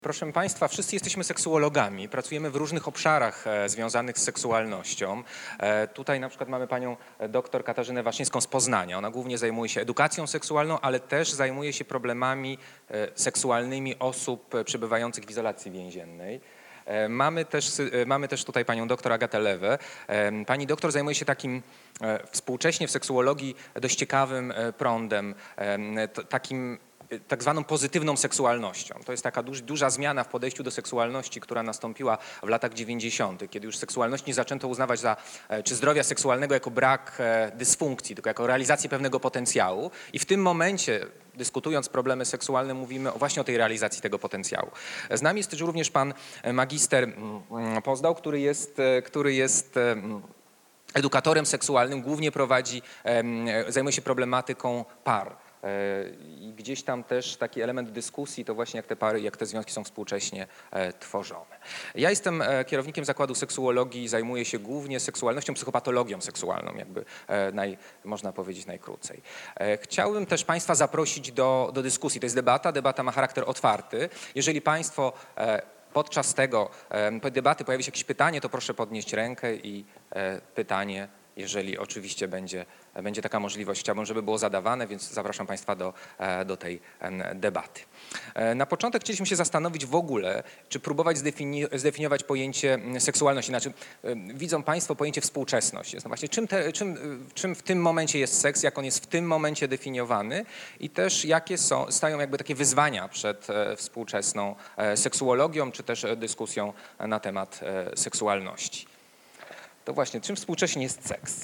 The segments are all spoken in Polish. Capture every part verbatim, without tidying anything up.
Proszę Państwa, wszyscy jesteśmy seksuologami, pracujemy w różnych obszarach e, związanych z seksualnością. E, tutaj na przykład mamy panią dr Katarzynę Waszyńską z Poznania. Ona głównie zajmuje się edukacją seksualną, ale też zajmuje się problemami e, seksualnymi osób e, przebywających w izolacji więziennej. E, mamy też, e, mamy też tutaj panią dr Agatę Lewę. E, pani doktor zajmuje się takim e, współcześnie w seksuologii dość ciekawym e, prądem, e, t, takim tak zwaną pozytywną seksualnością. To jest taka duż, duża zmiana w podejściu do seksualności, która nastąpiła w latach dziewięćdziesiątych, kiedy już seksualność nie zaczęto uznawać za, czy zdrowia seksualnego jako brak dysfunkcji, tylko jako realizację pewnego potencjału. I w tym momencie, dyskutując problemy seksualne, mówimy właśnie o tej realizacji tego potencjału. Z nami jest też również pan magister Pozdał, który jest, który jest edukatorem seksualnym, głównie prowadzi, zajmuje się problematyką par. I gdzieś tam też taki element dyskusji to właśnie jak te pary, jak te związki są współcześnie tworzone. Ja jestem kierownikiem Zakładu Seksuologii i zajmuję się głównie seksualnością, psychopatologią seksualną, jakby naj, można powiedzieć najkrócej. Chciałbym też Państwa zaprosić do, do dyskusji. To jest debata, debata ma charakter otwarty. Jeżeli Państwo podczas tego debaty pojawi się jakieś pytanie, to proszę podnieść rękę i pytanie, jeżeli oczywiście będzie, będzie taka możliwość, chciałbym, żeby było zadawane, więc zapraszam Państwa do, do tej debaty. Na początek chcieliśmy się zastanowić w ogóle, czy próbować zdefini zdefiniować pojęcie seksualności. Znaczy, widzą Państwo pojęcie współczesność. No właśnie, czym, te, czym, czym w tym momencie jest seks, jak on jest w tym momencie definiowany i też jakie są, stają jakby takie wyzwania przed współczesną seksuologią, czy też dyskusją na temat seksualności. To właśnie, czym współcześnie jest seks?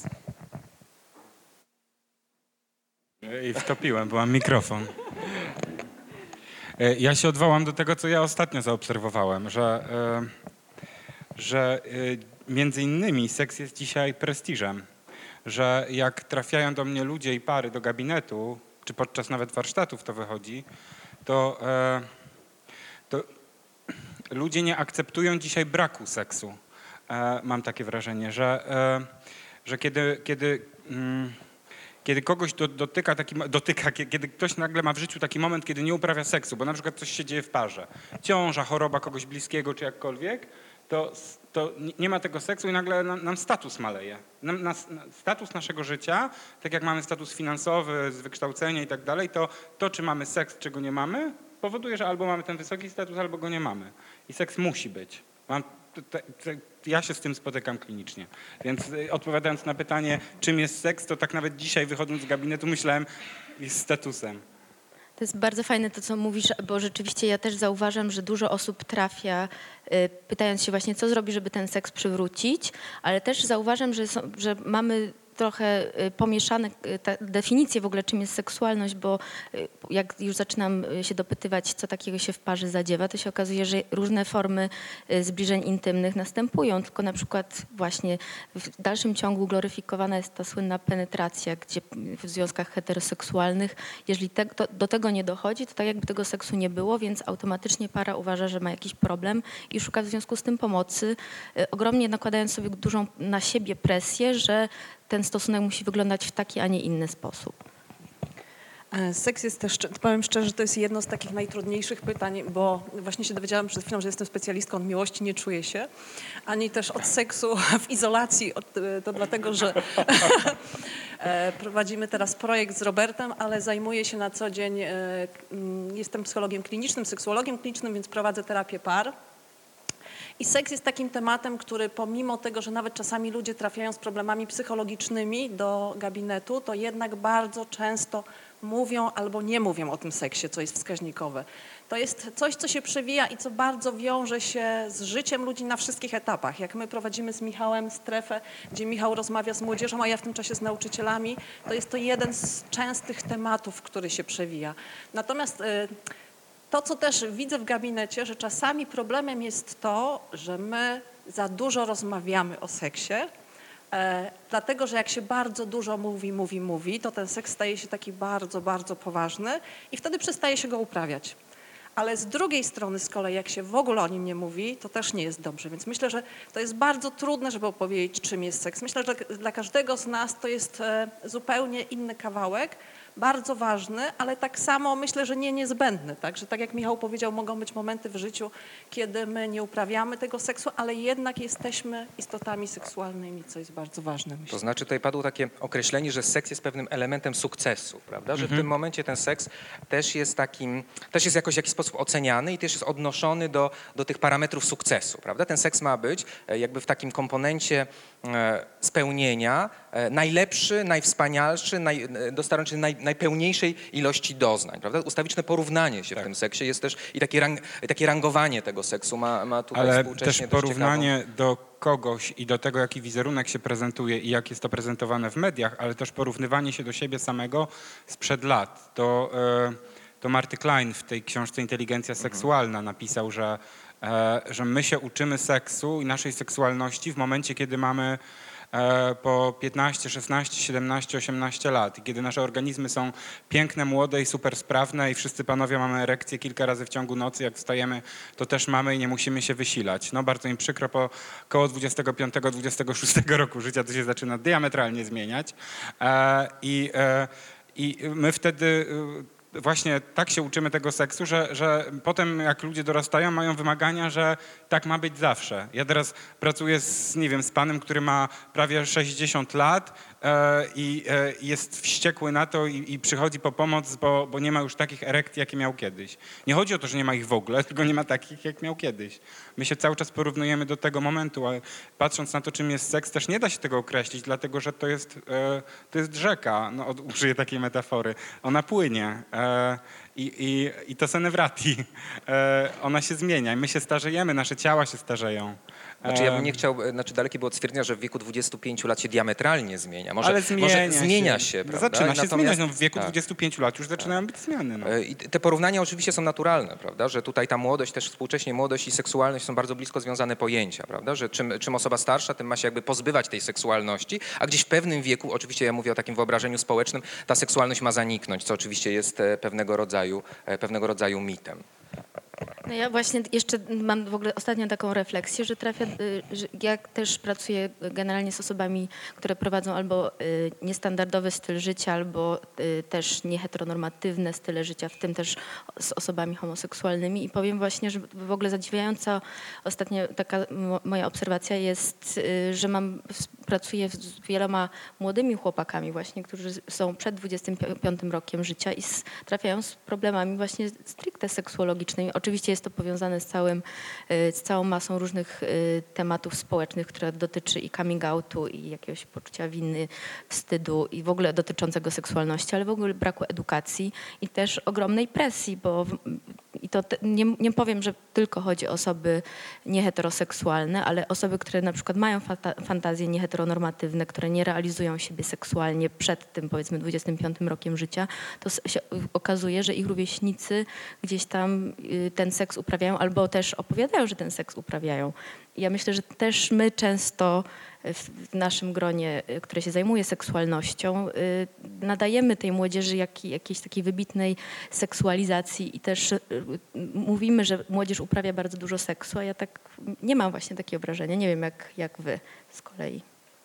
I wtopiłem, byłam mikrofon. Ja się odwołam do tego, co ja ostatnio zaobserwowałem, że, że między innymi seks jest dzisiaj prestiżem, że jak trafiają do mnie ludzie i pary do gabinetu, czy podczas nawet warsztatów to wychodzi, to, to ludzie nie akceptują dzisiaj braku seksu. Mam takie wrażenie, że, że kiedy, kiedy, kiedy kogoś dotyka, taki, dotyka, kiedy ktoś nagle ma w życiu taki moment, kiedy nie uprawia seksu, bo na przykład coś się dzieje w parze, ciąża, choroba kogoś bliskiego czy jakkolwiek, to, to nie ma tego seksu i nagle nam, nam status maleje. Nam, nas, status naszego życia, tak jak mamy status finansowy, z wykształcenia i tak dalej, to to, czy mamy seks, czy go nie mamy, powoduje, że albo mamy ten wysoki status, albo go nie mamy. I seks musi być. Mam Te, te, ja się z tym spotykam klinicznie. Więc odpowiadając na pytanie, czym jest seks, to tak nawet dzisiaj wychodząc z gabinetu myślałem, jest statusem. To jest bardzo fajne to, co mówisz, bo rzeczywiście ja też zauważam, że dużo osób trafia pytając się właśnie, co zrobi, żeby ten seks przywrócić, ale też zauważam, że, są, że mamy trochę pomieszane te definicje w ogóle, czym jest seksualność, bo jak już zaczynam się dopytywać, co takiego się w parze zadziewa, to się okazuje, że różne formy zbliżeń intymnych następują, tylko na przykład właśnie w dalszym ciągu gloryfikowana jest ta słynna penetracja, gdzie w związkach heteroseksualnych, jeżeli te, to, do tego nie dochodzi, to tak jakby tego seksu nie było, więc automatycznie para uważa, że ma jakiś problem i szuka w związku z tym pomocy, ogromnie nakładając sobie dużą na siebie presję, że ten stosunek musi wyglądać w taki, a nie inny sposób. Seks jest też, powiem szczerze, to jest jedno z takich najtrudniejszych pytań, bo właśnie się dowiedziałam przed chwilą, że jestem specjalistką od miłości, nie czuję się, ani też od seksu w izolacji, to dlatego, że prowadzimy teraz projekt z Robertem, ale zajmuję się na co dzień, jestem psychologiem klinicznym, seksuologiem klinicznym, więc prowadzę terapię par. I seks jest takim tematem, który pomimo tego, że nawet czasami ludzie trafiają z problemami psychologicznymi do gabinetu, to jednak bardzo często mówią albo nie mówią o tym seksie, co jest wskaźnikowe. To jest coś, co się przewija i co bardzo wiąże się z życiem ludzi na wszystkich etapach. Jak my prowadzimy z Michałem strefę, gdzie Michał rozmawia z młodzieżą, a ja w tym czasie z nauczycielami, to jest to jeden z częstych tematów, który się przewija. Natomiast to, co też widzę w gabinecie, że czasami problemem jest to, że my za dużo rozmawiamy o seksie, e, dlatego, że jak się bardzo dużo mówi, mówi, mówi, to ten seks staje się taki bardzo, bardzo poważny i wtedy przestaje się go uprawiać. Ale z drugiej strony z kolei, jak się w ogóle o nim nie mówi, to też nie jest dobrze. Więc myślę, że to jest bardzo trudne, żeby opowiedzieć, czym jest seks. Myślę, że dla każdego z nas to jest e, zupełnie inny kawałek, bardzo ważny, ale tak samo myślę, że nie niezbędny. Także tak jak Michał powiedział, mogą być momenty w życiu, kiedy my nie uprawiamy tego seksu, ale jednak jesteśmy istotami seksualnymi, co jest bardzo ważne, myślę. To znaczy tutaj padło takie określenie, że seks jest pewnym elementem sukcesu, prawda? Że w tym momencie ten seks też jest takim, też jest jakoś w jakiś sposób oceniany i też jest odnoszony do, do tych parametrów sukcesu, prawda? Ten seks ma być e, jakby w takim komponencie e, spełnienia e, najlepszy, najwspanialszy, naj, e, dostarczy naj, najpełniejszej ilości doznań, prawda? Ustawiczne porównanie się Tak. w tym seksie jest też i takie, rang, takie rangowanie tego seksu ma, ma tutaj Ale współcześnie też dość porównanie do kogoś i do tego, jaki wizerunek się prezentuje i jak jest to prezentowane w mediach, ale też porównywanie się do siebie samego sprzed lat. To, e, to Marty Klein w tej książce Inteligencja seksualna napisał, że, e, że my się uczymy seksu i naszej seksualności w momencie, kiedy mamy e, po piętnaście, szesnaście, siedemnaście, osiemnaście lat. I kiedy nasze organizmy są piękne, młode i super sprawne i wszyscy panowie mamy erekcję kilka razy w ciągu nocy, jak wstajemy, to też mamy i nie musimy się wysilać. No bardzo mi przykro, po koło dwudziestego piątego, dwudziestego szóstego roku życia to się zaczyna diametralnie zmieniać. E, i, e, I my wtedy e, właśnie tak się uczymy tego seksu, że, że potem jak ludzie dorastają, mają wymagania, że tak ma być zawsze. Ja teraz pracuję z, nie wiem, z panem, który ma prawie sześćdziesiąt lat e, i e, jest wściekły na to i, i przychodzi po pomoc, bo, bo nie ma już takich erekcji, jakie miał kiedyś. Nie chodzi o to, że nie ma ich w ogóle, tylko nie ma takich, jak miał kiedyś. My się cały czas porównujemy do tego momentu, ale patrząc na to, czym jest seks, też nie da się tego określić, dlatego że to jest, e, to jest rzeka, no, użyję takiej metafory. Ona płynie. E, I, i, i to se ne vrati. E, ona się zmienia i my się starzejemy, nasze ciała się starzeją. Znaczy ja bym nie E, chciał, znaczy dalekie było od stwierdzenia, że w wieku dwudziestu pięciu lat się diametralnie zmienia. Może, Ale zmienia, może zmienia się, się, prawda? Zaczyna się Natomiast- zmieniać. No, w wieku tak. dwudziestu pięciu lat już zaczynają być zmiany. No. E, I te porównania oczywiście są naturalne, prawda? Że tutaj ta młodość, też współcześnie młodość i seksualność są bardzo blisko związane pojęcia, prawda? Że czym, czym osoba starsza, tym ma się jakby pozbywać tej seksualności, a gdzieś w pewnym wieku, oczywiście ja mówię o takim wyobrażeniu społecznym, ta seksualność ma zaniknąć, co oczywiście jest e, pewnego rodzaju, e, pewnego rodzaju mitem. No ja właśnie jeszcze mam w ogóle ostatnio taką refleksję, że trafia, y, że ja też pracuję generalnie z osobami, które prowadzą albo y, niestandardowy styl życia, albo y, też nieheteronormatywne style życia, w tym też z osobami homoseksualnymi i powiem właśnie, że w ogóle zadziwiająca ostatnio taka mo- moja obserwacja jest, y, że mam, pracuję z wieloma młodymi chłopakami właśnie, którzy są przed dwudziestym piątym rokiem życia i z, trafiają z problemami właśnie stricte seksuologicznymi. Oczywiście jest to powiązane z, całym, y, z całą masą różnych y, tematów społecznych, które dotyczy i coming outu, i jakiegoś poczucia winy, wstydu i w ogóle dotyczącego seksualności, ale w ogóle braku edukacji i też ogromnej presji, bo w, i to te, nie, nie powiem, że tylko chodzi o osoby nieheteroseksualne, ale osoby, które na przykład mają fata, fantazje nieheteronormatywne, które nie realizują siebie seksualnie przed tym, powiedzmy, dwudziestym piątym rokiem życia, to s- się okazuje, że ich rówieśnicy gdzieś tam y, ten seks uprawiają albo też opowiadają, że ten seks uprawiają. I ja myślę, że też my często w naszym gronie, y, które się zajmuje seksualnością, y, nadajemy tej młodzieży jak, jakiejś takiej wybitnej seksualizacji i też y, mówimy, że młodzież uprawia bardzo dużo seksu, a ja tak nie mam właśnie takiego wrażenia. Nie wiem, jak, jak wy z kolei.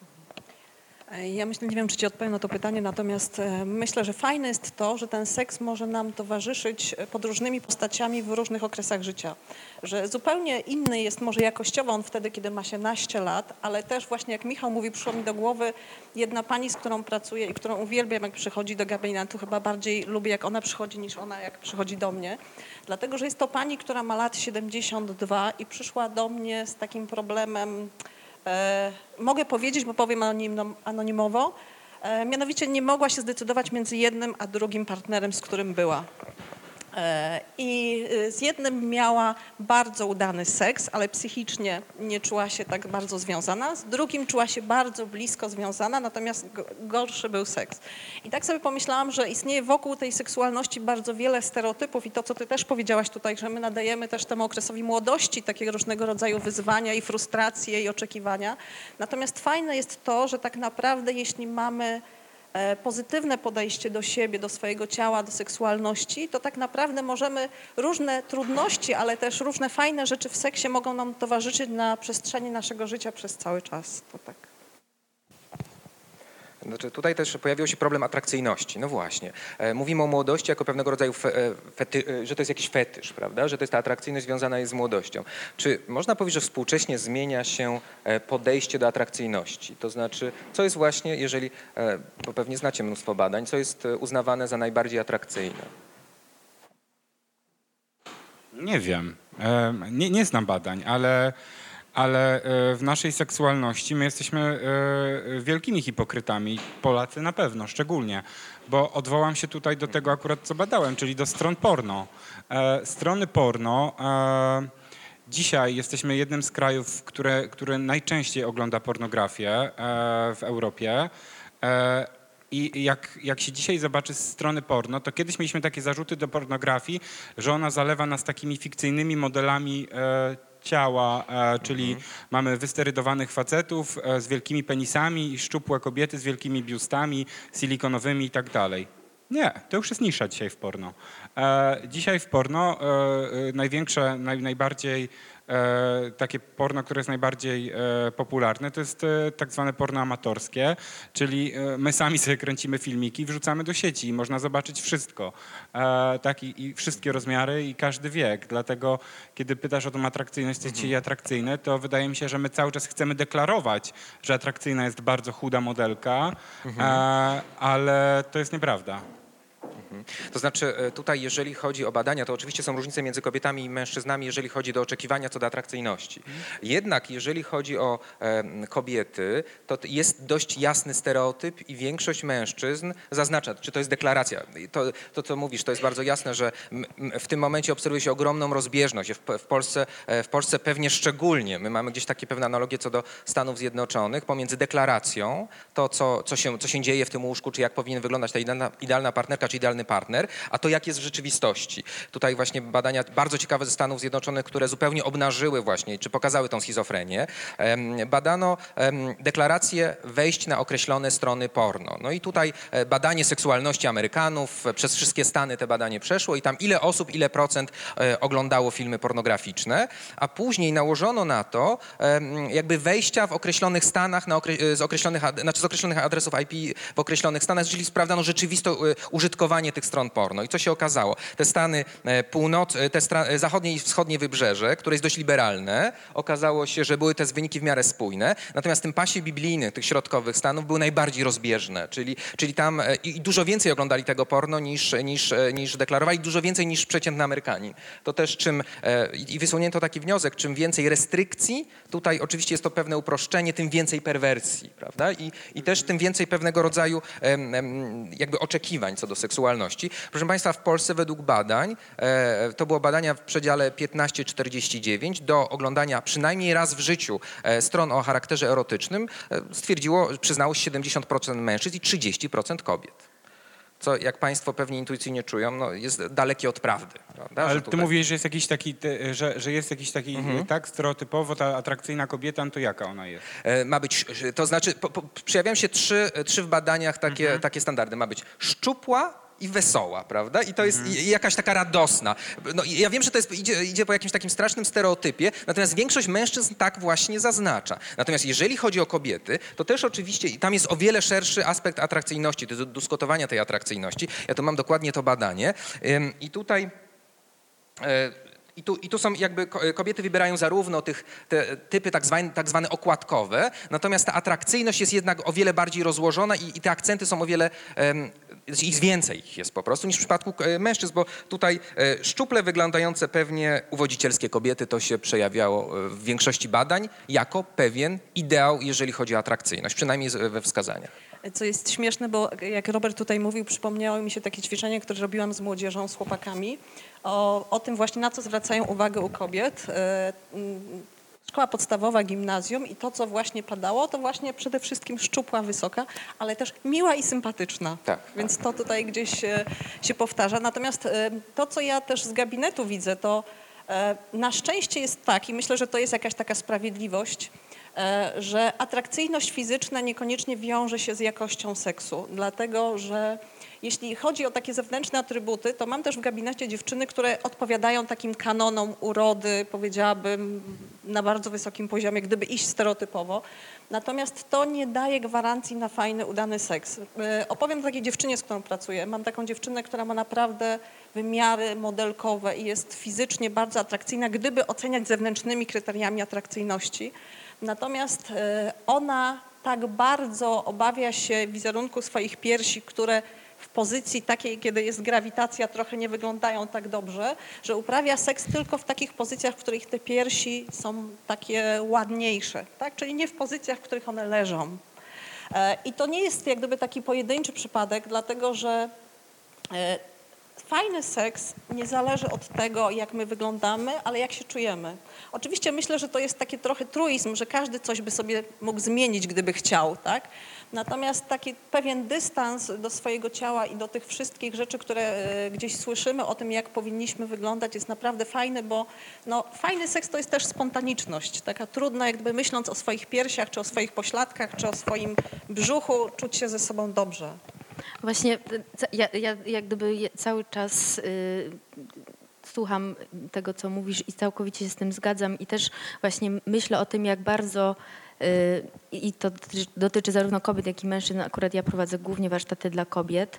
Ja myślę, nie wiem, czy ci odpowiem na to pytanie, natomiast e, myślę, że fajne jest to, że ten seks może nam towarzyszyć e, pod różnymi postaciami w różnych okresach życia. Że zupełnie inny jest może jakościowo on wtedy, kiedy ma się naście lat, ale też właśnie jak Michał mówi, przyszło mi do głowy jedna pani, z którą pracuję i którą uwielbiam, jak przychodzi do gabinetu. Chyba bardziej lubię, jak ona przychodzi, niż ona, jak przychodzi do mnie. Dlatego, że jest to pani, która ma lat siedemdziesiąt dwa i przyszła do mnie z takim problemem. E, mogę powiedzieć, bo powiem anonim, anonimowo, e, mianowicie nie mogła się zdecydować między jednym a drugim partnerem, z którym była. E, I z jednym miała bardzo udany seks, ale psychicznie nie czuła się tak bardzo związana. Z drugim czuła się bardzo blisko związana, natomiast go- gorszy był seks. I tak sobie pomyślałam, że istnieje wokół tej seksualności bardzo wiele stereotypów i to, co ty też powiedziałaś tutaj, że my nadajemy też temu okresowi młodości takie różnego rodzaju wyzwania i frustracje i oczekiwania. Natomiast fajne jest to, że tak naprawdę jeśli mamy e, pozytywne podejście do siebie, do swojego ciała, do seksualności, to tak naprawdę możemy różne trudności, ale też różne fajne rzeczy w seksie mogą nam towarzyszyć na przestrzeni naszego życia przez cały czas. To tak. Znaczy, tutaj też pojawił się problem atrakcyjności. No właśnie. E, Mówimy o młodości jako pewnego rodzaju, fe, e, fety, e, że to jest jakiś fetysz, prawda? Że to jest ta atrakcyjność związana jest z młodością. Czy można powiedzieć, że współcześnie zmienia się e, podejście do atrakcyjności? To znaczy, co jest właśnie, jeżeli, e, bo pewnie znacie mnóstwo badań, co jest e, uznawane za najbardziej atrakcyjne? Nie wiem. E, Nie, nie znam badań, ale, ale e, w naszej seksualności my jesteśmy e, wielkimi hipokrytami. Polacy na pewno, szczególnie. Bo odwołam się tutaj do tego akurat, co badałem, czyli do stron porno. E, Strony porno... e, Dzisiaj jesteśmy jednym z krajów, które, które najczęściej ogląda pornografię e, w Europie. E, I jak, jak się dzisiaj zobaczy z strony porno, to kiedyś mieliśmy takie zarzuty do pornografii, że ona zalewa nas takimi fikcyjnymi modelami e, ciała, e, czyli mamy wysterydowanych facetów e, z wielkimi penisami i szczupłe kobiety z wielkimi biustami, silikonowymi i tak dalej. Nie, to już jest nisza dzisiaj w porno. E, dzisiaj w porno e, e, największe, naj, najbardziej e, takie porno, które jest najbardziej e, popularne, to jest e, tak zwane porno amatorskie, czyli e, my sami sobie kręcimy filmiki, wrzucamy do sieci i można zobaczyć wszystko. E, tak, i, i wszystkie rozmiary i każdy wiek. Dlatego kiedy pytasz o tą atrakcyjność, co jest dzisiaj atrakcyjne, to wydaje mi się, że my cały czas chcemy deklarować, że atrakcyjna jest bardzo chuda modelka, e, ale to jest nieprawda. To znaczy e, tutaj, jeżeli chodzi o badania, to oczywiście są różnice między kobietami i mężczyznami, jeżeli chodzi do oczekiwania co do atrakcyjności. Jednak jeżeli chodzi o e, kobiety, to t- jest dość jasny stereotyp i większość mężczyzn zaznacza, czy to jest deklaracja. I To, to co mówisz, to jest bardzo jasne, że m, m, w tym momencie obserwuje się ogromną rozbieżność. W, w, Polsce, e, w Polsce pewnie szczególnie, my mamy gdzieś takie pewne analogie co do Stanów Zjednoczonych, pomiędzy deklaracją, to co, co, się, co się dzieje w tym łóżku, czy jak powinien wyglądać ta idealna, idealna partnerka, czy idealny partner, a to jak jest w rzeczywistości. Tutaj właśnie badania bardzo ciekawe ze Stanów Zjednoczonych, które zupełnie obnażyły właśnie, czy pokazały tą schizofrenię. Em, Badano em, deklaracje wejść na określone strony porno. No i tutaj e, badanie seksualności Amerykanów, e, przez wszystkie Stany te badanie przeszło i tam ile osób, ile procent e, oglądało filmy pornograficzne, a później nałożono na to em, jakby wejścia w określonych stanach, na okre- z, określonych, ad- znaczy z określonych adresów I P w określonych stanach, czyli sprawdzano rzeczywiste e, użytkowanie tych stron porno. I co się okazało? Te Stany e, północ, e, te stra- e, zachodnie i wschodnie wybrzeże, które jest dość liberalne, okazało się, że były te wyniki w miarę spójne, natomiast w tym pasie biblijnym tych środkowych Stanów były najbardziej rozbieżne, czyli, czyli tam e, i dużo więcej oglądali tego porno niż, niż, e, niż deklarowali, dużo więcej niż przeciętny Amerykanin. To też czym, e, i wysunięto taki wniosek, czym więcej restrykcji, tutaj oczywiście jest to pewne uproszczenie, tym więcej perwersji, prawda? I, i też tym więcej pewnego rodzaju em, em, jakby oczekiwań co do seksualności. Proszę Państwa, w Polsce według badań, e, to było badania w przedziale piętnaście czterdzieści dziewięć, do oglądania przynajmniej raz w życiu e, stron o charakterze erotycznym e, stwierdziło, przyznało się siedemdziesiąt procent mężczyzn i trzydzieści procent kobiet. Co, jak Państwo pewnie intuicyjnie czują, no, jest dalekie od prawdy. Prawda? Ale Że ty tutaj- mówisz, że jest jakiś taki, ty, że, że jest jakiś taki, Mhm. tak, stereotypowo ta atrakcyjna kobieta, no to jaka ona jest? E, Ma być, to znaczy, po, po, przejawiają się trzy, trzy w badaniach takie, takie standardy. Ma być szczupła i wesoła, prawda? I to jest i, i jakaś taka radosna. No, i ja wiem, że to jest, idzie, idzie po jakimś takim strasznym stereotypie, natomiast większość mężczyzn tak właśnie zaznacza. Natomiast jeżeli chodzi o kobiety, to też oczywiście i tam jest o wiele szerszy aspekt atrakcyjności, do dyskutowania tej atrakcyjności. Ja tu mam dokładnie to badanie. Ym, I tutaj... e, I tu, I tu są jakby ko- kobiety wybierają zarówno tych, te typy tak zwane, tak zwane okładkowe, natomiast ta atrakcyjność jest jednak o wiele bardziej rozłożona i, i te akcenty są o wiele, um, ich więcej ich jest po prostu niż w przypadku e, mężczyzn, bo tutaj e, szczuple wyglądające pewnie uwodzicielskie kobiety to się przejawiało e, w większości badań jako pewien ideał, jeżeli chodzi o atrakcyjność, przynajmniej z, we wskazaniach. Co jest śmieszne, bo jak Robert tutaj mówił, przypomniało mi się takie ćwiczenie, które robiłam z młodzieżą, z chłopakami, o, o tym właśnie, na co zwracają uwagę u kobiet. E, mm, Szkoła podstawowa, gimnazjum i to, co właśnie padało, to właśnie przede wszystkim szczupła, wysoka, ale też miła i sympatyczna. Tak. Więc to tutaj gdzieś e, się powtarza. Natomiast e, to, co ja też z gabinetu widzę, to e, na szczęście jest tak i myślę, że to jest jakaś taka sprawiedliwość, e, że atrakcyjność fizyczna niekoniecznie wiąże się z jakością seksu, dlatego że jeśli chodzi o takie zewnętrzne atrybuty, to mam też w gabinecie dziewczyny, które odpowiadają takim kanonom urody, powiedziałabym, na bardzo wysokim poziomie, gdyby iść stereotypowo. Natomiast to nie daje gwarancji na fajny, udany seks. E, Opowiem o takiej dziewczynie, z którą pracuję. Mam taką dziewczynę, która ma naprawdę wymiary modelkowe i jest fizycznie bardzo atrakcyjna, gdyby oceniać zewnętrznymi kryteriami atrakcyjności. Natomiast e, ona tak bardzo obawia się wizerunku swoich piersi, które w pozycji takiej, kiedy jest grawitacja, trochę nie wyglądają tak dobrze, że uprawia seks tylko w takich pozycjach, w których te piersi są takie ładniejsze, tak? Czyli nie w pozycjach, w których one leżą. E, I to nie jest jak gdyby taki pojedynczy przypadek, dlatego że e, fajny seks nie zależy od tego, jak my wyglądamy, ale jak się czujemy. Oczywiście myślę, że to jest taki trochę truizm, że każdy coś by sobie mógł zmienić, gdyby chciał, tak? Natomiast taki pewien dystans do swojego ciała i do tych wszystkich rzeczy, które e, gdzieś słyszymy o tym, jak powinniśmy wyglądać, jest naprawdę fajny, bo no, fajny seks to jest też spontaniczność, taka trudna, jak gdyby myśląc o swoich piersiach, czy o swoich pośladkach, czy o swoim brzuchu, czuć się ze sobą dobrze. Właśnie ca- ja, ja jak gdyby je- cały czas y, słucham tego, co mówisz i całkowicie się z tym zgadzam i też właśnie myślę o tym, jak bardzo y, i to dotyczy, dotyczy zarówno kobiet, jak i mężczyzn. Akurat ja prowadzę głównie warsztaty dla kobiet,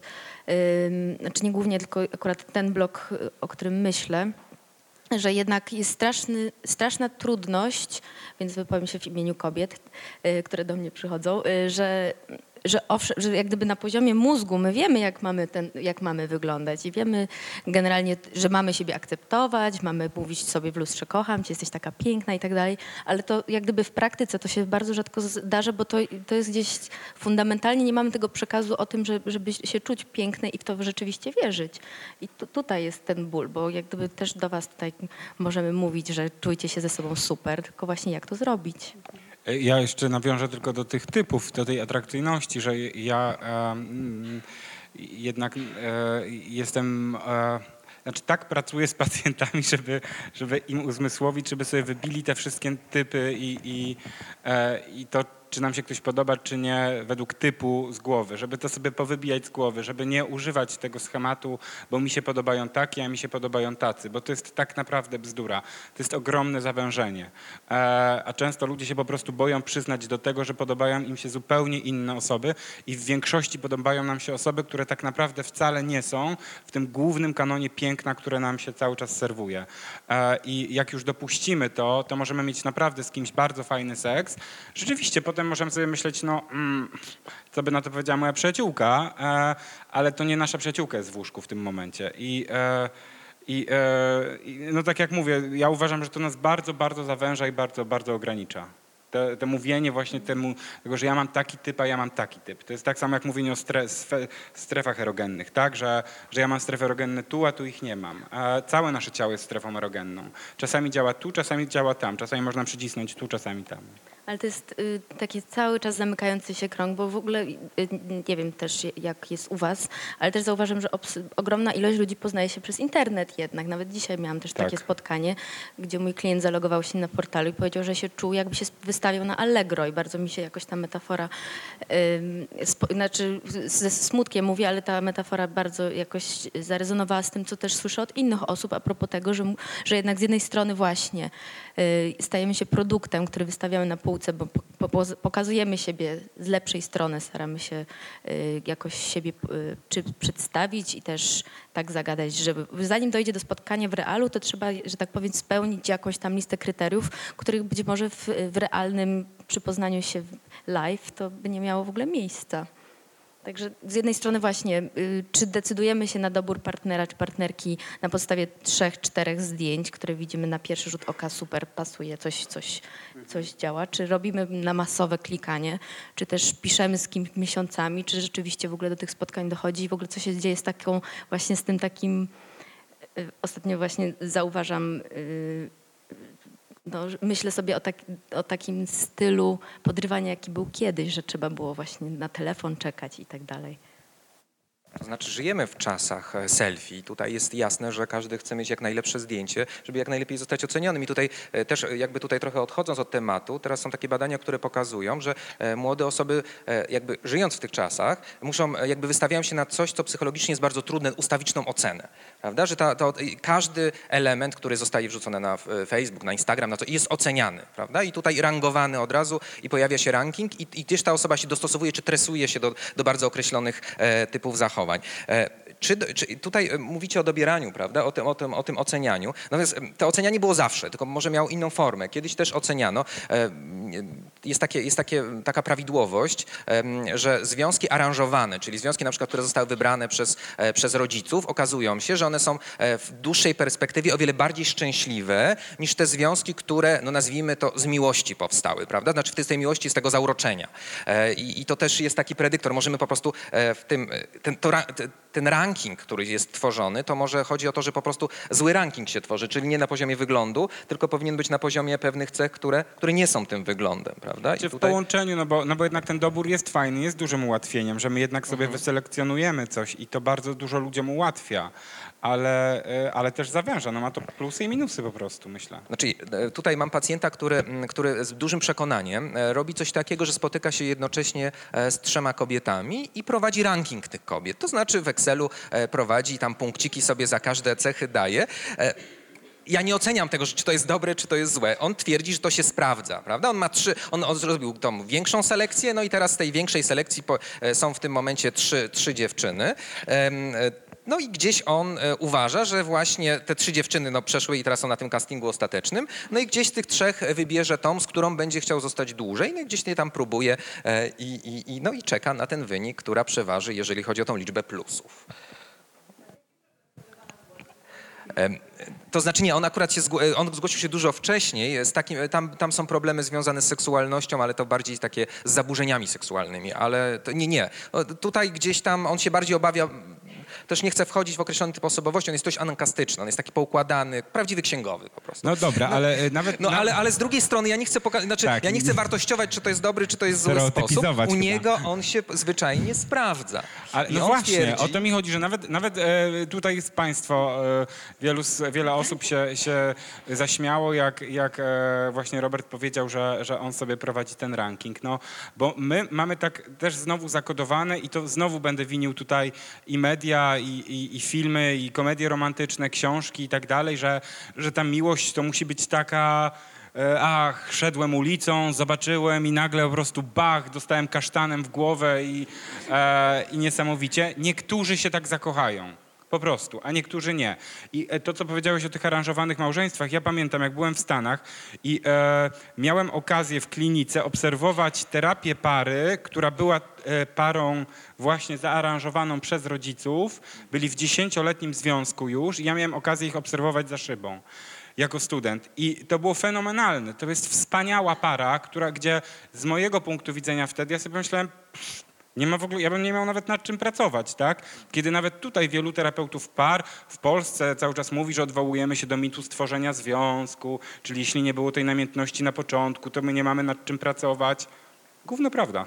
y, znaczy nie głównie, tylko akurat ten blok, y, o którym myślę, że jednak jest straszny, straszna trudność, więc wypowiem się w imieniu kobiet, y, które do mnie przychodzą, y, że, że, owszem, że jak gdyby na poziomie mózgu my wiemy, jak mamy, ten, jak mamy wyglądać i wiemy generalnie, że mamy siebie akceptować, mamy mówić sobie w lustrze kocham cię, jesteś taka piękna i tak dalej, ale to jak gdyby w praktyce to się bardzo rzadko zdarza, bo to, to jest gdzieś fundamentalnie, nie mamy tego przekazu o tym, że, żeby się czuć piękne i w to rzeczywiście wierzyć. I tu, tutaj jest ten ból, bo jak gdyby też do was tutaj możemy mówić, że czujcie się ze sobą super, tylko właśnie jak to zrobić. Ja jeszcze nawiążę tylko do tych typów, do tej atrakcyjności, że ja em, jednak e, jestem, e, znaczy tak pracuję z pacjentami, żeby, żeby im uzmysłowić, żeby sobie wybili te wszystkie typy i, i, e, i to, czy nam się ktoś podoba, czy nie, według typu z głowy, żeby to sobie powybijać z głowy, żeby nie używać tego schematu, bo mi się podobają taki, a mi się podobają tacy, bo to jest tak naprawdę bzdura. To jest ogromne zawężenie. E, a często ludzie się po prostu boją przyznać do tego, że podobają im się zupełnie inne osoby i w większości podobają nam się osoby, które tak naprawdę wcale nie są w tym głównym kanonie piękna, które nam się cały czas serwuje. E, I jak już dopuścimy to, to możemy mieć naprawdę z kimś bardzo fajny seks. Rzeczywiście potem możemy sobie myśleć, no mm, co by na to powiedziała moja przyjaciółka, e, ale to nie nasza przyjaciółka jest w łóżku w tym momencie. I, e, i, e, i no tak jak mówię, ja uważam, że to nas bardzo, bardzo zawęża i bardzo, bardzo ogranicza. To, to mówienie właśnie temu, tego, że ja mam taki typ, a ja mam taki typ. To jest tak samo jak mówienie o stre, sfe, strefach erogennych, tak? Że, że ja mam strefy erogenne tu, a tu ich nie mam. A całe nasze ciało jest strefą erogenną. Czasami działa tu, czasami działa tam. Czasami można przycisnąć tu, czasami tam. Ale to jest y, taki cały czas zamykający się krąg, bo w ogóle y, nie wiem też jak jest u was, ale też zauważam, że obs- ogromna ilość ludzi poznaje się przez internet jednak. Nawet dzisiaj miałam też takie Tak. spotkanie, gdzie mój klient zalogował się na portalu i powiedział, że się czuł jakby się wystawiał na Allegro i bardzo mi się jakoś ta metafora, y, spo, znaczy ze smutkiem mówię, ale ta metafora bardzo jakoś zarezonowała z tym, co też słyszę od innych osób a propos tego, że, że jednak z jednej strony właśnie y, stajemy się produktem, który wystawiamy na pół bo po, po, pokazujemy siebie z lepszej strony, staramy się y, jakoś siebie y, czy przedstawić i też tak zagadać, że zanim dojdzie do spotkania w realu, to trzeba, że tak powiem, spełnić jakąś tam listę kryteriów, których być może w, w realnym przypoznaniu się live to by nie miało w ogóle miejsca. Także z jednej strony właśnie, y, czy decydujemy się na dobór partnera czy partnerki na podstawie trzech, czterech zdjęć, które widzimy na pierwszy rzut oka, super, pasuje, coś, coś, coś działa, czy robimy na masowe klikanie, czy też piszemy z kimś miesiącami, czy rzeczywiście w ogóle do tych spotkań dochodzi i w ogóle co się dzieje z taką, właśnie z tym takim, y, ostatnio właśnie zauważam, y, no, myślę sobie o, tak, o takim stylu podrywania, jaki był kiedyś, że trzeba było właśnie na telefon czekać i tak dalej. To znaczy, żyjemy w czasach e, selfie. Tutaj jest jasne, że każdy chce mieć jak najlepsze zdjęcie, żeby jak najlepiej zostać ocenionym. I tutaj e, też e, jakby tutaj trochę odchodząc od tematu, teraz są takie badania, które pokazują, że e, młode osoby e, jakby żyjąc w tych czasach muszą, e, jakby wystawiają się na coś, co psychologicznie jest bardzo trudne, ustawiczną ocenę. Prawda? Że ta, to, każdy element, który zostaje wrzucony na e, Facebook, na Instagram, na to jest oceniany. Prawda? I tutaj rangowany od razu i pojawia się ranking i, i też ta osoba się dostosowuje, czy tresuje się do, do bardzo określonych e, typów zachowań. E, Czy, czy tutaj e, mówicie o dobieraniu, prawda, o tym, o tym, o tym ocenianiu. Natomiast e, to ocenianie było zawsze, tylko może miało inną formę. Kiedyś też oceniano. E, Jest, takie, jest takie, taka prawidłowość, e, że związki aranżowane, czyli związki na przykład, które zostały wybrane przez, e, przez rodziców, okazują się, że one są e, w dłuższej perspektywie o wiele bardziej szczęśliwe niż te związki, które, no nazwijmy to, z miłości powstały, prawda? Znaczy w tej, z tej miłości, z tego zauroczenia. E, i, I to też jest taki predyktor. Możemy po prostu e, w tym, ten, to, ra- te- ten ranking, który jest tworzony, to może chodzi o to, że po prostu zły ranking się tworzy, czyli nie na poziomie wyglądu, tylko powinien być na poziomie pewnych cech, które, które nie są tym wyglądem, prawda? Czy I w tutaj, połączeniu, no bo, no bo jednak ten dobór jest fajny, jest dużym ułatwieniem, że my jednak sobie wyselekcjonujemy coś i to bardzo dużo ludziom ułatwia, ale, e, ale też zawęża. No ma to plusy i minusy po prostu, myślę. znaczy, e, tutaj mam pacjenta, który, m, który z dużym przekonaniem e, robi coś takiego, że spotyka się jednocześnie e, z trzema kobietami i prowadzi ranking tych kobiet. To znaczy w Excelu e, prowadzi, tam punkciki sobie za każde cechy daje. E, Ja nie oceniam tego, że czy to jest dobre, czy to jest złe. On twierdzi, że to się sprawdza, prawda? On ma trzy, on, on zrobił tą większą selekcję, no i teraz z tej większej selekcji po, e, są w tym momencie trzy, trzy dziewczyny. Em, e, No i gdzieś on e, uważa, że właśnie te trzy dziewczyny no, przeszły i teraz są na tym castingu ostatecznym. No i gdzieś z tych trzech wybierze tą, z którą będzie chciał zostać dłużej. No i gdzieś nie tam próbuje e, i, i, i, no i czeka na ten wynik, która przeważy, jeżeli chodzi o tą liczbę plusów. Em, To znaczy nie, on akurat się zgło- on zgłosił się dużo wcześniej, z takim, tam, tam są problemy związane z seksualnością, ale to bardziej takie z zaburzeniami seksualnymi, ale to nie, nie. O, Tutaj gdzieś tam on się bardziej obawia, też nie chce wchodzić w określony typ osobowości, on jest dość ankastyczny, on jest taki poukładany, prawdziwy księgowy po prostu. No dobra, ale e, nawet... No na- ale, ale z drugiej strony ja nie chcę pokazać, znaczy Tak. ja nie chcę wartościować, czy to jest dobry, czy to jest zły sposób. Stereotypizować U chyba. niego on się zwyczajnie sprawdza. Ale, I no on właśnie, twierdzi, o to mi chodzi, że nawet, nawet e, tutaj jest państwo, e, wielu, z- wiele osób się, się zaśmiało, jak, jak e, właśnie Robert powiedział, że, że on sobie prowadzi ten ranking. No, bo my mamy tak też znowu zakodowane i to znowu będę winił tutaj i media, i, i, i filmy, i komedie romantyczne, książki i tak dalej, że, że ta miłość to musi być taka... e, Ach, szedłem ulicą, zobaczyłem i nagle po prostu bach, dostałem kasztanem w głowę i, e, i niesamowicie. Niektórzy się tak zakochają. Po prostu, a niektórzy nie. I e, to, co powiedziałeś o tych aranżowanych małżeństwach, ja pamiętam, jak byłem w Stanach i e, miałem okazję w klinice obserwować terapię pary, która była e, parą właśnie zaaranżowaną przez rodziców. Byli w dziesięcioletnim związku już i ja miałem okazję ich obserwować za szybą jako student. I to było fenomenalne. To jest wspaniała para, która, gdzie z mojego punktu widzenia wtedy, ja sobie myślałem, pff, nie ma w ogóle, ja bym nie miał nawet nad czym pracować, tak? Kiedy nawet tutaj wielu terapeutów par w Polsce cały czas mówi, że odwołujemy się do mitu stworzenia związku, czyli jeśli nie było tej namiętności na początku, to my nie mamy nad czym pracować. Gówno prawda.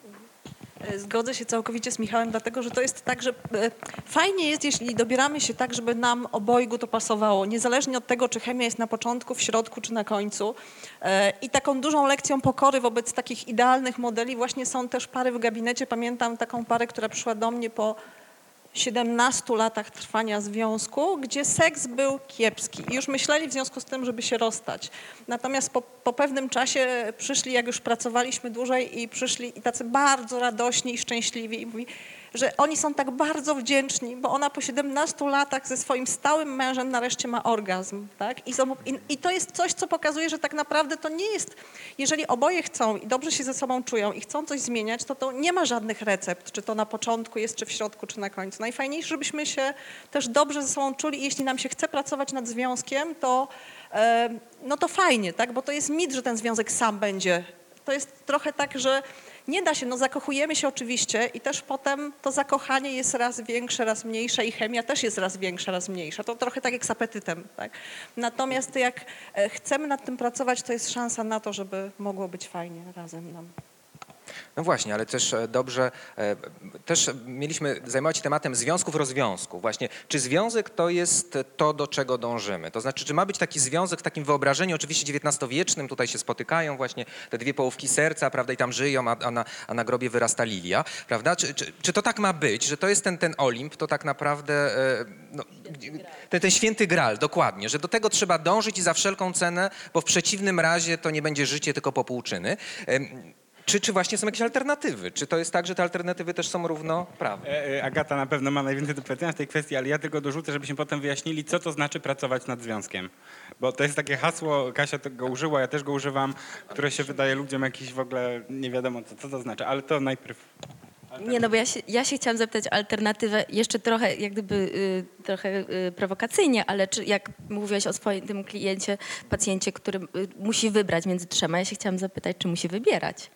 Zgodzę się całkowicie z Michałem, dlatego że to jest tak, że e, fajnie jest, jeśli dobieramy się tak, żeby nam obojgu to pasowało, niezależnie od tego, czy chemia jest na początku, w środku czy na końcu. E, I taką dużą lekcją pokory wobec takich idealnych modeli właśnie są też pary w gabinecie. Pamiętam taką parę, która przyszła do mnie po siedemnastu latach trwania związku, gdzie seks był kiepski i już myśleli w związku z tym, żeby się rozstać. Natomiast po, po pewnym czasie przyszli, jak już pracowaliśmy dłużej i przyszli i tacy bardzo radośni i szczęśliwi i mówi, że oni są tak bardzo wdzięczni, bo ona po siedemnastu latach ze swoim stałym mężem nareszcie ma orgazm. Tak? I, są- i, I to jest coś, co pokazuje, że tak naprawdę to nie jest, jeżeli oboje chcą i dobrze się ze sobą czują i chcą coś zmieniać, to to nie ma żadnych recept, czy to na początku jest, czy w środku, czy na końcu. Najfajniejsze, żebyśmy się też dobrze ze sobą czuli i jeśli nam się chce pracować nad związkiem, to, e, no to fajnie, tak? Bo to jest mit, że ten związek sam będzie. To jest trochę tak, że nie da się, no zakochujemy się oczywiście i też potem to zakochanie jest raz większe, raz mniejsze i chemia też jest raz większa, raz mniejsza. To trochę tak jak z apetytem, tak? Natomiast jak e, chcemy nad tym pracować, to jest szansa na to, żeby mogło być fajnie razem nam. No właśnie, ale też e, dobrze, e, też mieliśmy zajmować się tematem związków, rozwiązków. Właśnie, czy związek to jest to, do czego dążymy? To znaczy, czy ma być taki związek w takim wyobrażeniu, oczywiście dziewiętnastowiecznym, tutaj się spotykają właśnie te dwie połówki serca, prawda, i tam żyją, a, a, na, a na grobie wyrasta lilia, prawda? Czy, czy, czy to tak ma być, że to jest ten, ten Olimp, to tak naprawdę e, no, ten, ten święty Graal, dokładnie, że do tego trzeba dążyć i za wszelką cenę, bo w przeciwnym razie to nie będzie życie, tylko popłuczyny. Em, Czy, czy właśnie są jakieś alternatywy? Czy to jest tak, że te alternatywy też są równoprawne? E, e, Agata na pewno ma najwięcej do powiedzenia w tej kwestii, ale ja tylko dorzucę, żebyśmy potem wyjaśnili, co to znaczy pracować nad związkiem. Bo to jest takie hasło, Kasia tego użyła, ja też go używam, które się wydaje ludziom jakiś w ogóle nie wiadomo, co, co to znaczy, ale to najpierw... Nie, no bo ja się, ja się chciałam zapytać o alternatywę jeszcze trochę, jak gdyby y, trochę y, prowokacyjnie, ale czy jak mówiłaś o swoim tym kliencie, pacjencie, który y, musi wybrać między trzema, ja się chciałam zapytać, czy musi wybierać?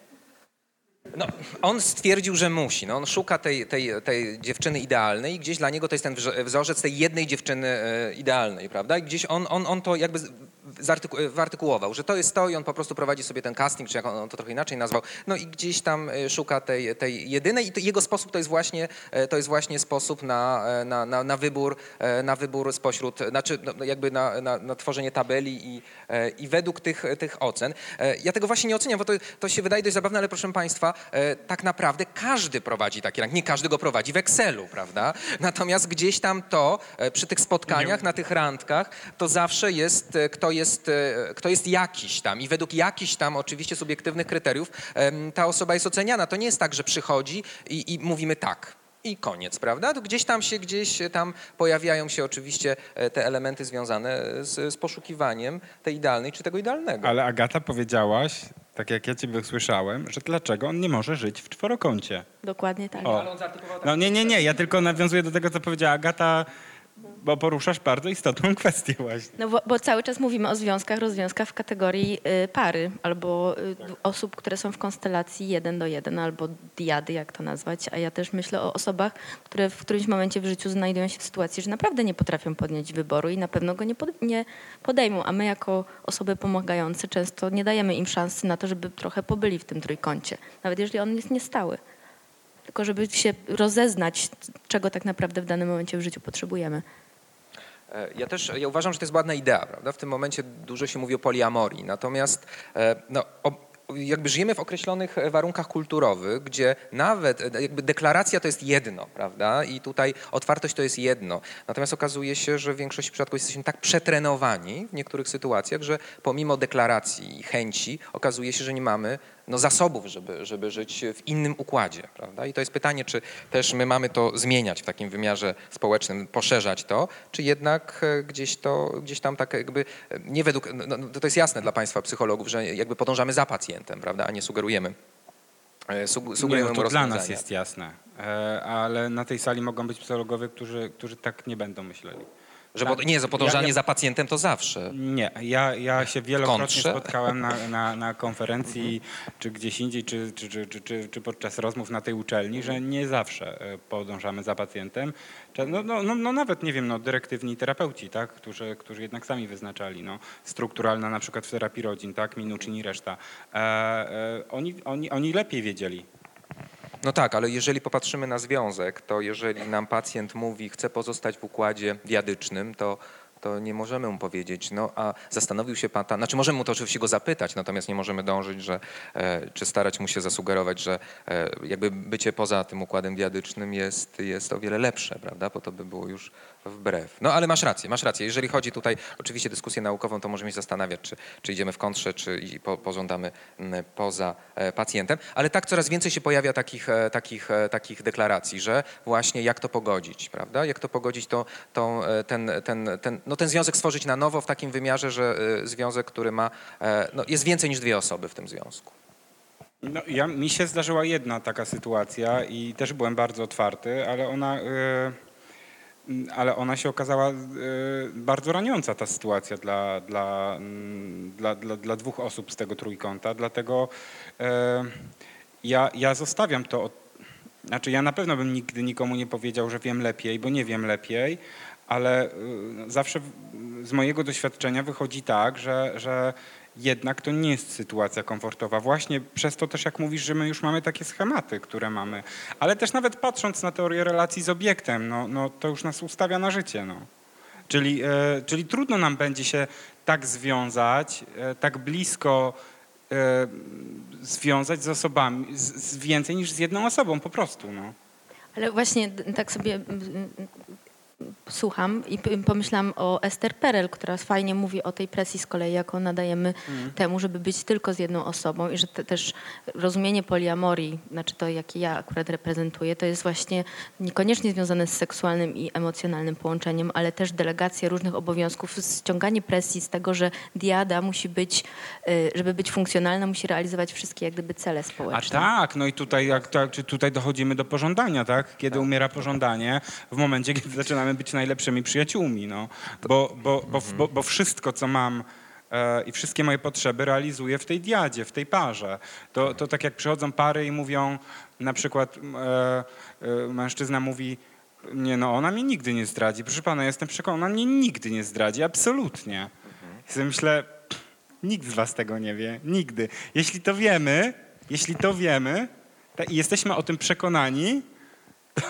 No, on stwierdził, że musi. No, on szuka tej, tej, tej dziewczyny idealnej i gdzieś dla niego to jest ten wrzo- wzorzec tej jednej dziewczyny e, idealnej, prawda? I gdzieś on, on, on to jakby z- zartyku- wyartykułował, że to jest to i on po prostu prowadzi sobie ten casting, czy jak on, on to trochę inaczej nazwał, no i gdzieś tam e, szuka tej, tej jedynej i to, jego sposób to jest właśnie, e, to jest właśnie sposób na, e, na, na, na wybór, e, na wybór spośród, znaczy no, jakby na, na, na tworzenie tabeli i, e, i według tych, tych ocen. E, Ja tego właśnie nie oceniam, bo to, to się wydaje dość zabawne, ale proszę Państwa, e, tak naprawdę każdy prowadzi taki ranking, nie każdy go prowadzi w Excelu, prawda? Natomiast gdzieś tam to e, przy tych spotkaniach, na tych randkach, to zawsze jest, e, kto jest, e, kto jest jakiś tam i według jakichś tam oczywiście subiektywnych kryteriów em, ta osoba jest oceniana. To nie jest tak, że przychodzi i, i mówimy tak. I koniec, prawda? To gdzieś tam się, gdzieś tam pojawiają się oczywiście e, te elementy związane z, z poszukiwaniem tej idealnej czy tego idealnego. Ale Agata, powiedziałaś, tak jak ja ciebie słyszałem, że dlaczego on nie może żyć w czworokącie. Dokładnie tak. O. Ale on zaartykułował tak- No nie, nie, nie, ja tylko nawiązuję do tego, co powiedziała Agata, bo poruszasz bardzo istotną kwestię właśnie. No bo, bo cały czas mówimy o związkach, rozwiązkach w kategorii y, pary albo y, osób, które są w konstelacji jeden do jeden albo diady, jak to nazwać, a ja też myślę o osobach, które w którymś momencie w życiu znajdują się w sytuacji, że naprawdę nie potrafią podjąć wyboru i na pewno go nie, pod, nie podejmą, a my jako osoby pomagające często nie dajemy im szansy na to, żeby trochę pobyli w tym trójkącie, nawet jeżeli on jest niestały. Tylko żeby się rozeznać, czego tak naprawdę w danym momencie w życiu potrzebujemy. E, Ja też ja uważam, że to jest ładna idea, prawda? W tym momencie dużo się mówi o poliamorii, natomiast e, no, o, jakby żyjemy w określonych warunkach kulturowych, gdzie nawet e, jakby deklaracja to jest jedno, prawda? I tutaj otwartość to jest jedno. Natomiast okazuje się, że w większości przypadków jesteśmy tak przetrenowani w niektórych sytuacjach, że pomimo deklaracji i chęci okazuje się, że nie mamy no, zasobów, żeby, żeby żyć w innym układzie, prawda? I to jest pytanie, czy też my mamy to zmieniać w takim wymiarze społecznym, poszerzać to, czy jednak e, gdzieś to, gdzieś tam tak jakby, e, nie według, no, no, to jest jasne dla Państwa psychologów, że jakby podążamy za pacjentem, prawda, a nie sugerujemy, e, sugu- Nie, sugerujemy no mu to dla nas rozwiązania. jest jasne, e, ale na tej sali mogą być psychologowie, którzy, którzy tak nie będą myśleli. Że pod, nie, że podążanie Ja- ja- za pacjentem to zawsze. Nie, ja, ja się wielokrotnie kontrze? spotkałem na, na, na konferencji, czy gdzieś indziej, czy, czy, czy, czy, czy, czy podczas rozmów na tej uczelni, że nie zawsze e, podążamy za pacjentem. Cze- No, no, no, no nawet, nie wiem, no, dyrektywni terapeuci, tak, którzy, którzy jednak sami wyznaczali, no, strukturalna na przykład w terapii rodzin, tak, Minuchin i reszta. E, e, oni, oni, oni lepiej wiedzieli. No tak, ale jeżeli popatrzymy na związek, to jeżeli nam pacjent mówi, chce pozostać w układzie diadycznym, to, to nie możemy mu powiedzieć, no a zastanowił się pan, ta, znaczy możemy mu to oczywiście go zapytać, natomiast nie możemy dążyć, że, e, czy starać mu się zasugerować, że e, jakby bycie poza tym układem diadycznym jest, jest o wiele lepsze, prawda, bo to by było już wbrew. No ale masz rację, masz rację. Jeżeli chodzi tutaj oczywiście dyskusję naukową, to możemy się zastanawiać, czy, czy idziemy w kontrze, czy i po, pożądamy m, poza e, pacjentem, ale tak coraz więcej się pojawia takich, e, takich, e, takich deklaracji, że właśnie jak to pogodzić, prawda? Jak to pogodzić, to, tą, e, ten, ten, ten, no, ten związek stworzyć na nowo w takim wymiarze, że e, związek, który ma, e, no, jest więcej niż dwie osoby w tym związku. No, ja, mi się zdarzyła jedna taka sytuacja i też byłem bardzo otwarty, ale ona, e, ale ona się okazała e, bardzo raniąca, ta sytuacja dla, dla, mm, dla, dla, dla dwóch osób z tego trójkąta. Dlatego e, ja, ja zostawiam to. Od, znaczy ja na pewno bym nigdy nikomu nie powiedział, że wiem lepiej, bo nie wiem lepiej, ale e, zawsze w- z mojego doświadczenia wychodzi tak, że, że jednak to nie jest sytuacja komfortowa. Właśnie przez to też, jak mówisz, że my już mamy takie schematy, które mamy. Ale też nawet patrząc na teorię relacji z obiektem, no, no to już nas ustawia na życie. No. Czyli, e, czyli trudno nam będzie się tak związać, e, tak blisko e, związać z osobami, z, z więcej niż z jedną osobą po prostu. No. Ale właśnie d- tak sobie mm, słucham i p- pomyślałam o Esther Perel, która fajnie mówi o tej presji z kolei, jaką nadajemy temu, żeby być tylko z jedną osobą i że te, też rozumienie poliamorii, znaczy to, jakie ja akurat reprezentuję, to jest właśnie niekoniecznie związane z seksualnym i emocjonalnym połączeniem, ale też delegacja różnych obowiązków, ściąganie presji z tego, że diada musi być, y, żeby być funkcjonalna, musi realizować wszystkie jak gdyby cele A społeczne. tak, no i tutaj, jak, tak, czy tutaj dochodzimy do pożądania, tak? Kiedy umiera pożądanie, w momencie, kiedy zaczynamy być najlepszymi przyjaciółmi, no. Bo, bo, bo, bo, bo wszystko, co mam e, i wszystkie moje potrzeby realizuję w tej diadzie, w tej parze. To, to tak jak przychodzą pary i mówią, na przykład e, e, mężczyzna mówi, nie no, ona mnie nigdy nie zdradzi. Proszę pana, jestem przekonany, ona mnie nigdy nie zdradzi, absolutnie. I sobie myślę, nikt z was tego nie wie, nigdy. Jeśli to wiemy, jeśli to wiemy ta- i jesteśmy o tym przekonani, to,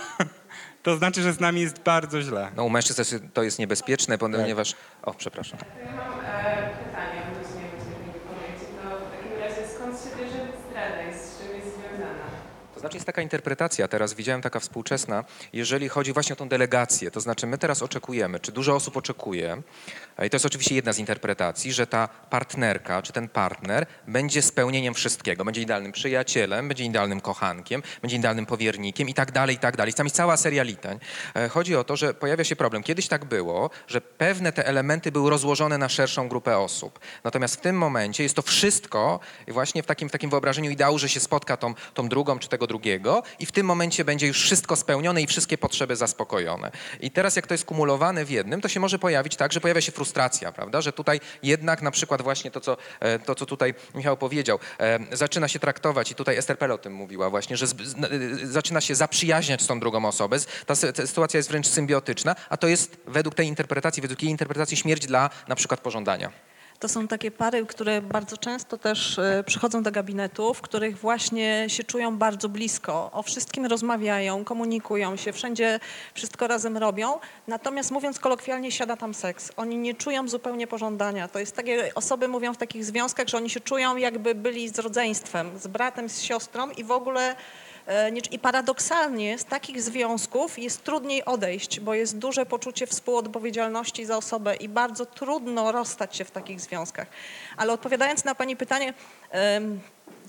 to znaczy, że z nami jest bardzo źle. No u mężczyzn to jest- to jest niebezpieczne, ponieważ... O, przepraszam. To ja mam e, pytanie odnośnie tej wypowiedzi. To w takim razie skąd się bierze zdrada i z czym jest związana? To znaczy jest taka interpretacja, teraz widziałem taka współczesna, jeżeli chodzi właśnie o tą delegację, to znaczy my teraz oczekujemy, czy dużo osób oczekuje, i to jest oczywiście jedna z interpretacji, że ta partnerka, czy ten partner będzie spełnieniem wszystkiego, będzie idealnym przyjacielem, będzie idealnym kochankiem, będzie idealnym powiernikiem i tak dalej, i tak dalej. Tam jest cała seria litań. E, Chodzi o to, że pojawia się problem. Kiedyś tak było, że pewne te elementy były rozłożone na szerszą grupę osób. Natomiast w tym momencie jest to wszystko właśnie w takim, w takim wyobrażeniu ideału, że się spotka tą, tą drugą czy tego drugiego i w tym momencie będzie już wszystko spełnione i wszystkie potrzeby zaspokojone. I teraz jak to jest kumulowane w jednym, to się może pojawić tak, że pojawia się frustracja, prawda? Że tutaj jednak na przykład właśnie to, co, e, to, co tutaj Michał powiedział, e, zaczyna się traktować i tutaj Esther Perel o tym mówiła właśnie, że z, z, e, zaczyna się zaprzyjaźniać z tą drugą osobą. Ta, sy- ta sytuacja jest wręcz symbiotyczna, a to jest według tej interpretacji, według jej interpretacji śmierć dla na przykład pożądania. To są takie pary, które bardzo często też e, przychodzą do gabinetu, w których właśnie się czują bardzo blisko, o wszystkim rozmawiają, komunikują się, wszędzie wszystko razem robią, natomiast mówiąc kolokwialnie siada tam seks. Oni nie czują zupełnie pożądania. To jest takie, osoby mówią w takich związkach, że oni się czują jakby byli z rodzeństwem, z bratem, z siostrą i w ogóle e, nie- i paradoksalnie z takich związków jest trudniej odejść, bo jest duże poczucie współodpowiedzialności za osobę i bardzo trudno rozstać się w takich związkach. Ale odpowiadając na pani pytanie, em,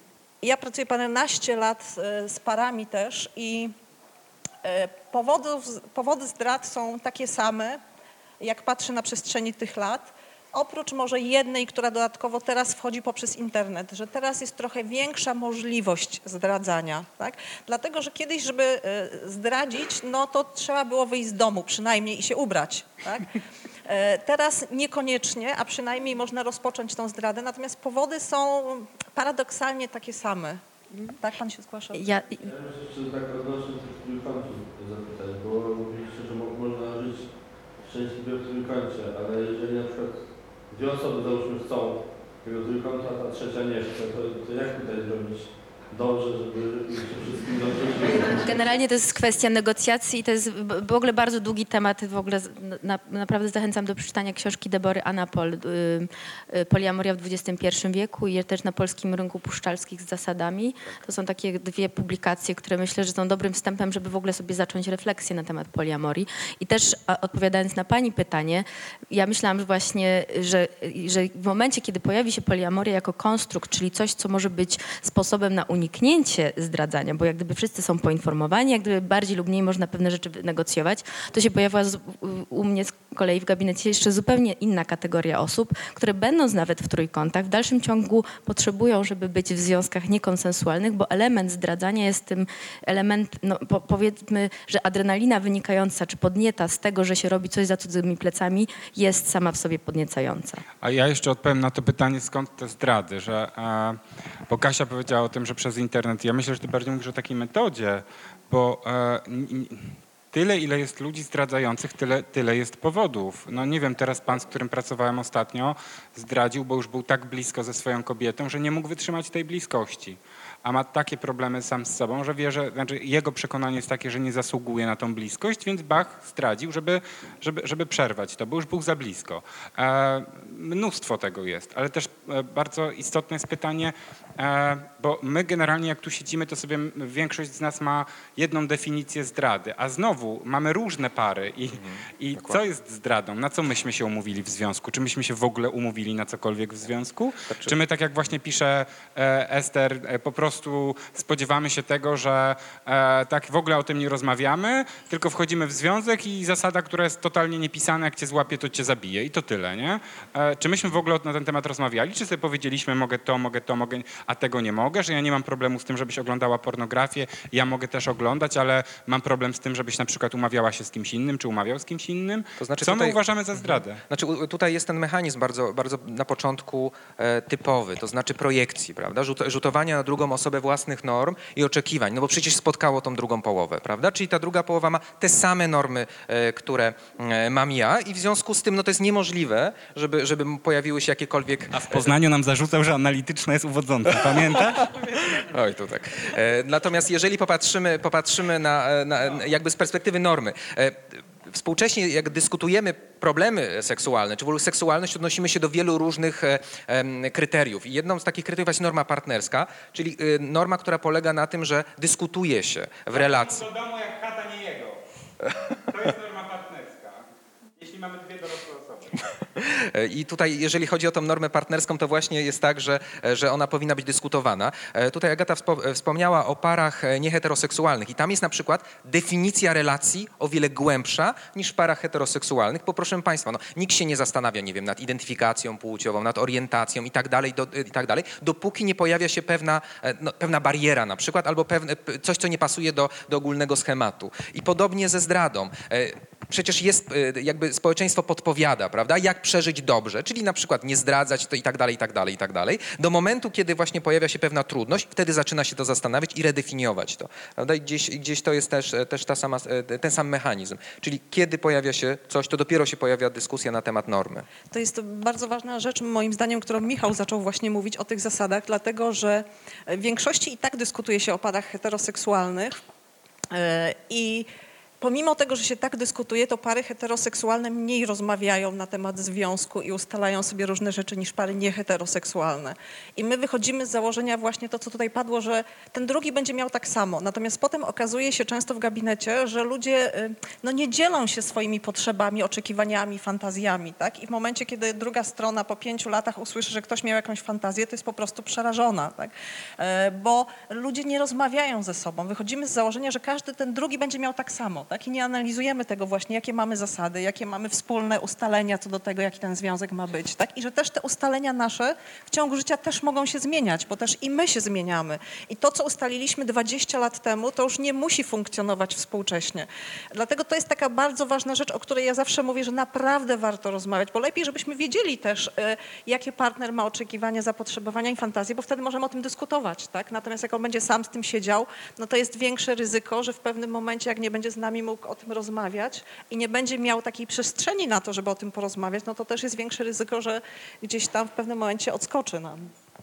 ja pracuję paręnaście lat e, z parami też i e, powodów, powody zdrad są takie same, jak patrzę na przestrzeni tych lat. Oprócz może jednej, która dodatkowo teraz wchodzi poprzez internet, że teraz jest trochę większa możliwość zdradzania, tak? Dlatego, że kiedyś, żeby e, zdradzić, no to trzeba było wyjść z domu przynajmniej i się ubrać, tak? E, Teraz niekoniecznie, a przynajmniej można rozpocząć tą zdradę, natomiast powody są paradoksalnie takie same. Tak pan się zgłaszał? Ja, Ja bym jeszcze tak odnośnie tych trójkątów zapytać, bo mówiliście, że mo- można żyć szczęśliwie w trójkącie, ale jeżeli na przykład dwie osoby załóżmy chcą tego trójkąta, a ta trzecia nie chce, to, to jak tutaj zrobić dobrze, żeby się wszystkim dobrze żyło? Generalnie to jest kwestia negocjacji i to jest w w ogóle bardzo długi temat. W ogóle z- na, naprawdę zachęcam do przeczytania książki Debory Anapol, y, y, Poliamoria w dwudziestym pierwszym wieku i też na polskim rynku puszczalskich z zasadami. To są takie dwie publikacje, które myślę, że są dobrym wstępem, żeby w ogóle sobie zacząć refleksję na temat poliamorii. I też a, odpowiadając na pani pytanie, ja myślałam że właśnie, że, że w momencie, kiedy pojawi się poliamoria jako konstrukt, czyli coś, co może być sposobem na uniknięcie zdradzania, bo jak gdyby wszyscy są poinformowani, jak gdyby bardziej lub mniej można pewne rzeczy negocjować, to się pojawiła z, u mnie z kolei w gabinecie jeszcze zupełnie inna kategoria osób, które będąc nawet w trójkątach, w dalszym ciągu potrzebują, żeby być w związkach niekonsensualnych, bo element zdradzania jest tym element, no, po, powiedzmy, że adrenalina wynikająca czy podnieta z tego, że się robi coś za cudzymi plecami, jest sama w sobie podniecająca. A ja jeszcze odpowiem na to pytanie, skąd te zdrady, że, e, bo Kasia powiedziała o tym, że przez internet. Ja myślę, że ty bardziej mówisz o takiej metodzie, bo e, n- n- tyle, ile jest ludzi zdradzających, tyle, tyle jest powodów. No nie wiem, teraz pan, z którym pracowałem ostatnio, zdradził, bo już był tak blisko ze swoją kobietą, że nie mógł wytrzymać tej bliskości. A ma takie problemy sam z sobą, że wie, że znaczy jego przekonanie jest takie, że nie zasługuje na tą bliskość, więc Bach zdradził, żeby, żeby, żeby przerwać to, bo już był za blisko. E, mnóstwo tego jest, ale też e, bardzo istotne jest pytanie, e, bo my generalnie jak tu siedzimy, to sobie m- większość z nas ma jedną definicję zdrady, a znowu mamy różne pary i, i co jest zdradą? Na co myśmy się umówili w związku? Czy myśmy się w ogóle umówili na cokolwiek w związku? Czy my, tak jak właśnie pisze e, Ester, e, po prostu spodziewamy się tego, że e, tak w ogóle o tym nie rozmawiamy, tylko wchodzimy w związek i zasada, która jest totalnie niepisana, jak cię złapie, to cię zabije i to tyle, nie? E, czy myśmy w ogóle na ten temat rozmawiali? Czy sobie powiedzieliśmy, mogę to, mogę to, mogę, a tego nie mogę, że ja nie mam problemu z tym, żebyś oglądała pornografię, ja mogę też oglądać, ale mam problem z tym, żebyś na przykład umawiała się z kimś innym, czy umawiał z kimś innym? To znaczy Co tutaj- my uważamy za zdradę? Znaczy u- tutaj jest ten mechanizm bardzo, bardzo na początku e, typowy, to znaczy projekcji, prawda? Rzut, rzutowania na drugą osobę własnych norm i oczekiwań, no bo przecież spotkało tą drugą połowę, prawda? Czyli ta druga połowa ma te same normy, e, które e, mam ja i w związku z tym no to jest niemożliwe, żeby, żeby pojawiły się jakiekolwiek... A w Poznaniu nam zarzucał, że analityczna jest uwodząca, pamiętasz? Oj, to tak. E, natomiast jeżeli popatrzymy, popatrzymy na, na, na jakby z perspektywy normy, e, współcześnie jak dyskutujemy problemy seksualne, czy w ogóle seksualność, odnosimy się do wielu różnych e, em, kryteriów. I jedną z takich kryteriów jest norma partnerska, czyli e, norma, która polega na tym, że dyskutuje się w relacji. Do domu jak chata nie jego. To jest norma partnerska. Jeśli mamy dwie dorosłe osoby. E, I tutaj, jeżeli chodzi o tą normę partnerską, to właśnie jest tak, że, że ona powinna być dyskutowana. E, Tutaj Agata wspo- wspomniała o parach e, nieheteroseksualnych i tam jest na przykład definicja relacji o wiele głębsza niż w parach heteroseksualnych, bo proszę Państwa, no, nikt się nie zastanawia, nie wiem, nad identyfikacją płciową, nad orientacją i tak dalej, do, i tak dalej, dopóki nie pojawia się pewna, e, no, pewna bariera na przykład, albo pewne, p- coś, co nie pasuje do, do ogólnego schematu. I podobnie ze zdradą. E, Przecież jest, e, jakby społeczeństwo podpowiada, prawda, jak przeżyć dobrze, czyli na przykład nie zdradzać to i tak dalej, i tak dalej, i tak dalej. Do momentu, kiedy właśnie pojawia się pewna trudność, wtedy zaczyna się to zastanawiać i redefiniować to. Prawda? I gdzieś, gdzieś to jest też, też ta sama, ten sam mechanizm. Czyli kiedy pojawia się coś, to dopiero się pojawia dyskusja na temat normy. To jest bardzo ważna rzecz, moim zdaniem, którą Michał zaczął właśnie mówić o tych zasadach, dlatego że w większości i tak dyskutuje się o parach heteroseksualnych yy, i pomimo tego, że się tak dyskutuje, to pary heteroseksualne mniej rozmawiają na temat związku i ustalają sobie różne rzeczy niż pary nieheteroseksualne. I my wychodzimy z założenia właśnie to, co tutaj padło, że ten drugi będzie miał tak samo. Natomiast potem okazuje się często w gabinecie, że ludzie y, no, nie dzielą się swoimi potrzebami, oczekiwaniami, fantazjami. Tak? I w momencie, kiedy druga strona po pięciu latach usłyszy, że ktoś miał jakąś fantazję, to jest po prostu przerażona. Tak? E, bo ludzie nie rozmawiają ze sobą. Wychodzimy z założenia, że każdy ten drugi będzie miał tak samo. Tak? I nie analizujemy tego właśnie, jakie mamy zasady, jakie mamy wspólne ustalenia co do tego, jaki ten związek ma być. Tak? I że też te ustalenia nasze w ciągu życia też mogą się zmieniać, bo też i my się zmieniamy. I to, co ustaliliśmy dwadzieścia lat temu, to już nie musi funkcjonować współcześnie. Dlatego to jest taka bardzo ważna rzecz, o której ja zawsze mówię, że naprawdę warto rozmawiać, bo lepiej, żebyśmy wiedzieli też, y, jakie partner ma oczekiwania, zapotrzebowania i fantazje, bo wtedy możemy o tym dyskutować. Tak? Natomiast jak on będzie sam z tym siedział, no to jest większe ryzyko, że w pewnym momencie, jak nie będzie z nami mógł o tym rozmawiać i nie będzie miał takiej przestrzeni na to, żeby o tym porozmawiać, no to też jest większe ryzyko, że gdzieś tam w pewnym momencie odskoczy nam.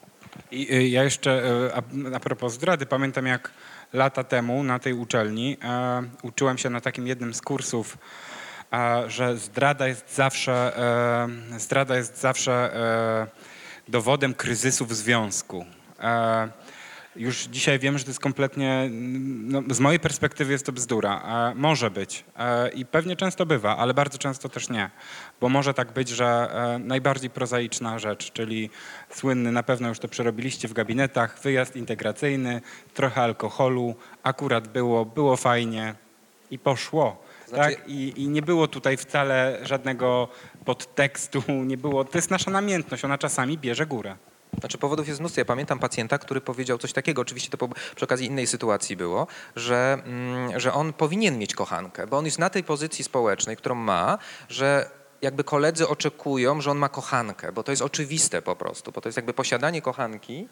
I y, ja jeszcze y, a, a propos zdrady, pamiętam jak lata temu na tej uczelni e, uczyłem się na takim jednym z kursów, e, że zdrada jest zawsze, e, zdrada jest zawsze e, dowodem kryzysu w związku. E, Już dzisiaj wiem, że to jest kompletnie, no, z mojej perspektywy jest to bzdura. E, może być e, i pewnie często bywa, ale bardzo często też nie. Bo może tak być, że e, najbardziej prozaiczna rzecz, czyli słynny, na pewno już to przerobiliście w gabinetach, wyjazd integracyjny, trochę alkoholu, akurat było, było fajnie i poszło. Znaczy- Tak? I, I nie było tutaj wcale żadnego podtekstu, nie było, to jest nasza namiętność, ona czasami bierze górę. Znaczy powodów jest mnóstwo. Ja pamiętam pacjenta, który powiedział coś takiego, oczywiście to po, przy okazji innej sytuacji było, że, mm, że on powinien mieć kochankę, bo on jest na tej pozycji społecznej, którą ma, że jakby koledzy oczekują, że on ma kochankę, bo to jest oczywiste po prostu, bo to jest jakby posiadanie kochanki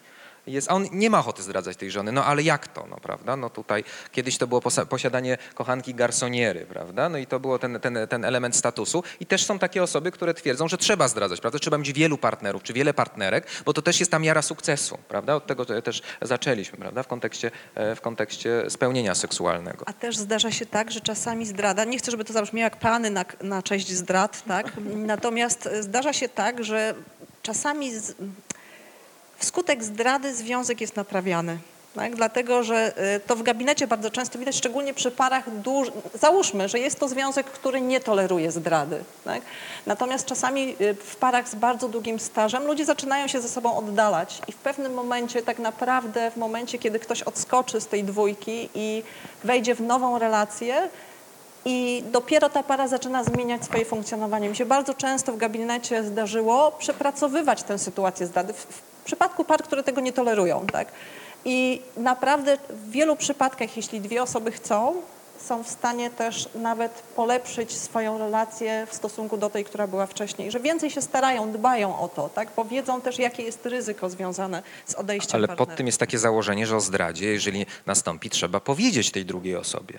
jest, a on nie ma ochoty zdradzać tej żony, no ale jak to, no prawda? No tutaj kiedyś to było posa- posiadanie kochanki garsoniery, prawda? No i to było ten, ten, ten element statusu i też są takie osoby, które twierdzą, że trzeba zdradzać, prawda? Trzeba mieć wielu partnerów, czy wiele partnerek, bo to też jest ta miara sukcesu, prawda? Od tego też zaczęliśmy, prawda? W kontekście, w kontekście spełnienia seksualnego. A też zdarza się tak, że czasami zdrada, nie chcę, żeby to zabrzmiało jak plany na, na cześć zdrad, tak? Natomiast zdarza się tak, że czasami z, wskutek zdrady związek jest naprawiany. Tak? Dlatego, że to w gabinecie bardzo często widać, szczególnie przy parach, duż... załóżmy, że jest to związek, który nie toleruje zdrady. Tak? Natomiast czasami w parach z bardzo długim stażem ludzie zaczynają się ze sobą oddalać i w pewnym momencie, tak naprawdę w momencie, kiedy ktoś odskoczy z tej dwójki i wejdzie w nową relację, i dopiero ta para zaczyna zmieniać swoje funkcjonowanie. Mi się bardzo często w gabinecie zdarzyło przepracowywać tę sytuację zdrady w, w przypadku par, które tego nie tolerują. Tak? I naprawdę w wielu przypadkach, jeśli dwie osoby chcą, są w stanie też nawet polepszyć swoją relację w stosunku do tej, która była wcześniej. Że więcej się starają, dbają o to, tak? Bo wiedzą też, jakie jest ryzyko związane z odejściem Ale partnera. pod tym jest takie założenie, że o zdradzie, jeżeli nastąpi, trzeba powiedzieć tej drugiej osobie.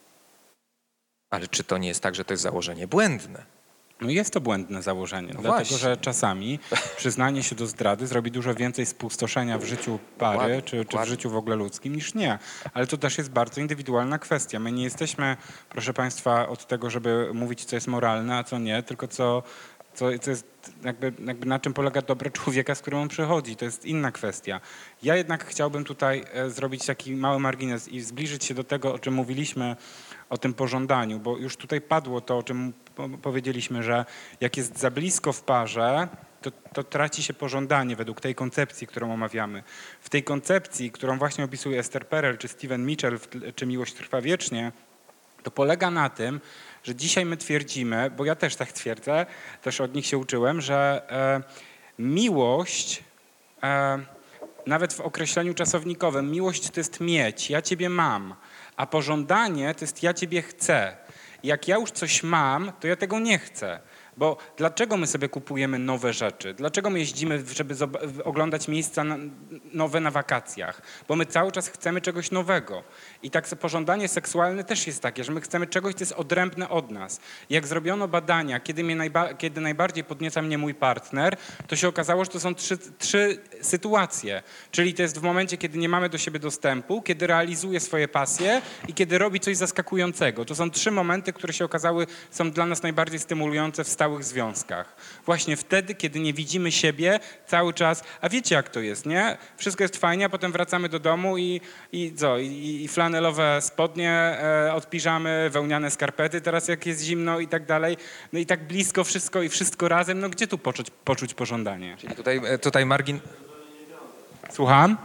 Ale czy to nie jest tak, że to jest założenie błędne? No jest to błędne założenie, No dlatego właśnie. że czasami przyznanie się do zdrady zrobi dużo więcej spustoszenia w życiu pary Dokładnie, czy, czy w dokładnie. życiu w ogóle ludzkim niż nie. Ale to też jest bardzo indywidualna kwestia. My nie jesteśmy, proszę Państwa, od tego, żeby mówić, co jest moralne, a co nie, tylko co, co, co jest jakby, jakby na czym polega dobro człowieka, z którym on przychodzi. To jest inna kwestia. Ja jednak chciałbym tutaj e, zrobić taki mały margines i zbliżyć się do tego, o czym mówiliśmy, o tym pożądaniu, bo już tutaj padło to, o czym po- powiedzieliśmy, że jak jest za blisko w parze, to, to traci się pożądanie według tej koncepcji, którą omawiamy. W tej koncepcji, którą właśnie opisuje Esther Perel czy Steven Mitchell, w tle- czy Miłość trwa wiecznie, to polega na tym, że dzisiaj my twierdzimy, bo ja też tak twierdzę, też od nich się uczyłem, że e, miłość, e, nawet w określeniu czasownikowym, miłość to jest mieć, ja ciebie mam, a pożądanie to jest ja ciebie chcę. Jak ja już coś mam, to ja tego nie chcę. Bo dlaczego my sobie kupujemy nowe rzeczy? Dlaczego my jeździmy, żeby zob- oglądać miejsca na, nowe na wakacjach? Bo my cały czas chcemy czegoś nowego. I tak pożądanie seksualne też jest takie, że my chcemy czegoś, co jest odrębne od nas. Jak zrobiono badania, kiedy, mnie najba- kiedy najbardziej podnieca mnie mój partner, to się okazało, że to są trzy, trzy sytuacje. Czyli to jest w momencie, kiedy nie mamy do siebie dostępu, kiedy realizuje swoje pasje i kiedy robi coś zaskakującego. To są trzy momenty, które się okazały, są dla nas najbardziej stymulujące w stałych związkach. Właśnie wtedy, kiedy nie widzimy siebie cały czas, a wiecie jak to jest, nie? Wszystko jest fajnie, a potem wracamy do domu i, i co? I, i flanelowe spodnie e, od piżamy, wełniane skarpety, teraz jak jest zimno i tak dalej. No i tak blisko wszystko i wszystko razem, no gdzie tu poczuć, poczuć pożądanie? Czyli tutaj, tutaj margin... Słucham?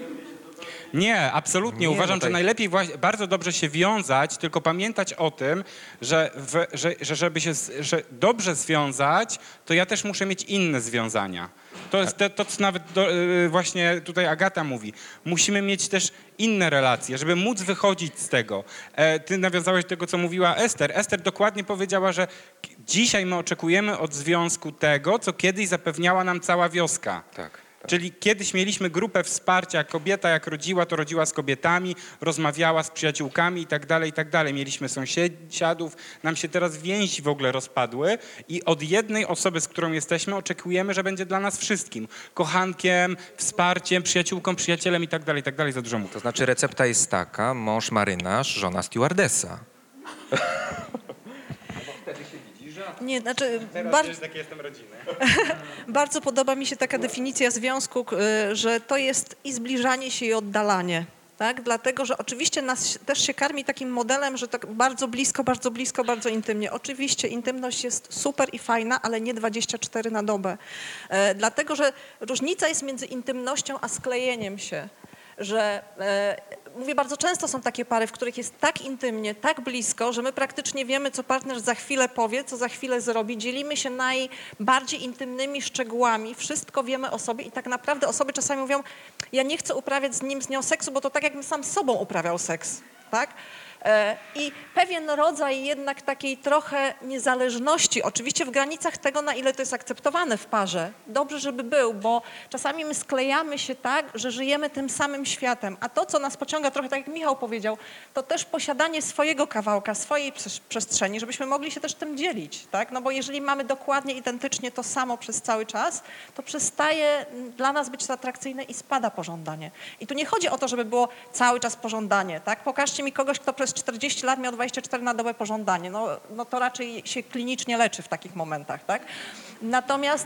Nie, absolutnie. Nie, Uważam, no tutaj- że najlepiej właśnie, bardzo dobrze się wiązać, tylko pamiętać o tym, że, w, że, że żeby się z- że dobrze związać, to ja też muszę mieć inne związania. To jest to, to co nawet do, y, właśnie tutaj Agata mówi. Musimy mieć też inne relacje, żeby móc wychodzić z tego. E, ty nawiązałeś do tego, co mówiła Ester. Ester dokładnie powiedziała, że k- dzisiaj my oczekujemy od związku tego, co kiedyś zapewniała nam cała wioska. Tak. Czyli kiedyś mieliśmy grupę wsparcia, kobieta jak rodziła, to rodziła z kobietami, rozmawiała z przyjaciółkami i tak dalej, i tak dalej. Mieliśmy sąsiadów, nam się teraz więzi w ogóle rozpadły i od jednej osoby, z którą jesteśmy, oczekujemy, że będzie dla nas wszystkim. Kochankiem, wsparciem, przyjaciółką, przyjacielem i tak dalej, i tak dalej. Za dużo mówię. To znaczy recepta jest taka, mąż marynarz, żona stewardesa. Nie, znaczy, bar- jaki jestem rodziny. bardzo podoba mi się taka definicja związku, k- y, że to jest i zbliżanie się i oddalanie. Tak? Dlatego, że oczywiście nas też się karmi takim modelem, że tak bardzo blisko, bardzo blisko, bardzo intymnie. Oczywiście intymność jest super i fajna, ale nie dwadzieścia cztery na dobę. E, dlatego, że różnica jest między intymnością a sklejeniem się. Że e, mówię, bardzo często są takie pary, w których jest tak intymnie, tak blisko, że my praktycznie wiemy, co partner za chwilę powie, co za chwilę zrobi. Dzielimy się najbardziej intymnymi szczegółami, wszystko wiemy o sobie i tak naprawdę osoby czasami mówią, ja nie chcę uprawiać z nim, z nią seksu, bo to tak jakbym sam z sobą uprawiał seks. Tak? E, I pewien rodzaj jednak takiej trochę niezależności, oczywiście w granicach tego, na ile to jest akceptowane w parze. Dobrze, żeby był, bo czasami my sklejamy się tak, że żyjemy tym samym światem, a to, co nas pociąga trochę, tak jak Michał powiedział, to też posiadanie swojego kawałka, swojej przes- przestrzeni, żebyśmy mogli się też tym dzielić, tak? No bo jeżeli mamy dokładnie, identycznie to samo przez cały czas, to przestaje dla nas być to atrakcyjne i spada pożądanie. I tu nie chodzi o to, żeby było cały czas pożądanie, tak? Pokażcie mi kogoś, kto przez czterdzieści lat miał dwadzieścia cztery na dobę pożądanie. No, no to raczej się klinicznie leczy w takich momentach, tak? Natomiast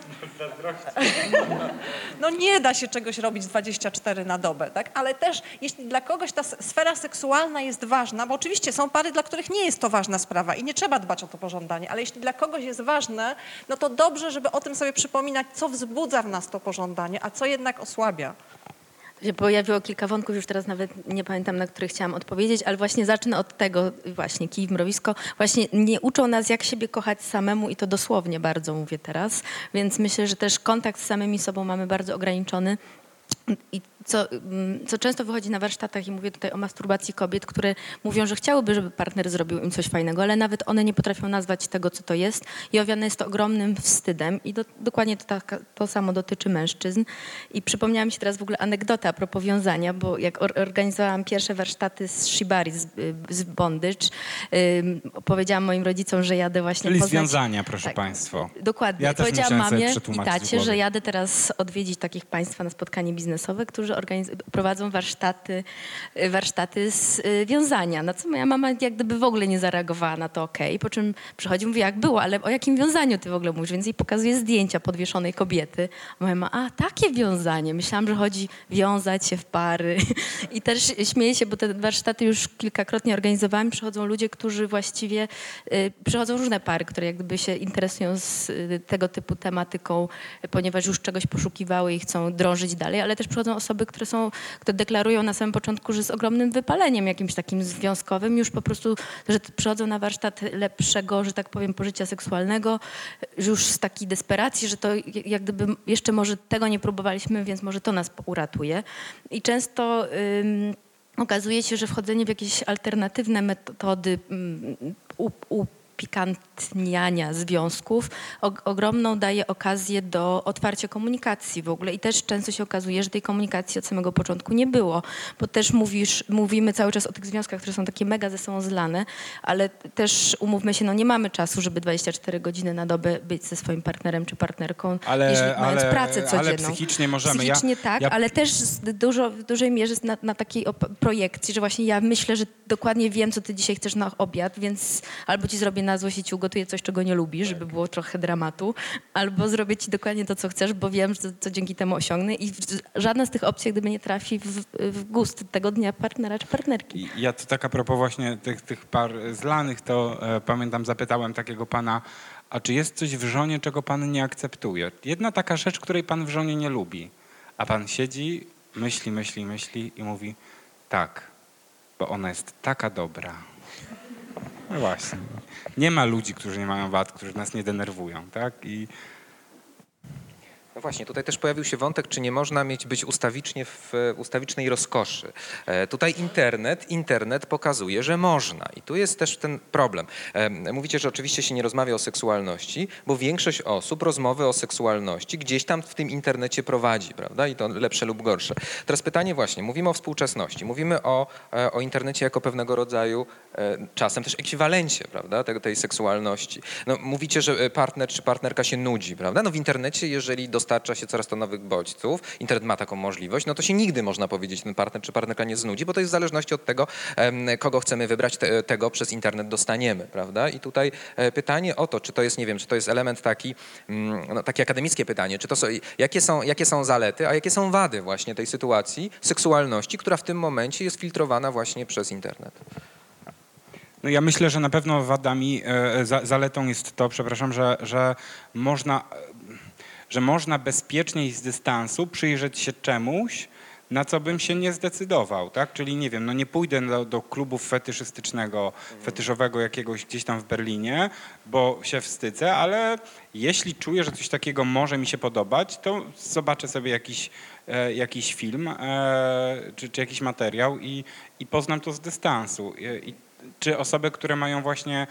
no nie da się czegoś robić dwadzieścia cztery na dobę, tak? Ale też jeśli dla kogoś ta s- sfera seksualna jest ważna, bo oczywiście są pary, dla których nie jest to ważna sprawa i nie trzeba dbać o to pożądanie, ale jeśli dla kogoś jest ważne, no to dobrze, żeby o tym sobie przypominać, co wzbudza w nas to pożądanie, a co jednak osłabia. Się pojawiło kilka wątków, już teraz nawet nie pamiętam, na które chciałam odpowiedzieć, ale właśnie zacznę od tego, właśnie kij w mrowisko, właśnie nie uczą nas, jak siebie kochać samemu i to dosłownie bardzo mówię teraz, więc myślę, że też kontakt z samymi sobą mamy bardzo ograniczony. I co, mm, co często wychodzi na warsztatach i mówię tutaj o masturbacji kobiet, które mówią, że chciałyby, żeby partner zrobił im coś fajnego, ale nawet one nie potrafią nazwać tego, co to jest i owiane jest to ogromnym wstydem i do, dokładnie to, tak, to samo dotyczy mężczyzn. I przypomniała mi się teraz w ogóle anegdota a propos wiązania, bo jak or, organizowałam pierwsze warsztaty z Shibari, z, z bondage, ym, powiedziałam moim rodzicom, że jadę właśnie Czyli poznać... związania, proszę Tak. państwa. Dokładnie. Ja też Powiedziałam musiałem sobie mamie i przetłumaczyć w tacie, głowie. że jadę teraz odwiedzić takich państwa na spotkanie biznesowe, którzy organiz- prowadzą warsztaty, y, warsztaty z y, wiązania. Na co moja mama jak gdyby w ogóle nie zareagowała na to okej. Po czym przychodzi i mówi, jak było, ale o jakim wiązaniu ty w ogóle mówisz? Więc jej pokazuje zdjęcia podwieszonej kobiety. A moja mama, a takie wiązanie. Myślałam, że chodzi wiązać się w pary. I też śmieję się, bo te warsztaty już kilkakrotnie organizowałam. Przychodzą ludzie, którzy właściwie, y, przychodzą różne pary, które jak gdyby się interesują z y, tego typu tematyką, ponieważ już czegoś poszukiwały i chcą drążyć dalej, ale też przychodzą osoby, które są, które deklarują na samym początku, że z ogromnym wypaleniem jakimś takim związkowym, już po prostu, że przychodzą na warsztat lepszego, że tak powiem, pożycia seksualnego, już z takiej desperacji, że to jak gdyby jeszcze może tego nie próbowaliśmy, więc może to nas uratuje. I często ym, okazuje się, że wchodzenie w jakieś alternatywne metody ym, u, u pikantniania związków og- ogromną daje okazję do otwarcia komunikacji w ogóle i też często się okazuje, że tej komunikacji od samego początku nie było, bo też mówisz, mówimy cały czas o tych związkach, które są takie mega ze sobą zlane, ale też umówmy się, no nie mamy czasu, żeby dwadzieścia cztery godziny na dobę być ze swoim partnerem czy partnerką, Ale, jeżeli mając ale, pracę codzienną. ale psychicznie możemy. Psychicznie ja, tak, ja, ale też z dużo, w dużej mierze na, na takiej op- projekcji, że właśnie ja myślę, że dokładnie wiem, co ty dzisiaj chcesz na obiad, więc albo ci zrobię na złość i ci ugotuję coś, czego nie lubisz, żeby było trochę dramatu, albo zrobię ci dokładnie to, co chcesz, bo wiem, że co dzięki temu osiągnę i w- żadna z tych opcji gdyby nie trafi w, w gust tego dnia partnera czy partnerki. Ja to tak a propos właśnie tych, tych par zlanych, to e, pamiętam, zapytałem takiego pana, a czy jest coś w żonie, czego pan nie akceptuje? Jedna taka rzecz, której pan w żonie nie lubi. A pan siedzi, myśli, myśli, myśli i mówi, tak, bo ona jest taka dobra. No właśnie. Nie ma ludzi, którzy nie mają wad, którzy nas nie denerwują, tak? I No właśnie, tutaj też pojawił się wątek, czy nie można mieć być ustawicznie w ustawicznej rozkoszy. E, tutaj internet, internet pokazuje, że można i tu jest też ten problem. E, mówicie, że oczywiście się nie rozmawia o seksualności, bo większość osób rozmowy o seksualności gdzieś tam w tym internecie prowadzi, prawda? I to lepsze lub gorsze. Teraz pytanie właśnie, mówimy o współczesności, mówimy o, e, o internecie jako pewnego rodzaju e, czasem też ekwiwalencie, prawda? Tej, tej seksualności. No, mówicie, że partner czy partnerka się nudzi, prawda? No w internecie, jeżeli dostarcza się coraz to nowych bodźców, internet ma taką możliwość, no to się nigdy, można powiedzieć, ten partner czy partnerka nie znudzi, bo to jest w zależności od tego, em, kogo chcemy wybrać, te, tego przez internet dostaniemy, prawda? I tutaj e, pytanie o to, czy to jest, nie wiem, czy to jest element taki, mm, no, takie akademickie pytanie, czy to są, jakie są, jakie są zalety, a jakie są wady właśnie tej sytuacji seksualności, która w tym momencie jest filtrowana właśnie przez internet. no ja myślę, że na pewno wadami, e, za, zaletą jest to, przepraszam, że, że można... że można bezpiecznie i z dystansu przyjrzeć się czemuś, na co bym się nie zdecydował, tak? Czyli nie wiem, no nie pójdę do, do klubu fetyszystycznego, fetyszowego jakiegoś gdzieś tam w Berlinie, bo się wstydzę, ale jeśli czuję, że coś takiego może mi się podobać, to zobaczę sobie jakiś, e, jakiś film e, czy, czy jakiś materiał i, i poznam to z dystansu. I, i czy osoby, które mają właśnie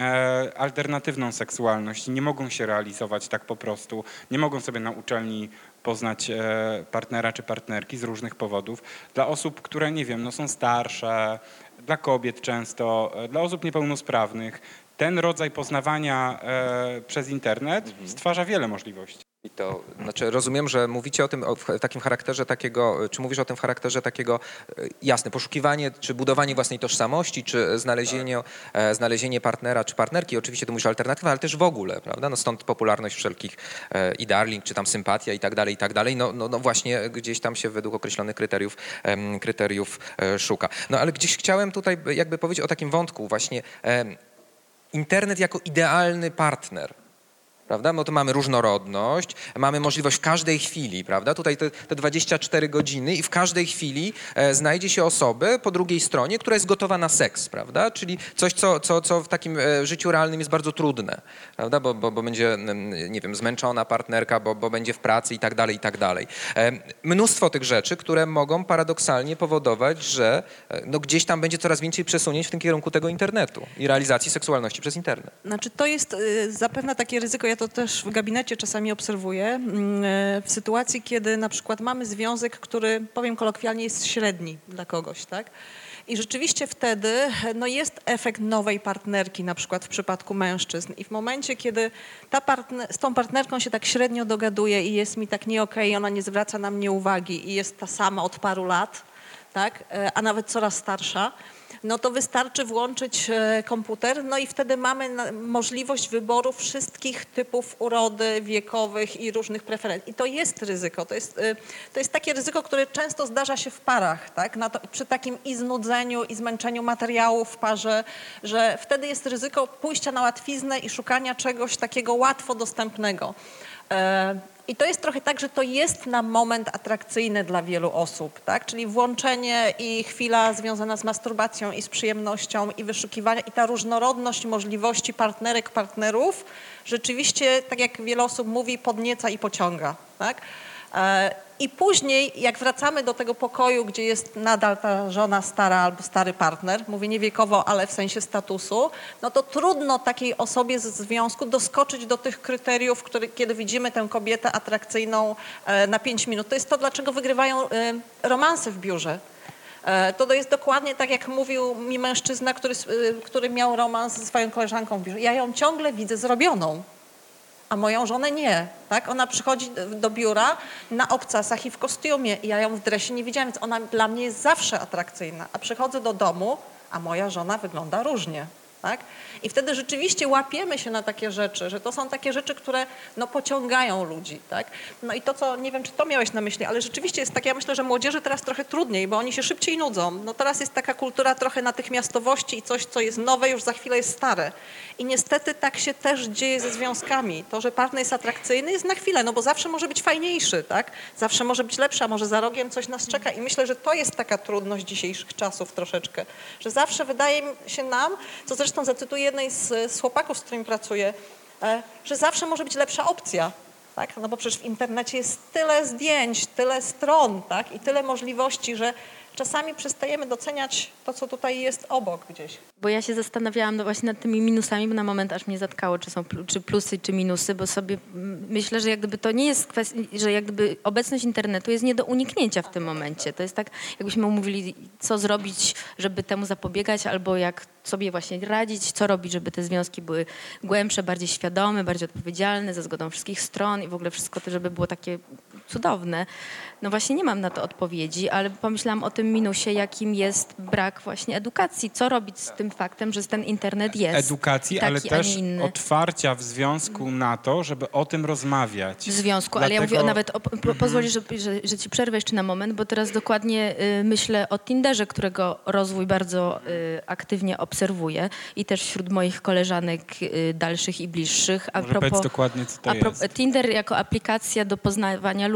e, alternatywną seksualność i nie mogą się realizować tak po prostu, nie mogą sobie na uczelni poznać e, partnera czy partnerki z różnych powodów. Dla osób, które, nie wiem, no są starsze, dla kobiet często, e, dla osób niepełnosprawnych, ten rodzaj poznawania e, przez internet stwarza wiele możliwości. I to, znaczy rozumiem, że mówicie o tym o, w takim charakterze takiego, czy mówisz o tym w charakterze takiego, e, jasne, poszukiwanie, czy budowanie własnej tożsamości, czy znalezienie, e, znalezienie partnera, czy partnerki, oczywiście tu mówisz o alternatywach, ale też w ogóle, prawda, no stąd popularność wszelkich e, i darling, czy tam sympatia i tak dalej, i tak dalej, no, no, no właśnie gdzieś tam się według określonych kryteriów, em, kryteriów e, szuka. No ale gdzieś chciałem tutaj jakby powiedzieć o takim wątku właśnie, em, internet jako idealny partner. Prawda? Bo to mamy różnorodność, mamy możliwość w każdej chwili, prawda? Tutaj te, te dwadzieścia cztery godziny i w każdej chwili e, znajdzie się osobę po drugiej stronie, która jest gotowa na seks, prawda? Czyli coś, co, co, co w takim e, życiu realnym jest bardzo trudne, prawda? Bo, bo, bo będzie, m, nie wiem, zmęczona partnerka, bo, bo będzie w pracy i tak dalej, i tak dalej. E, mnóstwo tych rzeczy, które mogą paradoksalnie powodować, że e, no, gdzieś tam będzie coraz więcej przesunięć w tym kierunku tego internetu i realizacji seksualności przez internet. Znaczy to jest y, zapewne takie ryzyko, ja to też w gabinecie czasami obserwuję, mm, y, w sytuacji, kiedy na przykład mamy związek, który, powiem kolokwialnie, jest średni dla kogoś, tak? I rzeczywiście wtedy no jest efekt nowej partnerki, na przykład w przypadku mężczyzn. I w momencie, kiedy ta partner, z tą partnerką się tak średnio dogaduje i jest mi tak nie okej, ona nie zwraca na mnie uwagi i jest ta sama od paru lat, tak? Y, a nawet coraz starsza, no to wystarczy włączyć e, komputer, no i wtedy mamy na, możliwość wyboru wszystkich typów urody wiekowych i różnych preferencji. I to jest ryzyko. To jest, e, to jest takie ryzyko, które często zdarza się w parach, tak? Na to, przy takim i znudzeniu, i zmęczeniu materiału w parze, że wtedy jest ryzyko pójścia na łatwiznę i szukania czegoś takiego łatwo dostępnego. E, I to jest trochę tak, że to jest na moment atrakcyjne dla wielu osób, tak? Czyli włączenie i chwila związana z masturbacją i z przyjemnością i wyszukiwania i ta różnorodność możliwości partnerek, partnerów rzeczywiście, tak jak wiele osób mówi, podnieca i pociąga, tak? I później, jak wracamy do tego pokoju, gdzie jest nadal ta żona stara albo stary partner, mówię nie wiekowo, ale w sensie statusu, no to trudno takiej osobie z związku doskoczyć do tych kryteriów, które, kiedy widzimy tę kobietę atrakcyjną na pięć minut. To jest to, dlaczego wygrywają romanse w biurze. To, to jest dokładnie tak, jak mówił mi mężczyzna, który, który miał romans ze swoją koleżanką w biurze. Ja ją ciągle widzę zrobioną, a moją żonę nie, tak? Ona przychodzi do biura na obcasach i w kostiumie i ja ją w dresie nie widziałam, więc ona dla mnie jest zawsze atrakcyjna, a przychodzę do domu, a moja żona wygląda różnie, tak? I wtedy rzeczywiście łapiemy się na takie rzeczy, że to są takie rzeczy, które no, pociągają ludzi, tak? No i to, co, nie wiem, czy to miałeś na myśli, ale rzeczywiście jest tak, ja myślę, że młodzieży teraz trochę trudniej, bo oni się szybciej nudzą. No teraz jest taka kultura trochę natychmiastowości i coś, co jest nowe, już za chwilę jest stare. I niestety tak się też dzieje ze związkami. To, że partner jest atrakcyjny, jest na chwilę, no bo zawsze może być fajniejszy, tak? Zawsze może być lepszy, a może za rogiem coś nas czeka. I myślę, że to jest taka trudność dzisiejszych czasów troszeczkę, że zawsze wydaje się nam, co zresztą zacytuję jednej z, z chłopaków, z którymi pracuję, e, że zawsze może być lepsza opcja, tak? No bo przecież w internecie jest tyle zdjęć, tyle stron, tak? I tyle możliwości, że czasami przestajemy doceniać to, co tutaj jest obok gdzieś. Bo ja się zastanawiałam no właśnie nad tymi minusami, bo na moment aż mnie zatkało, czy są pl- czy plusy, czy minusy, bo sobie mm, myślę, że jak gdyby to nie jest kwestia, że jak gdyby obecność internetu jest nie do uniknięcia w tym momencie. To jest tak, jakbyśmy mówili, co zrobić, żeby temu zapobiegać, albo jak sobie właśnie radzić, co robić, żeby te związki były głębsze, bardziej świadome, bardziej odpowiedzialne, za zgodą wszystkich stron i w ogóle wszystko to, żeby było takie cudowne. No właśnie nie mam na to odpowiedzi, ale pomyślałam o tym minusie, jakim jest brak właśnie edukacji. Co robić z tym faktem, że ten internet jest Edukacji, taki, ale a też nie inny. otwarcia w związku na to, żeby o tym rozmawiać. W związku, ale ja Dlatego- mówię o nawet, o, po, pozwolisz, że, że, że ci przerwę jeszcze na moment, bo teraz dokładnie y, myślę o Tinderze, którego rozwój bardzo y, aktywnie obserwuję i też wśród moich koleżanek y, dalszych i bliższych. A Może powiedz propos, dokładnie, co to a propos, jest. Tinder jako aplikacja do poznawania ludzi.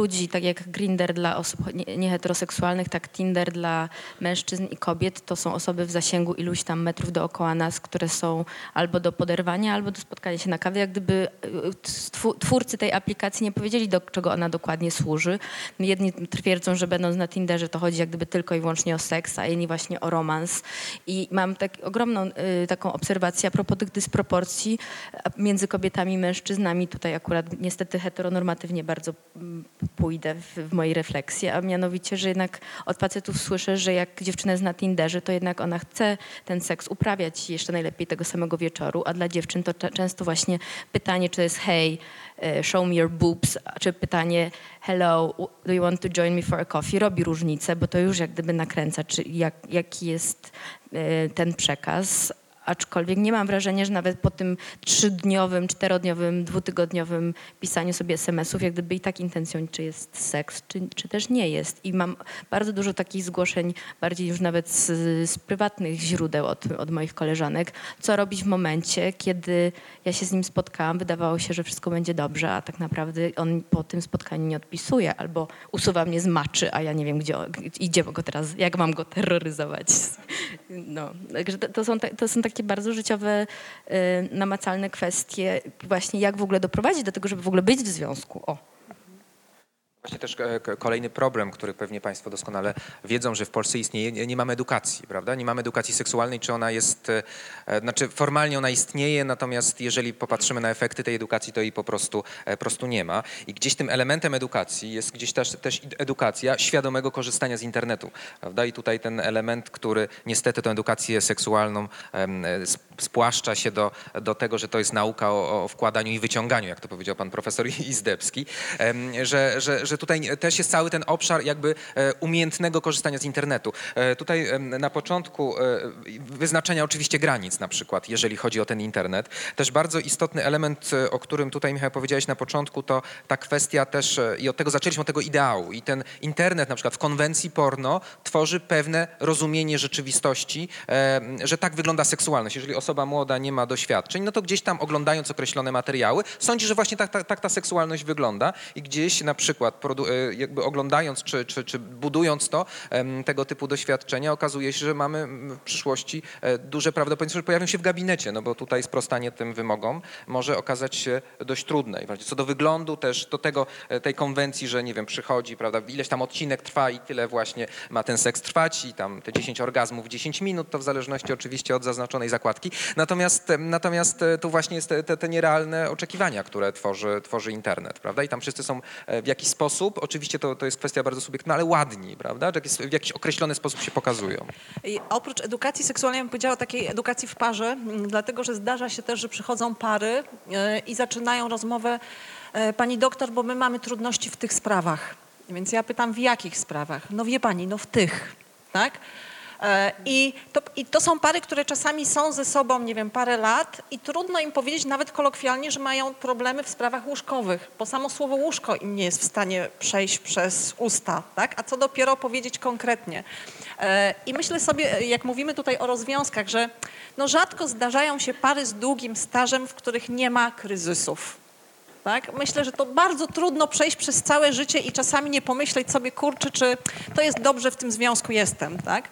ludzi, tak jak Grindr dla osób nie- nieheteroseksualnych, tak Tinder dla mężczyzn i kobiet, to są osoby w zasięgu iluś tam metrów dookoła nas, które są albo do poderwania, albo do spotkania się na kawie. Jak gdyby y, twu- twórcy tej aplikacji nie powiedzieli, do czego ona dokładnie służy. Jedni twierdzą, że będąc na Tinderze to chodzi jak gdyby tylko i wyłącznie o seks, a inni właśnie o romans. I mam tak ogromną y, taką obserwację a propos tych dysproporcji a, między kobietami i mężczyznami. Tutaj akurat niestety heteronormatywnie bardzo mm, pójdę w, w mojej refleksji, a mianowicie, że jednak od facetów słyszę, że jak dziewczyna jest na Tinderze, to jednak ona chce ten seks uprawiać jeszcze najlepiej tego samego wieczoru, a dla dziewczyn to cze- często właśnie pytanie, czy to jest hey, e, show me your boobs, a czy pytanie hello, do you want to join me for a coffee robi różnicę, bo to już jak gdyby nakręca, czy jak, jaki jest e, ten przekaz. Aczkolwiek nie mam wrażenia, że nawet po tym trzydniowym, czterodniowym, dwutygodniowym pisaniu sobie es em esów, jak gdyby i tak intencją, czy jest seks, czy, czy też nie jest. I mam bardzo dużo takich zgłoszeń, bardziej już nawet z, z prywatnych źródeł od, od moich koleżanek, co robić w momencie, kiedy ja się z nim spotkałam, wydawało się, że wszystko będzie dobrze, a tak naprawdę on po tym spotkaniu nie odpisuje, albo usuwa mnie z maczy, a ja nie wiem, gdzie, gdzie go teraz, jak mam go terroryzować. No, także to, to, są, ta- to są takie bardzo życiowe, y, namacalne kwestie, właśnie jak w ogóle doprowadzić do tego, żeby w ogóle być w związku. O. Właśnie też e, k- kolejny problem, który pewnie Państwo doskonale wiedzą, że w Polsce istnieje, nie nie mamy edukacji, prawda? Nie mamy edukacji seksualnej, czy ona jest, e, znaczy formalnie ona istnieje, natomiast jeżeli popatrzymy na efekty tej edukacji, to jej po prostu, e, prostu nie ma. I gdzieś tym elementem edukacji jest gdzieś też, też edukacja świadomego korzystania z internetu, prawda? I tutaj ten element, który niestety tę edukację seksualną em, e, sp- spłaszcza się do, do tego, że to jest nauka o, o wkładaniu i wyciąganiu, jak to powiedział pan profesor Izdebski, em, że, że, że tutaj też jest cały ten obszar jakby e, umiejętnego korzystania z internetu. E, Tutaj em, na początku e, wyznaczenia oczywiście granic na przykład, jeżeli chodzi o ten internet. Też bardzo istotny element, e, o którym tutaj Michał powiedziałeś na początku, to ta kwestia też, e, i od tego zaczęliśmy, od tego ideału. I ten internet na przykład w konwencji porno tworzy pewne rozumienie rzeczywistości, e, że tak wygląda seksualność. Jeżeli osoba młoda nie ma doświadczeń, no to gdzieś tam oglądając określone materiały, sądzi, że właśnie tak, tak, tak ta seksualność wygląda i gdzieś na przykład produ- e, jakby oglądając czy, czy, czy budując to, em, tego typu doświadczenia, okazuje się, że mamy mm, w przyszłości e, duże prawdopodobieństwo, że pojawią się w gabinecie, no bo tutaj sprostanie tym wymogom może okazać się dość trudne. I właśnie co do wyglądu też, do tego, e, tej konwencji, że nie wiem, przychodzi, prawda, ileś tam odcinek trwa i tyle właśnie ma ten seks trwać i tam te dziesięć orgazmów w dziesięć minut, to w zależności oczywiście od zaznaczonej zakładki. Natomiast, natomiast e, tu właśnie jest te, te, te nierealne oczekiwania, które tworzy, tworzy internet, prawda? I tam wszyscy są e, w jakiś sposób, oczywiście to, to jest kwestia bardzo subiektywna, ale ładni, prawda? Że jakieś- w jakiś określony sposób się pokazują. I oprócz edukacji seksualnej, ja bym powiedziała takiej edukacji w parze, m, dlatego że zdarza się też, że przychodzą pary e, i zaczynają rozmowę, e, pani doktor, bo my mamy trudności w tych sprawach. Więc ja pytam, w jakich sprawach? No wie pani, no w tych, tak? E, I to, I to są pary, które czasami są ze sobą, nie wiem, parę lat i trudno im powiedzieć nawet kolokwialnie, że mają problemy w sprawach łóżkowych, bo samo słowo łóżko im nie jest w stanie przejść przez usta, tak? A co dopiero powiedzieć konkretnie. E, I myślę sobie, jak mówimy tutaj o rozwiązkach, że no rzadko zdarzają się pary z długim stażem, w których nie ma kryzysów. Tak? Myślę, że to bardzo trudno przejść przez całe życie i czasami nie pomyśleć sobie, kurczę, czy to jest dobrze, w tym związku jestem. Tak?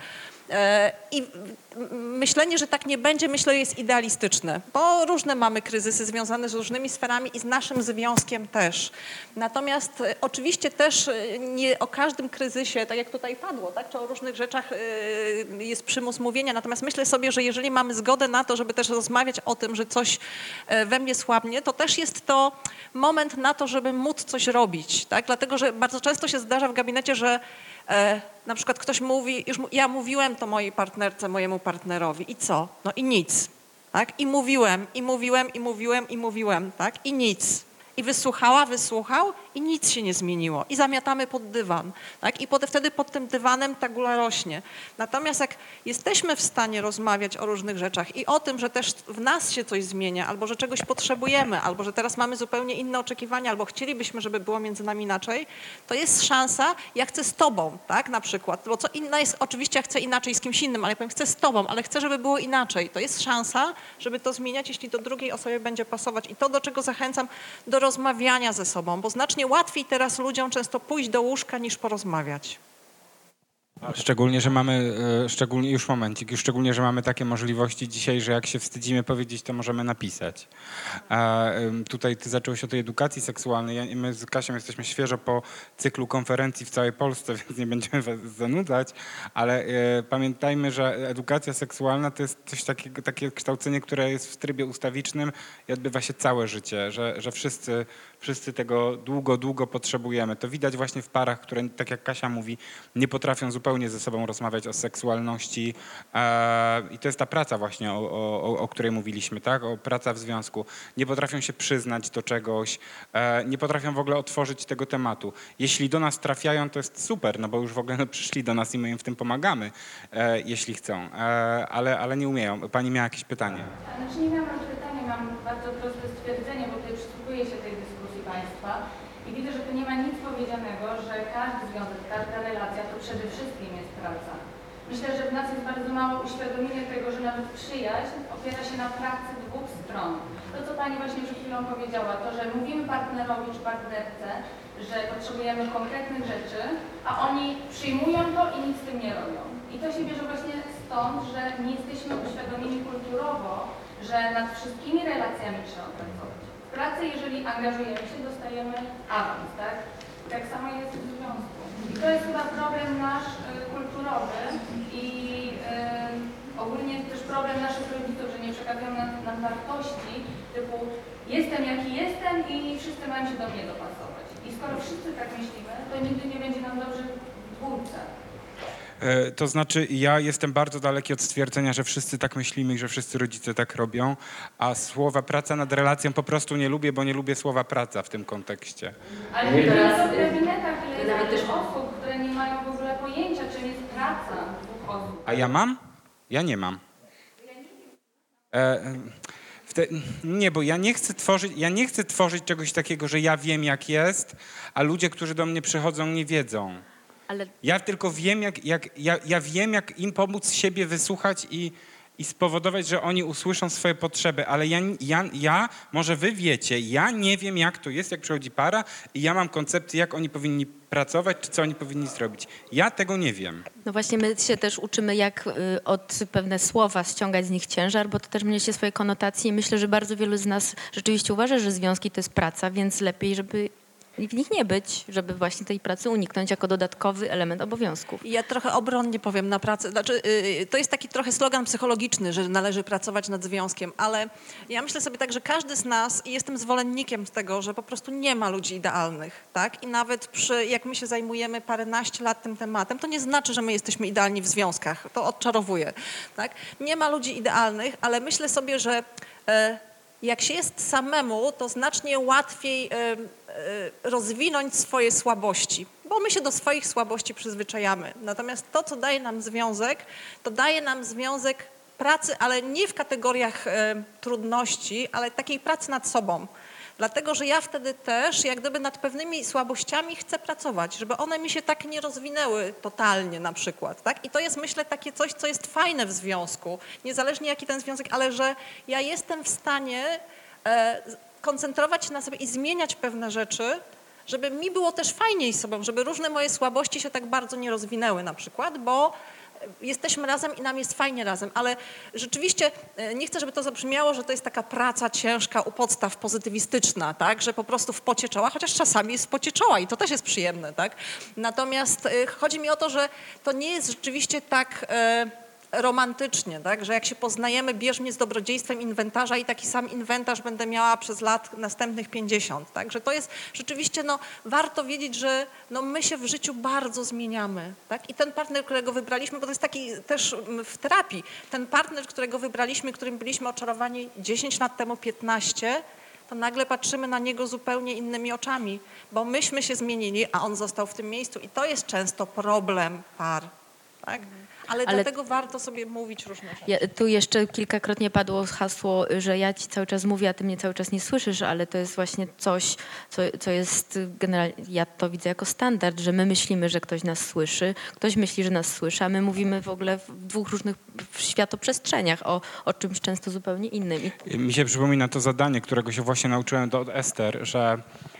E, I myślenie, że tak nie będzie, myślę, jest idealistyczne, bo różne mamy kryzysy związane z różnymi sferami i z naszym związkiem też. Natomiast e, oczywiście też e, nie o każdym kryzysie, tak jak tutaj padło, tak, czy o różnych rzeczach e, jest przymus mówienia. Natomiast myślę sobie, że jeżeli mamy zgodę na to, żeby też rozmawiać o tym, że coś e, we mnie słabnie, to też jest to moment na to, żeby móc coś robić. Tak? Dlatego, że bardzo często się zdarza w gabinecie, że e, na przykład ktoś mówi, już mu- ja mówiłem to mojej partnerce, mojemu partnerowi i co? No i nic, tak? I mówiłem, i mówiłem, i mówiłem, i mówiłem, tak? I nic. I wysłuchała, wysłuchał i nic się nie zmieniło. I zamiatamy pod dywan, tak? I potem, wtedy pod tym dywanem ta gula rośnie. Natomiast jak jesteśmy w stanie rozmawiać o różnych rzeczach i o tym, że też w nas się coś zmienia, albo że czegoś potrzebujemy, albo że teraz mamy zupełnie inne oczekiwania, albo chcielibyśmy, żeby było między nami inaczej, to jest szansa, ja chcę z tobą, tak, na przykład, bo co inna jest, oczywiście ja chcę inaczej z kimś innym, ale ja powiem, chcę z tobą, ale chcę, żeby było inaczej. To jest szansa, żeby to zmieniać, jeśli do drugiej osobie będzie pasować. I to, do czego zachęcam, do do rozmawiania ze sobą, bo znacznie łatwiej teraz ludziom często pójść do łóżka niż porozmawiać. Szczególnie, że mamy, e, szczególnie, już momencik, już szczególnie, że mamy takie możliwości dzisiaj, że jak się wstydzimy powiedzieć, to możemy napisać. A, em, tutaj ty zacząłeś o tej edukacji seksualnej. Ja, my z Kasią jesteśmy świeżo po cyklu konferencji w całej Polsce, więc nie będziemy was zanudzać, ale e, pamiętajmy, że edukacja seksualna to jest coś takiego, takie kształcenie, które jest w trybie ustawicznym i odbywa się całe życie, że, że wszyscy, wszyscy tego długo, długo potrzebujemy. To widać właśnie w parach, które, tak jak Kasia mówi, nie potrafią zupełnie ze sobą rozmawiać o seksualności e, i to jest ta praca właśnie, o, o, o której mówiliśmy, tak? O praca w związku. Nie potrafią się przyznać do czegoś, e, nie potrafią w ogóle otworzyć tego tematu. Jeśli do nas trafiają, to jest super, no bo już w ogóle no, przyszli do nas i my im w tym pomagamy, e, jeśli chcą, e, ale, ale nie umieją. Pani miała jakieś pytanie? Znaczy nie miałam pytania, mam bardzo proste stwierdzenie, bo tutaj przysłuchuję się tej dyskusji Państwa i widzę, że tu nie ma nic powiedzianego, że każdy związek, każda relacja to przede wszystkim jest praca. Myślę, że w nas jest bardzo mało uświadomienia tego, że nawet przyjaźń opiera się na pracy dwóch stron. To, co Pani właśnie przed chwilą powiedziała, to, że mówimy partnerowi czy partnerce, że potrzebujemy konkretnych rzeczy, a oni przyjmują to i nic z tym nie robią. I to się bierze właśnie stąd, że nie jesteśmy uświadomieni kulturowo, że nad wszystkimi relacjami trzeba pracować. W pracy, jeżeli angażujemy się, dostajemy awans, tak? Tak samo jest w związku. I to jest chyba problem nasz y, kulturowy i y, ogólnie też problem naszych rodziców, że nie przekazują nam, nam wartości typu jestem jaki jestem i wszyscy mają się do mnie dopasować. I skoro wszyscy tak myślimy, to nigdy nie będzie nam dobrze w dwójce. E, To znaczy, ja jestem bardzo daleki od stwierdzenia, że wszyscy tak myślimy i że wszyscy rodzice tak robią, a słowa praca nad relacją po prostu nie lubię, bo nie lubię słowa praca w tym kontekście. Ale Nie, teraz teraz, w gabinetach ile jest nawet takich też- osób, które nie mają w ogóle pojęcia, czym jest praca dwóch osób. A ja mam? Ja nie mam. E, w te, nie, bo ja nie chcę tworzyć, ja nie chcę tworzyć czegoś takiego, że ja wiem jak jest, a ludzie, którzy do mnie przychodzą, nie wiedzą. Ale Ja tylko wiem, jak, jak, ja, ja wiem, jak im pomóc siebie wysłuchać i, i spowodować, że oni usłyszą swoje potrzeby, ale ja, ja, ja, może wy wiecie, ja nie wiem, jak to jest, jak przychodzi para i ja mam koncepcję, jak oni powinni pracować, czy co oni powinni zrobić. Ja tego nie wiem. no właśnie my się też uczymy, jak y, od pewne słowa ściągać z nich ciężar, bo to też niesie swoje konotacje i myślę, że bardzo wielu z nas rzeczywiście uważa, że związki to jest praca, więc lepiej, żeby w nich nie być, żeby właśnie tej pracy uniknąć jako dodatkowy element obowiązków. Ja trochę obronnie powiem na pracę. Znaczy, yy, to jest taki trochę slogan psychologiczny, że należy pracować nad związkiem, ale ja myślę sobie tak, że każdy z nas, i jestem zwolennikiem tego, że po prostu nie ma ludzi idealnych, tak? I nawet przy, jak my się zajmujemy paręnaście lat tym tematem, to nie znaczy, że my jesteśmy idealni w związkach. To odczarowuje, tak? Nie ma ludzi idealnych, ale myślę sobie, że yy, jak się jest samemu, to znacznie łatwiej y, y, rozwinąć swoje słabości, bo my się do swoich słabości przyzwyczajamy. Natomiast to, co daje nam związek, to daje nam związek pracy, ale nie w kategoriach y, trudności, ale takiej pracy nad sobą. Dlatego, że ja wtedy też jak gdyby nad pewnymi słabościami chcę pracować, żeby one mi się tak nie rozwinęły totalnie na przykład. Tak? I to jest, myślę, takie coś, co jest fajne w związku, niezależnie jaki ten związek, ale że ja jestem w stanie e, koncentrować się na sobie i zmieniać pewne rzeczy, żeby mi było też fajniej z sobą, żeby różne moje słabości się tak bardzo nie rozwinęły na przykład, bo jesteśmy razem i nam jest fajnie razem, ale rzeczywiście nie chcę, żeby to zabrzmiało, że to jest taka praca ciężka u podstaw pozytywistyczna, tak, że po prostu w pocie czoła, chociaż czasami jest w pocie czoła i to też jest przyjemne, tak. Natomiast chodzi mi o to, że to nie jest rzeczywiście tak romantycznie, tak, że jak się poznajemy, bierz mnie z dobrodziejstwem inwentarza i taki sam inwentarz będę miała przez lat następnych pięćdziesiąt, tak, że to jest rzeczywiście, no, warto wiedzieć, że no, my się w życiu bardzo zmieniamy, tak, i ten partner, którego wybraliśmy, bo to jest taki też w terapii, ten partner, którego wybraliśmy, którym byliśmy oczarowani dziesięć lat temu, piętnaście, to nagle patrzymy na niego zupełnie innymi oczami, bo myśmy się zmienili, a on został w tym miejscu i to jest często problem par. Tak? Ale, Ale- dlatego warto sobie mówić różne rzeczy. Ja, tu jeszcze kilkakrotnie padło hasło, że ja ci cały czas mówię, a ty mnie cały czas nie słyszysz, ale to jest właśnie coś, co, co jest generalnie, ja to widzę jako standard, że my myślimy, że ktoś nas słyszy, ktoś myśli, że nas słyszy, a my mówimy w ogóle w dwóch różnych światoprzestrzeniach o, o czymś często zupełnie innym. I Mi się przypomina to zadanie, którego się właśnie nauczyłem do- od Ester, że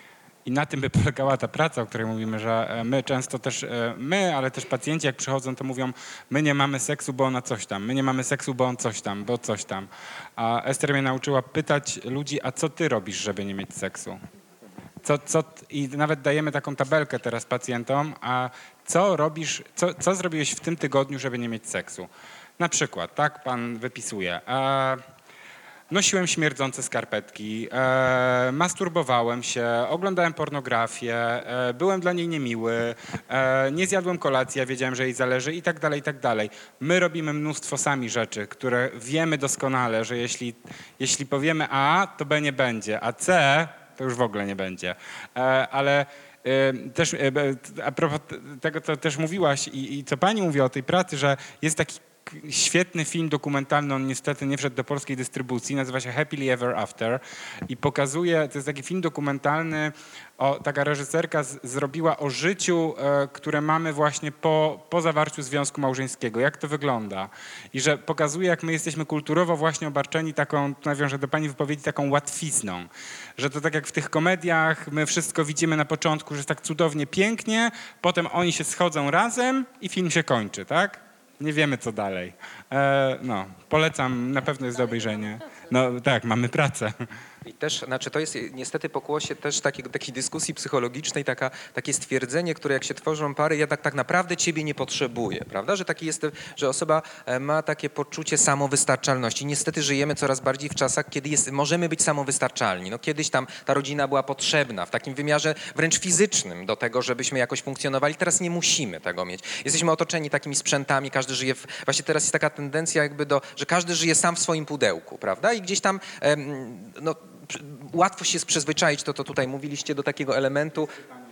i na tym by polegała ta praca, o której mówimy, że e, my często też, e, my, ale też pacjenci jak przychodzą, to mówią, my nie mamy seksu, bo ona coś tam, my nie mamy seksu, bo on coś tam, bo coś tam. A Ester mnie nauczyła pytać ludzi, a co ty robisz, żeby nie mieć seksu? Co, co, I nawet dajemy taką tabelkę teraz pacjentom, a co robisz, co, co zrobiłeś w tym tygodniu, żeby nie mieć seksu? Na przykład, tak, pan wypisuje, e, nosiłem śmierdzące skarpetki, e, masturbowałem się, oglądałem pornografię, e, byłem dla niej niemiły, e, nie zjadłem kolacji, ja wiedziałem, że jej zależy i tak dalej, i tak dalej. My robimy mnóstwo sami rzeczy, które wiemy doskonale, że jeśli, jeśli powiemy A, to B nie będzie, a C to już w ogóle nie będzie. E, ale e, też e, a propos tego, co też mówiłaś i, i co pani mówi o tej pracy, że jest taki świetny film dokumentalny, on niestety nie wszedł do polskiej dystrybucji, nazywa się Happily Ever After i pokazuje, to jest taki film dokumentalny, o, taka reżyserka z, zrobiła o życiu, e, które mamy właśnie po, po zawarciu związku małżeńskiego, jak to wygląda i że pokazuje, jak my jesteśmy kulturowo właśnie obarczeni taką, nawiążę do pani wypowiedzi, taką łatwizną, że to tak jak w tych komediach, my wszystko widzimy na początku, że jest tak cudownie, pięknie, potem oni się schodzą razem i film się kończy, tak? Nie wiemy, co dalej. E, no, polecam, na pewno jest do obejrzenia. No tak, mamy pracę. I też, znaczy to jest niestety pokłosie też takiej, takiej dyskusji psychologicznej, taka, takie stwierdzenie, które jak się tworzą pary, ja tak, tak naprawdę ciebie nie potrzebuję, prawda? Że taki jest, że osoba e, ma takie poczucie samowystarczalności. Niestety żyjemy coraz bardziej w czasach, kiedy jest, możemy być samowystarczalni. No kiedyś tam ta rodzina była potrzebna w takim wymiarze wręcz fizycznym do tego, żebyśmy jakoś funkcjonowali. Teraz nie musimy tego mieć. Jesteśmy otoczeni takimi sprzętami, każdy żyje w, właśnie teraz jest taka tendencja jakby do, że każdy żyje sam w swoim pudełku, prawda? I gdzieś tam em, no, łatwo się jest przyzwyczaić, to, to tutaj mówiliście, do takiego elementu.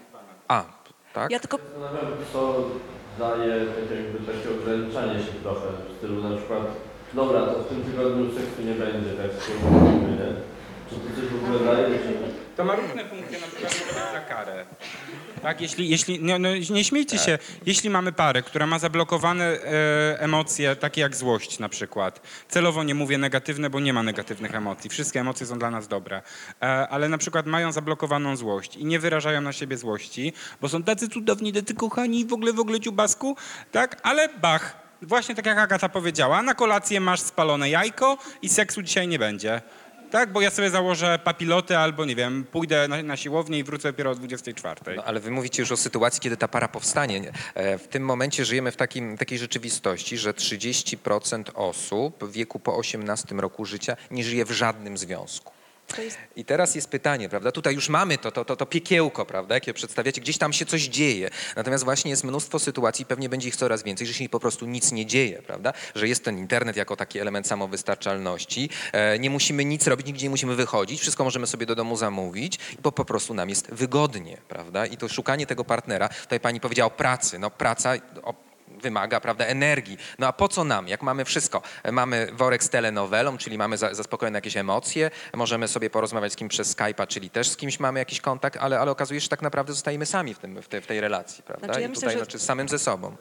A, tak? Ja tylko Zastanawiam się, co daje tak jakby takie ograniczanie się trochę w stylu na przykład, dobra, to w tym tygodniu seksu nie będzie, tak się mówimy, nie? Czy to coś w ogóle daje? Czy... To ma różne funkcje, na przykład za karę. Tak, jeśli, jeśli nie, no, nie śmiejcie się, jeśli mamy parę, która ma zablokowane e, emocje, takie jak złość na przykład. Celowo nie mówię negatywne, bo nie ma negatywnych emocji. Wszystkie emocje są dla nas dobre. E, ale na przykład mają zablokowaną złość i nie wyrażają na siebie złości, bo są tacy cudowni, tacy kochani, w ogóle, w ogóle ciubasku, tak? Ale bach, właśnie tak jak Agata powiedziała, na kolację masz spalone jajko i seksu dzisiaj nie będzie. Tak, bo ja sobie założę papiloty albo, nie wiem, pójdę na, na siłownię i wrócę dopiero o dwudziestej czwartej. No, ale wy mówicie już o sytuacji, kiedy ta para powstanie. E, W tym momencie żyjemy w takim, takiej rzeczywistości, że trzydzieści procent osób w wieku po osiemnastym roku życia nie żyje w żadnym związku. to jest I teraz jest pytanie, prawda? Tutaj już mamy to, to, to, to piekiełko, prawda? Jakie przedstawiacie, gdzieś tam się coś dzieje. Natomiast właśnie jest mnóstwo sytuacji, pewnie będzie ich coraz więcej, że się po prostu nic nie dzieje, prawda? Że jest ten internet jako taki element samowystarczalności. E, nie musimy nic robić, nigdzie nie musimy wychodzić, wszystko możemy sobie do domu zamówić, bo po prostu nam jest wygodnie, prawda? I to szukanie tego partnera, tutaj pani powiedziała o pracy, no praca... O, wymaga, prawda, energii. No a po co nam, jak mamy wszystko? Mamy worek z telenowelą, czyli mamy za, zaspokojone jakieś emocje, możemy sobie porozmawiać z kimś przez Skype'a, czyli też z kimś mamy jakiś kontakt, ale, ale okazuje się, że tak naprawdę zostajemy sami w, tym, w, tej, w tej relacji, prawda? Znaczy, ja I myślę, tutaj że- znaczy, z samym ze sobą.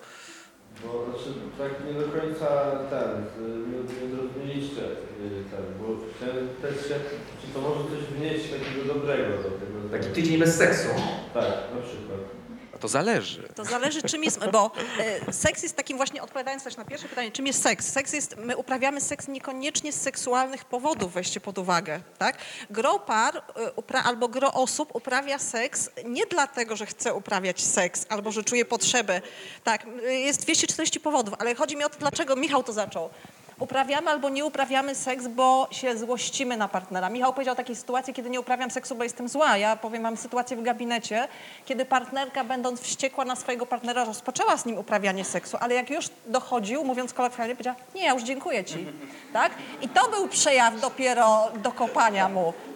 Bo znaczy, tak nie do końca ten, y, nie, nie zrozumieliście y, ten, bo chciałem też się, czy to może coś wnieść takiego dobrego do tego. Taki tydzień bez seksu. Tak, na przykład. A to zależy. To zależy, czym jest, bo e, seks jest takim właśnie, odpowiadając też na pierwsze pytanie, czym jest seks? Seks jest, my uprawiamy seks niekoniecznie z seksualnych powodów, weźcie pod uwagę, tak? Gro par e, upra- albo gro osób uprawia seks nie dlatego, że chce uprawiać seks, albo że czuje potrzebę, tak? Jest dwieście czterdzieści powodów, ale chodzi mi o to, dlaczego Michał to zaczął. Uprawiamy albo nie uprawiamy seks, bo się złościmy na partnera. Michał powiedział o takiej sytuacji, kiedy nie uprawiam seksu, bo jestem zła. Ja powiem, mam sytuację w gabinecie, kiedy partnerka, będąc wściekła na swojego partnera, rozpoczęła z nim uprawianie seksu, ale jak już dochodził, mówiąc kolokwialnie, powiedziała, nie, ja już dziękuję ci. Tak? I to był przejaw dopiero dokopania mu.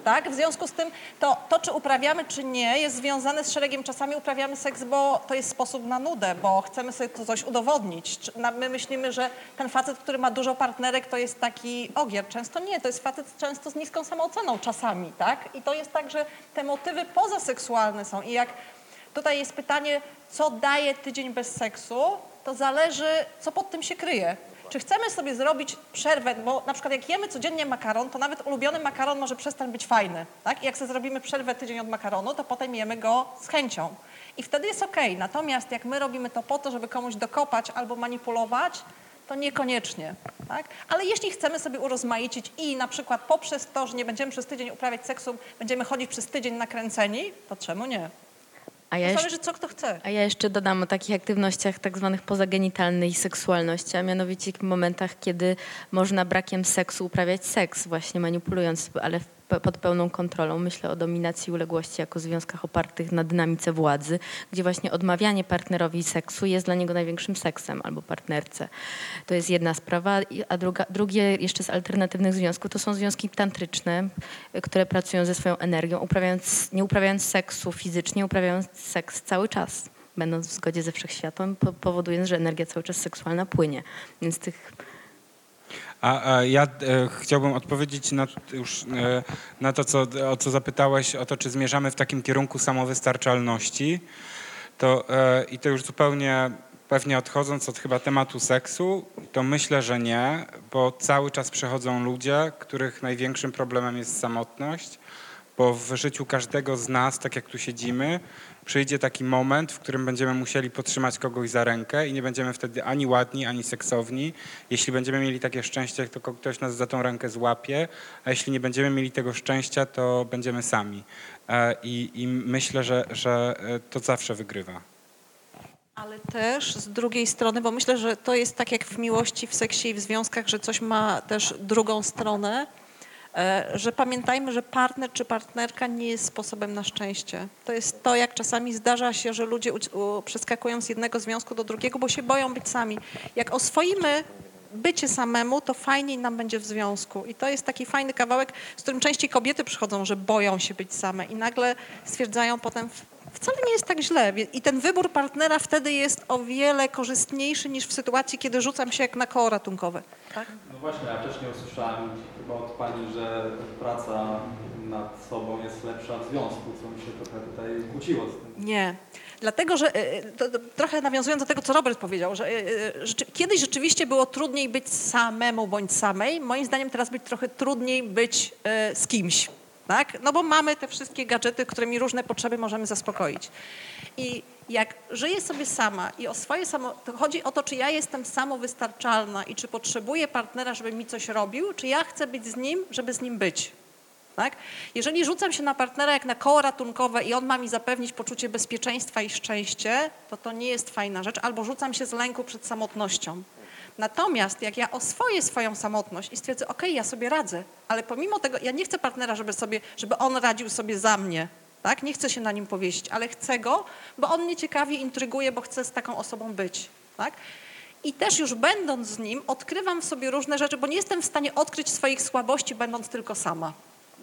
Tak? W związku z tym to, to, czy uprawiamy, czy nie, jest związane z szeregiem. Czasami uprawiamy seks, bo to jest sposób na nudę, bo chcemy sobie to coś udowodnić. Czy- na- My myślimy, że ten facet, który ma dużo partnerek, to jest taki ogier. Często nie, to jest facet często z niską samooceną czasami, tak? I to jest tak, że te motywy pozaseksualne są. I jak tutaj jest pytanie, co daje tydzień bez seksu, to zależy, co pod tym się kryje. Czy chcemy sobie zrobić przerwę, bo na przykład jak jemy codziennie makaron, to nawet ulubiony makaron może przestać być fajny, tak? I jak sobie zrobimy przerwę tydzień od makaronu, to potem jemy go z chęcią. I wtedy jest okej. Natomiast jak my robimy to po to, żeby komuś dokopać albo manipulować, to niekoniecznie, tak? Ale jeśli chcemy sobie urozmaicić i na przykład poprzez to, że nie będziemy przez tydzień uprawiać seksu, będziemy chodzić przez tydzień nakręceni, to czemu nie? A ja To jeszcze... zależy, co kto chce. A ja jeszcze dodam o takich aktywnościach tak zwanych pozagenitalnej seksualności, a mianowicie w momentach, kiedy można brakiem seksu uprawiać seks, właśnie manipulując, ale w- pod pełną kontrolą. Myślę o dominacji i uległości jako związkach opartych na dynamice władzy, gdzie właśnie odmawianie partnerowi seksu jest dla niego największym seksem albo partnerce. To jest jedna sprawa, i- a druga, drugie jeszcze z alternatywnych związków to są związki tantryczne, y, które pracują ze swoją energią, uprawiając, nie uprawiając seksu fizycznie, uprawiając seks cały czas, będąc w zgodzie ze wszechświatem, po- powodując, że energia cały czas seksualna płynie. Więc tych A, a ja e, chciałbym odpowiedzieć na, już, e, na to, co, o co zapytałeś, o to, czy zmierzamy w takim kierunku samowystarczalności. To, e, I to już zupełnie pewnie odchodząc od chyba tematu seksu, to myślę, że nie, bo cały czas przechodzą ludzie, których największym problemem jest samotność, bo w życiu każdego z nas, tak jak tu siedzimy, przyjdzie taki moment, w którym będziemy musieli potrzymać kogoś za rękę i nie będziemy wtedy ani ładni, ani seksowni. Jeśli będziemy mieli takie szczęście, to ktoś nas za tą rękę złapie, a jeśli nie będziemy mieli tego szczęścia, to będziemy sami. E, I, i myślę, że, że e, to zawsze wygrywa. Ale też z drugiej strony, bo myślę, że to jest tak jak w miłości, w seksie i w związkach, że coś ma też drugą stronę, e, że pamiętajmy, że partner czy partnerka nie jest sposobem na szczęście. To jest to, jak czasami zdarza się, że ludzie u, u, przeskakują z jednego związku do drugiego, bo się boją być sami. Jak oswoimy bycie samemu, to fajniej nam będzie w związku. I to jest taki fajny kawałek, z którym częściej kobiety przychodzą, że boją się być same i nagle stwierdzają potem, wcale nie jest tak źle. I ten wybór partnera wtedy jest o wiele korzystniejszy niż w sytuacji, kiedy rzucam się jak na koło ratunkowe. Tak? No właśnie, ja wcześniej usłyszałem chyba od Pani, że praca nad sobą jest lepsza w związku, co mi się trochę tutaj kłóciło z tym. Nie. Dlatego, że y, to, to, trochę nawiązując do tego, co Robert powiedział, że y, y, rzeczy, kiedyś rzeczywiście było trudniej być samemu bądź samej. Moim zdaniem teraz być trochę trudniej być y, z kimś. Tak? No bo mamy te wszystkie gadżety, którymi różne potrzeby możemy zaspokoić. I jak żyję sobie sama i o swoje samo, to chodzi o to, czy ja jestem samowystarczalna i czy potrzebuję partnera, żeby mi coś robił, czy ja chcę być z nim, żeby z nim być. Tak? Jeżeli rzucam się na partnera jak na koło ratunkowe i on ma mi zapewnić poczucie bezpieczeństwa i szczęście, to to nie jest fajna rzecz, albo rzucam się z lęku przed samotnością. Natomiast jak ja oswoję swoją samotność i stwierdzę, okej, ja sobie radzę, ale pomimo tego, ja nie chcę partnera, żeby, sobie, żeby on radził sobie za mnie, tak? Nie chcę się na nim powiesić, ale chcę go, bo on mnie ciekawi, intryguje, bo chcę z taką osobą być. Tak? I też już będąc z nim, odkrywam w sobie różne rzeczy, bo nie jestem w stanie odkryć swoich słabości, będąc tylko sama.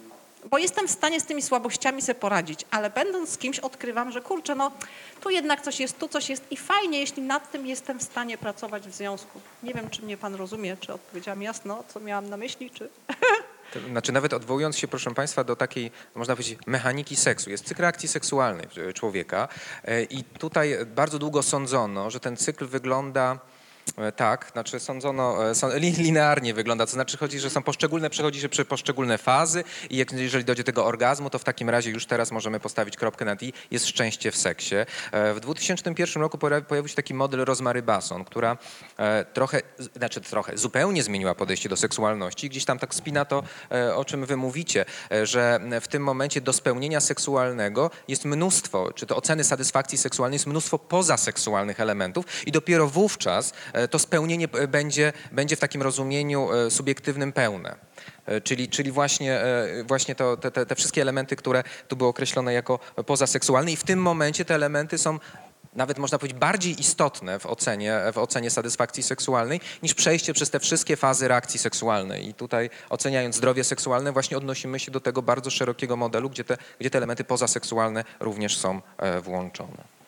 Bo jestem w stanie z tymi słabościami sobie poradzić, ale będąc z kimś odkrywam, że kurczę, no tu jednak coś jest, tu coś jest i fajnie, jeśli nad tym jestem w stanie pracować w związku. Nie wiem, czy mnie pan rozumie, czy odpowiedziałam jasno, co miałam na myśli, czy... To znaczy nawet odwołując się, proszę Państwa, do takiej, można powiedzieć, mechaniki seksu. Jest cykl reakcji seksualnej człowieka e, i tutaj bardzo długo sądzono, że ten cykl wygląda e, tak, znaczy sądzono, e, sąd, li- linearnie wygląda, to znaczy chodzi, że są poszczególne, przechodzi się przez poszczególne fazy i jak, jeżeli dojdzie do tego orgazmu, to w takim razie już teraz możemy postawić kropkę nad i, jest szczęście w seksie. E, w dwa tysiące pierwszym roku pojawi- pojawił się taki model Rosemary Basson, która e, trochę, znaczy trochę, zupełnie zmieniła podejście do seksualności. Gdzieś tam tak spina to, e, o czym wy mówicie, e, że w tym momencie do spełnienia seksualnego jest mnóstwo, czy to oceny satysfakcji seksualnej jest mnóstwo pozaseksualnych elementów i dopiero wówczas e, to spełnienie e, będzie, będzie w takim rozumieniu e, subiektywnym pełne. E, Czyli, czyli właśnie, e, właśnie to, te, te, te wszystkie elementy, które tu były określone jako pozaseksualne i w tym momencie te elementy są nawet można powiedzieć bardziej istotne w ocenie, w ocenie satysfakcji seksualnej niż przejście przez te wszystkie fazy reakcji seksualnej. I tutaj oceniając zdrowie seksualne właśnie odnosimy się do tego bardzo szerokiego modelu, gdzie te, gdzie te elementy pozaseksualne również są e, włączone.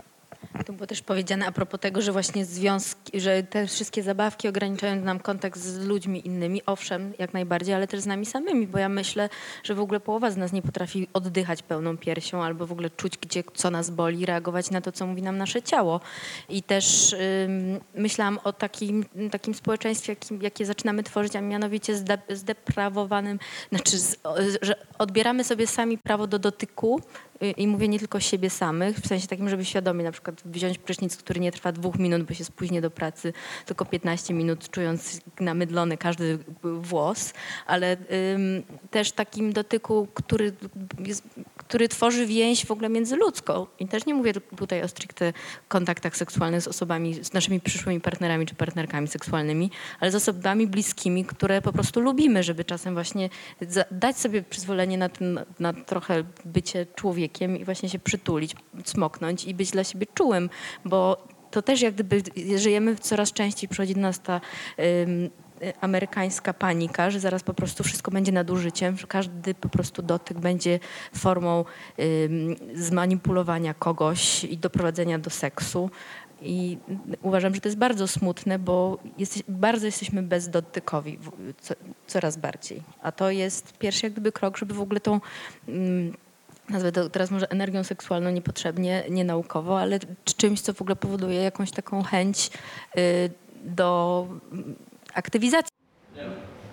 Tu było też powiedziane a propos tego, że właśnie związki, że te wszystkie zabawki ograniczają nam kontakt z ludźmi innymi. Owszem, jak najbardziej, ale też z nami samymi, bo ja myślę, że w ogóle połowa z nas nie potrafi oddychać pełną piersią albo w ogóle czuć, gdzie, co nas boli, reagować na to, co mówi nam nasze ciało. I też ym, myślałam o takim, takim społeczeństwie, jakim, jakie zaczynamy tworzyć, a mianowicie zde, zdeprawowanym, znaczy, z, o, że odbieramy sobie sami prawo do dotyku, i mówię nie tylko siebie samych, w sensie takim, żeby świadomie na przykład wziąć prysznic, który nie trwa dwóch minut, bo się spóźnię do pracy, tylko piętnaście minut, czując namydlony każdy włos, ale ym, też takim dotyku, który, jest, który tworzy więź w ogóle międzyludzką. I też nie mówię tutaj o stricte kontaktach seksualnych z osobami, z naszymi przyszłymi partnerami czy partnerkami seksualnymi, ale z osobami bliskimi, które po prostu lubimy, żeby czasem właśnie za, dać sobie przyzwolenie na, ten, na trochę bycie człowiekiem i właśnie się przytulić, smoknąć i być dla siebie czułym, bo to też jak gdyby żyjemy coraz częściej, przychodzi do nas ta ym, amerykańska panika, że zaraz po prostu wszystko będzie nadużyciem, że każdy po prostu dotyk będzie formą ym, zmanipulowania kogoś i doprowadzenia do seksu. I uważam, że to jest bardzo smutne, bo jest, bardzo jesteśmy bezdotykowi, co, coraz bardziej. A to jest pierwszy jak gdyby krok, żeby w ogóle tą ym, nazwę to teraz może energią seksualną niepotrzebnie, nienaukowo, ale czymś, co w ogóle powoduje jakąś taką chęć y, do aktywizacji. Nie.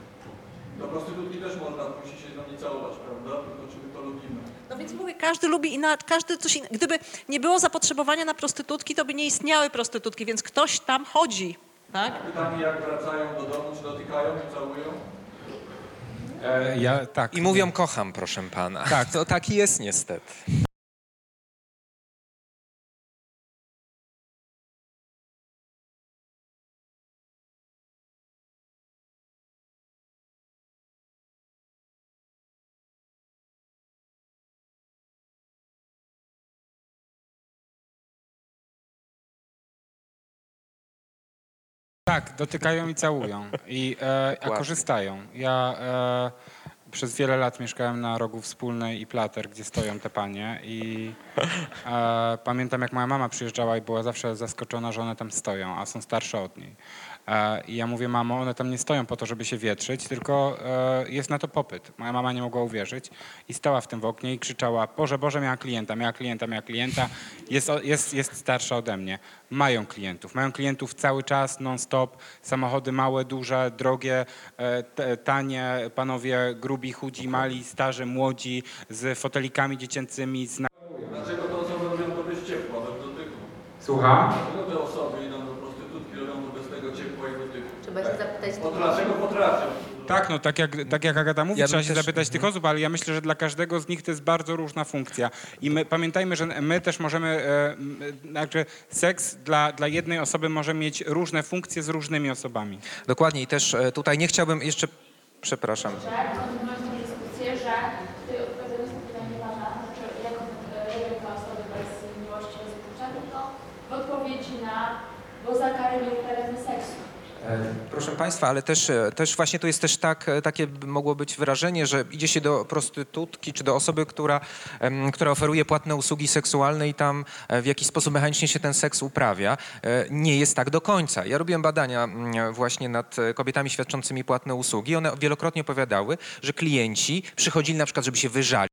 Do prostytutki też można pójść i się tam nie całować, prawda? Tylko czy my to lubimy. No więc mówię, każdy lubi inaczej, każdy coś innego. Gdyby nie było zapotrzebowania na prostytutki, to by nie istniały prostytutki, więc ktoś tam chodzi, tak? Pytanie, jak wracają do domu, czy dotykają i całują? E, ja, tak. I mówią kocham, proszę pana. Tak. To taki jest niestety. Tak, dotykają i całują. I e, a korzystają. Ja e, przez wiele lat mieszkałem na rogu Wspólnej i Plater, gdzie stoją te panie. I e, pamiętam, jak moja mama przyjeżdżała i była zawsze zaskoczona, że one tam stoją, a są starsze od niej. E, I ja mówię, mamo, one tam nie stoją po to, żeby się wietrzyć, tylko e, jest na to popyt. Moja mama nie mogła uwierzyć i stała w tym w oknie i krzyczała, Boże, Boże, miała klienta, miała klienta, miała klienta. Jest, o- jest, jest starsza ode mnie. Mają klientów. Mają klientów cały czas, non-stop. Samochody małe, duże, drogie, e, t- tanie, panowie grubi, chudzi, mali, starzy, młodzi, z fotelikami dziecięcymi. Z... Dlaczego te osoby robią to bez ciepła, bez dotyku? Słucham? Dlaczego te osoby idą do prostytutki, robią to bez tego ciepła i dotyku? Trzeba się zapytać Bo dlaczego potrafią? Tak, no tak jak, tak jak Agata mówi, Ja trzeba bym się też- zapytać tych osób, ale ja myślę, że dla każdego z nich to jest bardzo różna funkcja. I my pamiętajmy, że my też możemy, e, m, znaczy seks dla, dla jednej osoby może mieć różne funkcje z różnymi osobami. Dokładnie i też e, tutaj nie chciałbym jeszcze, przepraszam. Że kontynuując tę dyskusję, że tutaj odpowiadając na pytanie pana, znaczy jak e, robią to osoby bez miłości, bez uczucia, tylko w odpowiedzi na, bo za karę nie uprawiamy seksu. Proszę Państwa, ale też, e, też właśnie tu jest też tak, e, takie b- mogło być wrażenie, że idzie się do prostytutki czy do osoby, która, em, która oferuje płatne usługi seksualne i tam e, w jakiś sposób mechanicznie się ten seks uprawia. E, Nie jest tak do końca. Ja robiłem badania mm, właśnie nad e, kobietami świadczącymi płatne usługi. One wielokrotnie opowiadały, że klienci przychodzili na przykład, żeby się wyżalić.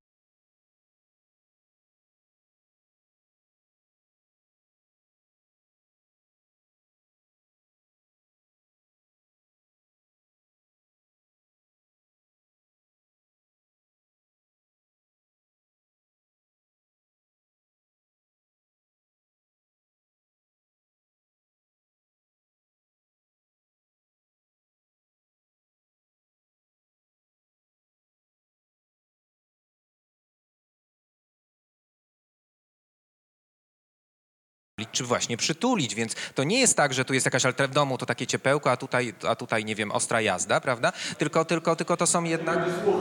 czy właśnie przytulić, więc to nie jest tak, że tu jest jakaś alter w domu, to takie ciepełko, a tutaj, a tutaj nie wiem, ostra jazda, prawda? Tylko, tylko, tylko to są jednak...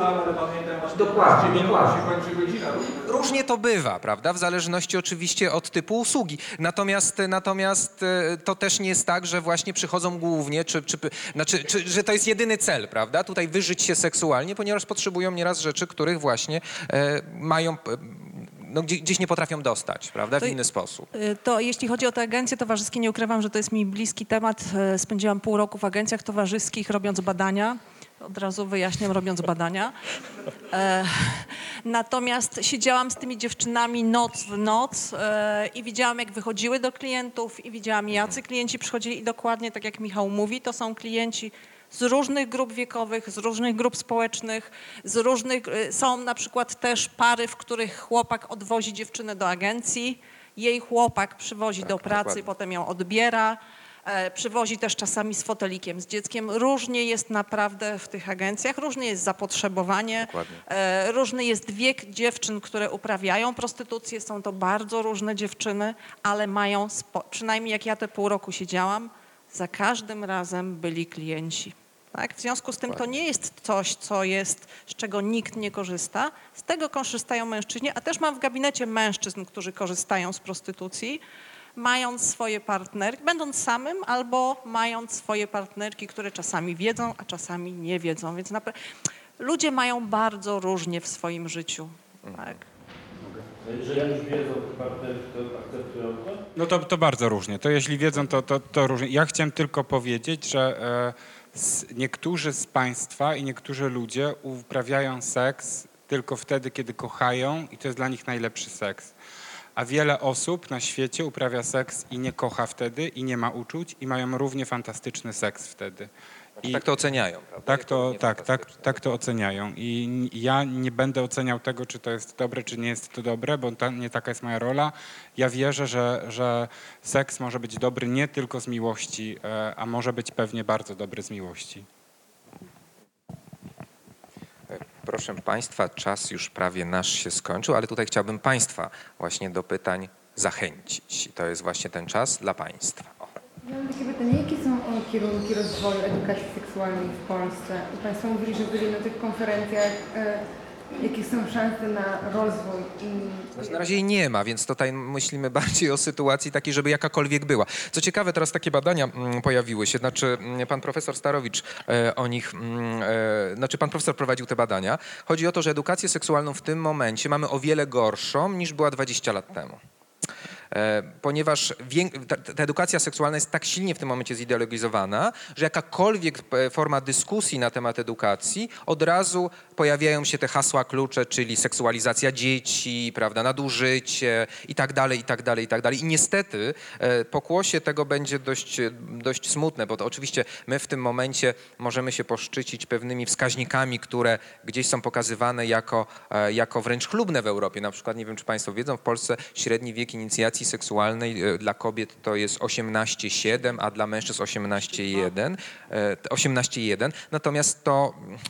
Dokładnie, dokładnie. Różnie to bywa, prawda? W zależności oczywiście od typu usługi. Natomiast, natomiast e, to też nie jest tak, że właśnie przychodzą głównie, czy, czy, znaczy, czy, że to jest jedyny cel, prawda? Tutaj wyżyć się seksualnie, ponieważ potrzebują nieraz rzeczy, których właśnie e, mają... E, no, gdzieś, gdzieś nie potrafią dostać, prawda? W To- inny sposób. Y, To jeśli chodzi o te agencje towarzyskie, nie ukrywam, że to jest mi bliski temat. Y, Spędziłam pół roku w agencjach towarzyskich robiąc badania. Od razu wyjaśniam, robiąc badania. E, natomiast siedziałam z tymi dziewczynami noc w noc e, i widziałam, jak wychodziły do klientów i widziałam, jacy klienci przychodzili i dokładnie tak jak Michał mówi, to są klienci z różnych grup wiekowych, z różnych grup społecznych, z różnych, y, są na przykład też pary, w których chłopak odwozi dziewczynę do agencji, jej chłopak przywozi do pracy, dokładnie. potem ją odbiera, e, przywozi też czasami z fotelikiem, z dzieckiem. Różnie jest naprawdę w tych agencjach, różnie jest zapotrzebowanie, Dokładnie. e, różny jest wiek dziewczyn, które uprawiają prostytucję, są to bardzo różne dziewczyny, ale mają, spo, przynajmniej jak ja te pół roku siedziałam, za każdym razem byli klienci. Tak? W związku z tym to nie jest coś, co jest, z czego nikt nie korzysta. Z tego korzystają mężczyźni, a też mam w gabinecie mężczyzn, którzy korzystają z prostytucji, mając swoje partnerki, będąc samym albo mając swoje partnerki, które czasami wiedzą, a czasami nie wiedzą. Więc napra- ludzie mają bardzo różnie w swoim życiu. Tak? Że jak już wiedzą partnerzy, to akceptują to? No to, to bardzo różnie. To jeśli wiedzą, to, to, to różnie. Ja chciałem tylko powiedzieć, że e, s, niektórzy z Państwa i niektórzy ludzie uprawiają seks tylko wtedy, kiedy kochają i to jest dla nich najlepszy seks. A wiele osób na świecie uprawia seks i nie kocha wtedy i nie ma uczuć i mają równie fantastyczny seks wtedy. I tak to oceniają, prawda? Tak Jako to, równie tak, tak, fantastyczne. tak to oceniają i n- ja nie będę oceniał tego, czy to jest dobre, czy nie jest to dobre, bo ta, nie taka jest moja rola. Ja wierzę, że, że seks może być dobry nie tylko z miłości, e, a może być pewnie bardzo dobry z miłości. Proszę Państwa, czas już prawie nasz się skończył, ale tutaj chciałbym Państwa właśnie do pytań zachęcić. I to jest właśnie ten czas dla Państwa. O. Ja mam takie pytanie, jakie są e, kierunki rozwoju edukacji seksualnej w Polsce? I Państwo mówili, że byli na tych konferencjach. E, jakie są szanse na rozwój? I... Znaczy, na razie jej nie ma, więc tutaj myślimy bardziej o sytuacji takiej, żeby jakakolwiek była. Co ciekawe, teraz takie badania mm, pojawiły się, znaczy mm, pan profesor Starowicz e, o nich, mm, e, znaczy pan profesor prowadził te badania. Chodzi o to, że edukację seksualną w tym momencie mamy o wiele gorszą niż była dwadzieścia lat temu. E, ponieważ wiek- ta, ta edukacja seksualna jest tak silnie w tym momencie zideologizowana, że jakakolwiek e, forma dyskusji na temat edukacji, od razu pojawiają się te hasła klucze, czyli seksualizacja dzieci, prawda, nadużycie i tak dalej, i tak dalej, i tak dalej. I niestety e, pokłosie tego będzie dość, dość smutne, bo to oczywiście my w tym momencie możemy się poszczycić pewnymi wskaźnikami, które gdzieś są pokazywane jako, e, jako wręcz chlubne w Europie. Na przykład, nie wiem, czy Państwo wiedzą, w Polsce średni wiek inicjacji seksualnej e, dla kobiet to jest osiemnaście przecinek siedem, a dla mężczyzn osiemnaście przecinek jeden. E, osiemnaście przecinek jeden. Natomiast to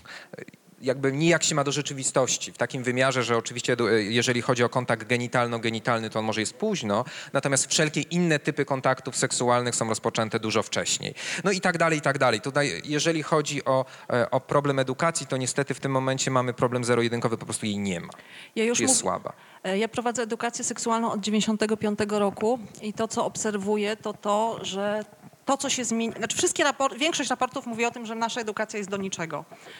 jakby nijak się ma do rzeczywistości, w takim wymiarze, że oczywiście edu- jeżeli chodzi o kontakt genitalno-genitalny, to on może jest późno, natomiast wszelkie inne typy kontaktów seksualnych są rozpoczęte dużo wcześniej. No i tak dalej, i tak dalej. Tutaj jeżeli chodzi o, e, o problem edukacji, to niestety w tym momencie mamy problem zero-jedynkowy, po prostu jej nie ma. Ja już Czy jest mów- słaba. E, Ja prowadzę edukację seksualną od dziewięćdziesiątego piątego roku i to, co obserwuję, to to, że to, co się zmieni, znaczy wszystkie rapor- większość raportów mówi o tym, że nasza edukacja jest do niczego.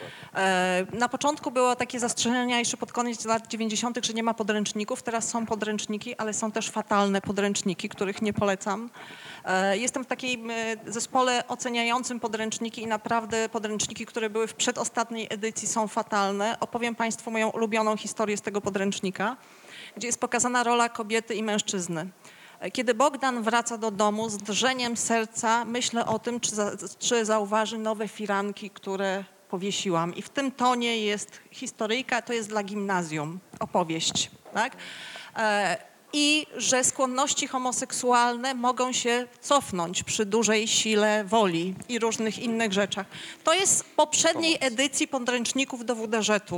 E, Na początku było takie zastrzeżenia jeszcze pod koniec lat dziewięćdziesiątych, że nie ma podręczników. Teraz są podręczniki, ale są też fatalne podręczniki, których nie polecam. E, Jestem w takim e, zespole oceniającym podręczniki i naprawdę podręczniki, które były w przedostatniej edycji, są fatalne. Opowiem Państwu moją ulubioną historię z tego podręcznika, gdzie jest pokazana rola kobiety i mężczyzny. Kiedy Bogdan wraca do domu, z drżeniem serca myślę o tym, czy, za, czy zauważy nowe firanki, które powiesiłam. I w tym tonie jest historyjka, to jest dla gimnazjum, opowieść. Tak? E, I że skłonności homoseksualne mogą się cofnąć przy dużej sile woli i różnych innych rzeczach. To jest z poprzedniej edycji podręczników do W D Ż-u.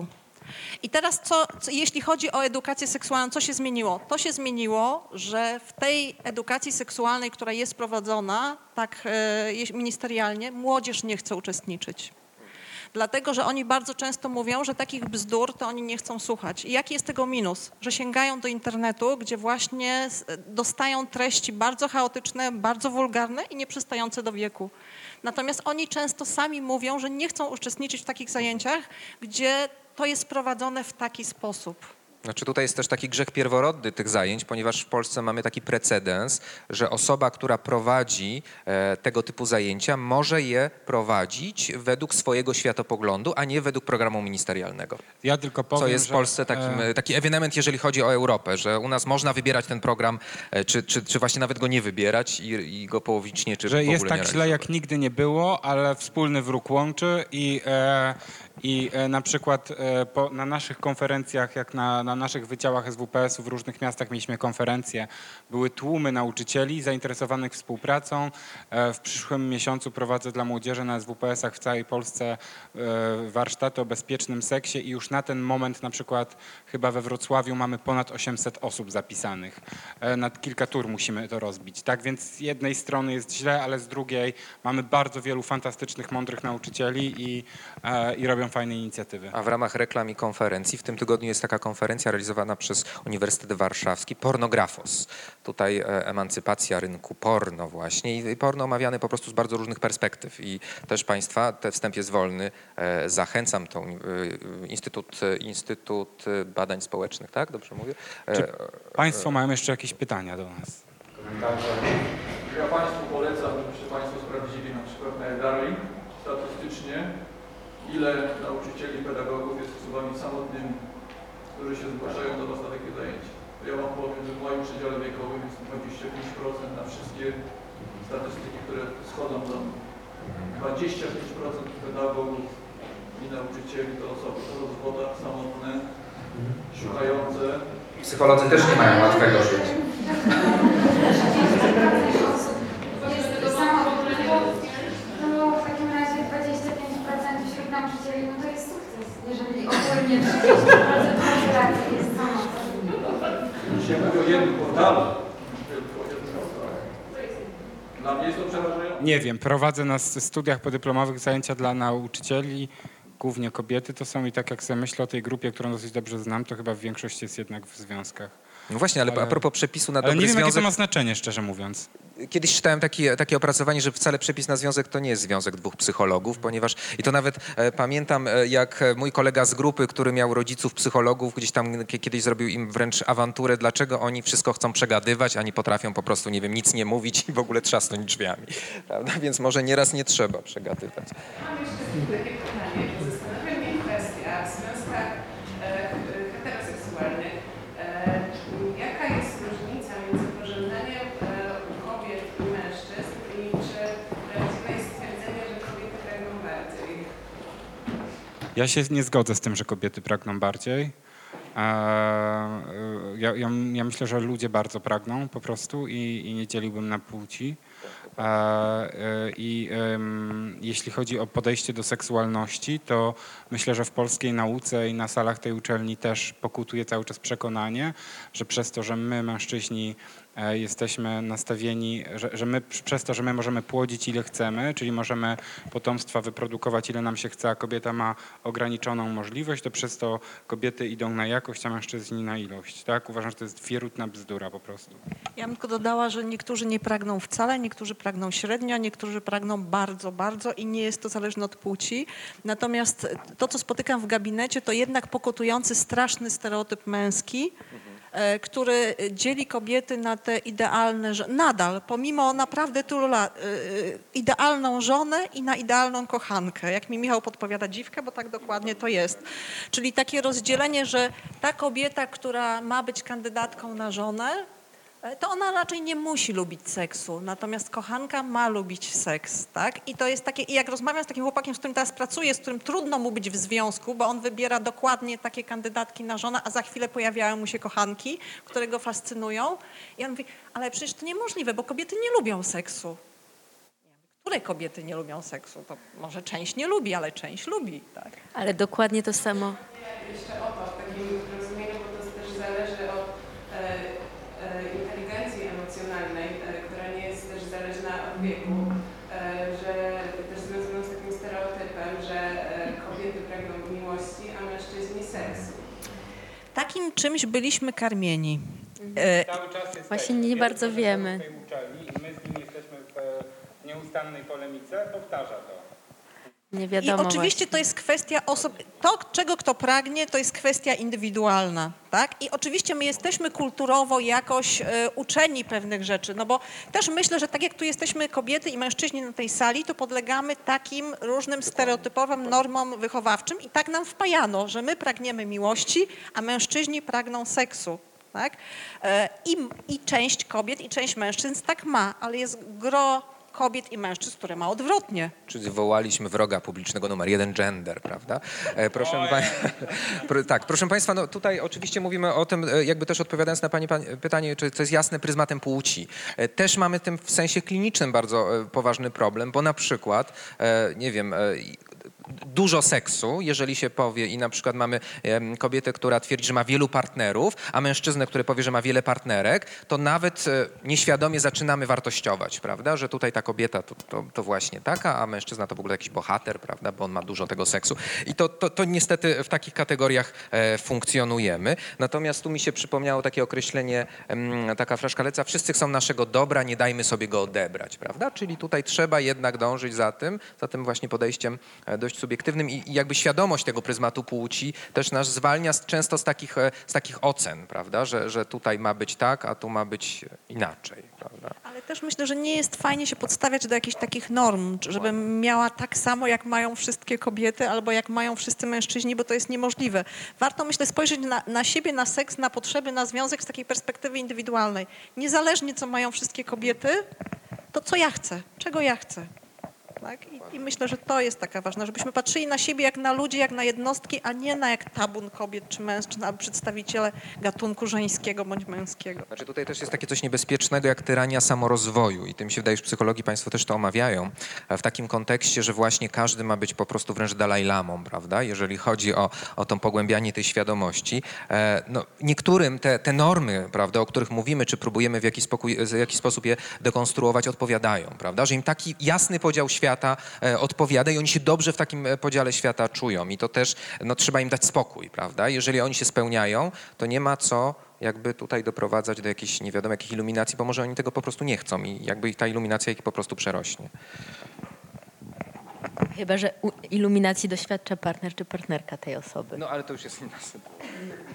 I teraz co, co, jeśli chodzi o edukację seksualną, co się zmieniło? To się zmieniło, że w tej edukacji seksualnej, która jest prowadzona tak e, ministerialnie, młodzież nie chce uczestniczyć. Dlatego, że oni bardzo często mówią, że takich bzdur to oni nie chcą słuchać. I jaki jest tego minus? Że sięgają do internetu, gdzie właśnie dostają treści bardzo chaotyczne, bardzo wulgarne i nieprzystające do wieku. Natomiast oni często sami mówią, że nie chcą uczestniczyć w takich zajęciach, gdzie to jest prowadzone w taki sposób. Znaczy tutaj jest też taki grzech pierworodny tych zajęć, ponieważ w Polsce mamy taki precedens, że osoba, która prowadzi e, tego typu zajęcia, może je prowadzić według swojego światopoglądu, a nie według programu ministerialnego. Ja tylko powiem, Co jest w że, Polsce takim, e, taki ewenement, jeżeli chodzi o Europę, że u nas można wybierać ten program, e, czy, czy, czy właśnie nawet go nie wybierać i, i go połowicznie, czy w że ogóle jest nie tak źle, realizować. jak nigdy nie było, ale wspólny wróg łączy i, e, i e, na przykład e, po, na naszych konferencjach, jak na, na naszych wydziałach S W P S-u w różnych miastach mieliśmy konferencje, były tłumy nauczycieli zainteresowanych współpracą. E, w przyszłym miesiącu prowadzę dla młodzieży na S W P S-ach w całej Polsce e, warsztaty o bezpiecznym seksie i już na ten moment na przykład chyba we Wrocławiu mamy ponad osiemset osób zapisanych. E, na kilka tur musimy to rozbić. Tak więc z jednej strony jest źle, ale z drugiej mamy bardzo wielu fantastycznych, mądrych nauczycieli i, e, i robią fajne inicjatywy. A w ramach reklam i konferencji w tym tygodniu jest taka konferencja realizowana przez Uniwersytet Warszawski, Pornografos. Tutaj e, emancypacja rynku porno właśnie i, i porno omawiane po prostu z bardzo różnych perspektyw i też Państwa, ten wstęp jest wolny, e, zachęcam tą e, Instytut, Instytut Badań Społecznych, tak? Dobrze mówię? E, Czy Państwo mają jeszcze jakieś pytania do nas? Komentarze. Ja Państwu polecam, żebyście Państwo sprawdzili na przykład na Edarli statystycznie, ile nauczycieli, pedagogów jest osobami samotnymi, którzy się zgłaszają do Was na takie zajęcia. Ja Wam powiem, że w moim przedziale wiekowym jest dwadzieścia pięć procent na wszystkie statystyki, które schodzą do mnie. dwadzieścia pięć procent pedagogów i nauczycieli to osoby w rozwodach, samotne, szukające. Psycholodzy też nie mają łatwego życia. No w takim razie dwadzieścia pięć procent wśród nauczycieli, no to jest sukces. Jeżeli ogólnie trzydzieści procent populacji jest samotna. Dzisiaj mówię o jednym portalu. Dla mnie jest to przerażające. Nie wiem, prowadzę na studiach podyplomowych zajęcia dla nauczycieli, głównie kobiety to są i tak jak sobie myślę o tej grupie, którą dosyć dobrze znam, to chyba w większości jest jednak w związkach. No właśnie, ale, Ale- a propos przepisu na Ale dobry nie wiem, jakie związek, to ma znaczenie, szczerze mówiąc. kiedyś czytałem takie, takie opracowanie, że wcale przepis na związek to nie jest związek dwóch psychologów, ponieważ i to nawet e, pamiętam, e, jak mój kolega z grupy, który miał rodziców psychologów, gdzieś tam k- kiedyś zrobił im wręcz awanturę, dlaczego oni wszystko chcą przegadywać, a nie potrafią po prostu, nie wiem, nic nie mówić i w ogóle trzasnąć drzwiami. Prawda? Więc może nieraz nie trzeba przegadywać. Mam jeszcze takie pytanie. Zastanawia mnie kwestia w związkach e, heteroseksualnych. E, jaka jest różnica między pożądaniem e, kobiet i mężczyzn i czy prawdziwe jest stwierdzenie, że kobiety pragną bardziej? Ja się nie zgodzę z tym, że kobiety pragną bardziej. Eee, Ja, ja, ja myślę, że ludzie bardzo pragną po prostu i, i nie dzieliłbym na płci. Eee, I em, jeśli chodzi o podejście do seksualności, to myślę, że w polskiej nauce i na salach tej uczelni też pokutuje cały czas przekonanie, że przez to, że my mężczyźni e, jesteśmy nastawieni, że, że my przez to, że my możemy płodzić ile chcemy, czyli możemy potomstwa wyprodukować ile nam się chce, a kobieta ma ograniczoną możliwość, to przez to kobiety idą na jakość, a mężczyźni na ilość. Tak? Uważam, że to jest wierutna bzdura po prostu. Ja bym tylko dodała, że niektórzy nie pragną wcale, niektórzy pragną średnio, niektórzy pragną bardzo, bardzo i nie jest to zależne od płci. Natomiast to, co spotykam w gabinecie, to jednak pokutujący straszny stereotyp męski, e, który dzieli kobiety na te idealne, że nadal, pomimo naprawdę tylu lat, e, idealną żonę i na idealną kochankę. Jak mi Michał podpowiada, dziwkę, bo tak dokładnie to jest. Czyli takie rozdzielenie, że ta kobieta, która ma być kandydatką na żonę, to ona raczej nie musi lubić seksu, natomiast kochanka ma lubić seks, tak? I to jest takie, i jak rozmawiam z takim chłopakiem, z którym teraz pracuję, z którym trudno mu być w związku, bo on wybiera dokładnie takie kandydatki na żonę, a za chwilę pojawiają mu się kochanki, które go fascynują. I on mówi, ale przecież to niemożliwe, bo kobiety nie lubią seksu. które kobiety nie lubią seksu? To może część nie lubi, ale część lubi, tak? Ale dokładnie to samo. Jeszcze o to, w takim rozumieniu, bo to też zależy od e, e, inteligencji emocjonalnej, e, która nie jest też zależna od wieku, e, że też związaną z takim stereotypem, że e, kobiety pragną miłości, a mężczyźni seksu. Takim czymś byliśmy karmieni. Cały czas jest Właśnie tak. nie Jeden bardzo profesor wiemy. w tej uczelni i my z nim jesteśmy w nieustannej polemice, powtarza to. Nie I wiadomo oczywiście właśnie. to jest kwestia osób, to czego kto pragnie, to jest kwestia indywidualna, tak? I oczywiście my jesteśmy kulturowo jakoś e, uczeni pewnych rzeczy, no bo też myślę, że tak jak tu jesteśmy kobiety i mężczyźni na tej sali, to podlegamy takim różnym stereotypowym normom wychowawczym i tak nam wpajano, że my pragniemy miłości, a mężczyźni pragną seksu. Tak? E, I, I część kobiet i część mężczyzn tak ma, ale jest gro kobiet i mężczyzn, które ma odwrotnie. Czyli wywołaliśmy wroga publicznego numer jeden, gender, prawda? E, proszę pa... Pro, tak, proszę Państwa, no tutaj oczywiście mówimy o tym, e, jakby też odpowiadając na Pani pan, pytanie, czy to jest jasne pryzmatem płci. E, też mamy tym w sensie klinicznym bardzo e, poważny problem, bo na przykład, e, nie wiem, e, dużo seksu, jeżeli się powie i na przykład mamy em, kobietę, która twierdzi, że ma wielu partnerów, a mężczyznę, który powie, że ma wiele partnerek, to nawet e, nieświadomie zaczynamy wartościować, prawda? Że tutaj ta kobieta to, to, to właśnie taka, a mężczyzna to w ogóle jakiś bohater, prawda? Bo on ma dużo tego seksu. I to, to, to niestety w takich kategoriach e, funkcjonujemy. Natomiast tu mi się przypomniało takie określenie, em, taka fraszka Leca, wszyscy chcą naszego dobra, nie dajmy sobie go odebrać, prawda? Czyli tutaj trzeba jednak dążyć za tym, za tym właśnie podejściem e, dość subiektywnym i, i jakby świadomość tego pryzmatu płci też nas zwalnia z, często z takich, e, z takich ocen, prawda? Że, że tutaj ma być tak, a tu ma być inaczej, prawda? Ale też myślę, że nie jest fajnie się podstawiać do jakichś takich norm, żebym miała tak samo, jak mają wszystkie kobiety albo jak mają wszyscy mężczyźni, bo to jest niemożliwe. Warto, myślę, spojrzeć na, na siebie, na seks, na potrzeby, na związek z takiej perspektywy indywidualnej. Niezależnie, co mają wszystkie kobiety, to co ja chcę, czego ja chcę. Tak? I, I myślę, że to jest taka ważna, żebyśmy patrzyli na siebie jak na ludzi, jak na jednostki, a nie na jak tabun kobiet czy mężczyzn, albo przedstawiciele gatunku żeńskiego bądź męskiego. Znaczy tutaj też jest takie coś niebezpiecznego jak tyrania samorozwoju i tym się wydaje, że w psychologii Państwo też to omawiają, w takim kontekście, że właśnie każdy ma być po prostu wręcz Dalajlamą, prawda? Jeżeli chodzi o, o to pogłębianie tej świadomości. E, no, niektórym te, te normy, prawda, o których mówimy, czy próbujemy w jakiś, spokój, w jakiś sposób je dekonstruować, odpowiadają, prawda? Że im taki jasny podział świata e, odpowiada i oni się dobrze w takim podziale świata czują i to też no, trzeba im dać spokój, prawda? Jeżeli oni się spełniają, to nie ma co jakby tutaj doprowadzać do jakiejś nie wiadomo jakich iluminacji, bo może oni tego po prostu nie chcą i jakby ta iluminacja ich po prostu przerośnie. Chyba że u- iluminacji doświadcza partner czy partnerka tej osoby. No ale to już jest inna sytuacja.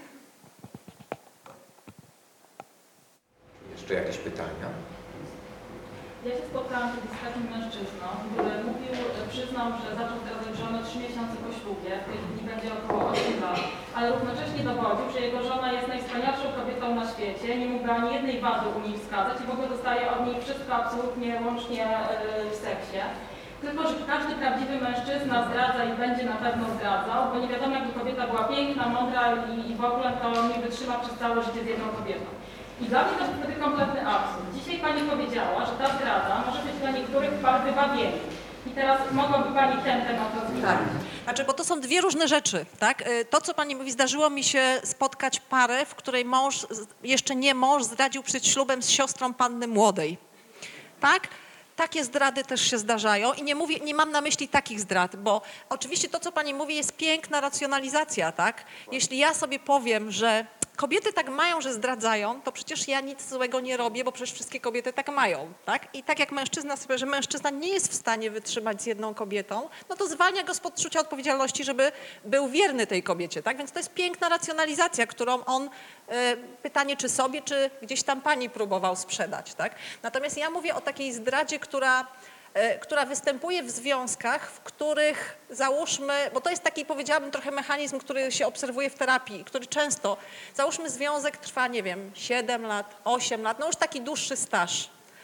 Jeszcze jakieś pytania? Ja się spotkałam kiedyś z takim mężczyzną, który mówił, przyznał, że zaczął zdradzać żonę trzy miesiące po ślubie, w tej chwili będzie około osiem lat, ale równocześnie dowodził, że jego żona jest najwspanialszą kobietą na świecie, nie mógłby ani jednej wady u niej wskazać i w ogóle dostaje od niej wszystko absolutnie łącznie yy, w seksie. Tylko, że każdy prawdziwy mężczyzna zdradza i będzie na pewno zdradzał, bo nie wiadomo, jakby kobieta była piękna, mądra i, i w ogóle to nie wytrzyma przez całe życie z jedną kobietą. I dla mnie to był wtedy kompletny absurd. Dzisiaj Pani powiedziała, że ta zdrada może być dla niektórych par wybawieniem. I teraz mogłaby Pani ten temat rozwinąć. Tak. Znaczy, bo to są dwie różne rzeczy, tak? Y, To, co Pani mówi, zdarzyło mi się spotkać parę, w której mąż, z- jeszcze nie mąż, zdradził przed ślubem z siostrą panny młodej. Tak? Takie zdrady też się zdarzają i nie mówię, nie mam na myśli takich zdrad, bo oczywiście to, co Pani mówi, jest piękna racjonalizacja, tak? Jeśli ja sobie powiem, że kobiety tak mają, że zdradzają, to przecież ja nic złego nie robię, bo przecież wszystkie kobiety tak mają, tak? I tak jak mężczyzna sobie, że mężczyzna nie jest w stanie wytrzymać z jedną kobietą, no to zwalnia go z poczucia odpowiedzialności, żeby był wierny tej kobiecie, tak? Więc to jest piękna racjonalizacja, którą on, e, pytanie czy sobie, czy gdzieś tam Pani próbował sprzedać, tak? Natomiast ja mówię o takiej zdradzie, która e, która występuje w związkach, w których załóżmy, bo to jest taki, powiedziałabym, trochę mechanizm, który się obserwuje w terapii, który często, załóżmy związek trwa, nie wiem, siedem lat, osiem lat, no już taki dłuższy staż.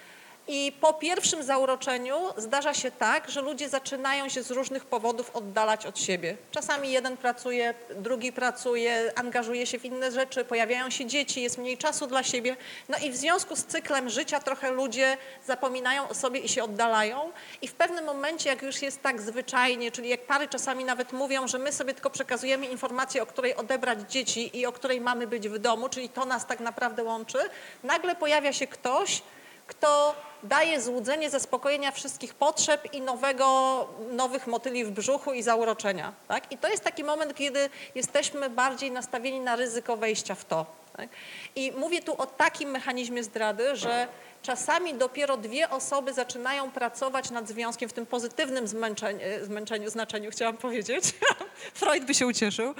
I po pierwszym zauroczeniu zdarza się tak, że ludzie zaczynają się z różnych powodów oddalać od siebie. Czasami jeden pracuje, drugi pracuje, angażuje się w inne rzeczy, pojawiają się dzieci, jest mniej czasu dla siebie. No i w związku z cyklem życia trochę ludzie zapominają o sobie i się oddalają. I w pewnym momencie, jak już jest tak zwyczajnie, czyli jak pary czasami nawet mówią, że my sobie tylko przekazujemy informację, o której odebrać dzieci i o której mamy być w domu, czyli to nas tak naprawdę łączy, nagle pojawia się ktoś, kto daje złudzenie zaspokojenia wszystkich potrzeb i nowego, nowych motyli w brzuchu i zauroczenia. Tak? I to jest taki moment, kiedy jesteśmy bardziej nastawieni na ryzyko wejścia w to. Tak? I mówię tu o takim mechanizmie zdrady, że czasami dopiero dwie osoby zaczynają pracować nad związkiem w tym pozytywnym zmęczeniu, zmęczeniu znaczeniu, chciałam powiedzieć. Freud by się ucieszył.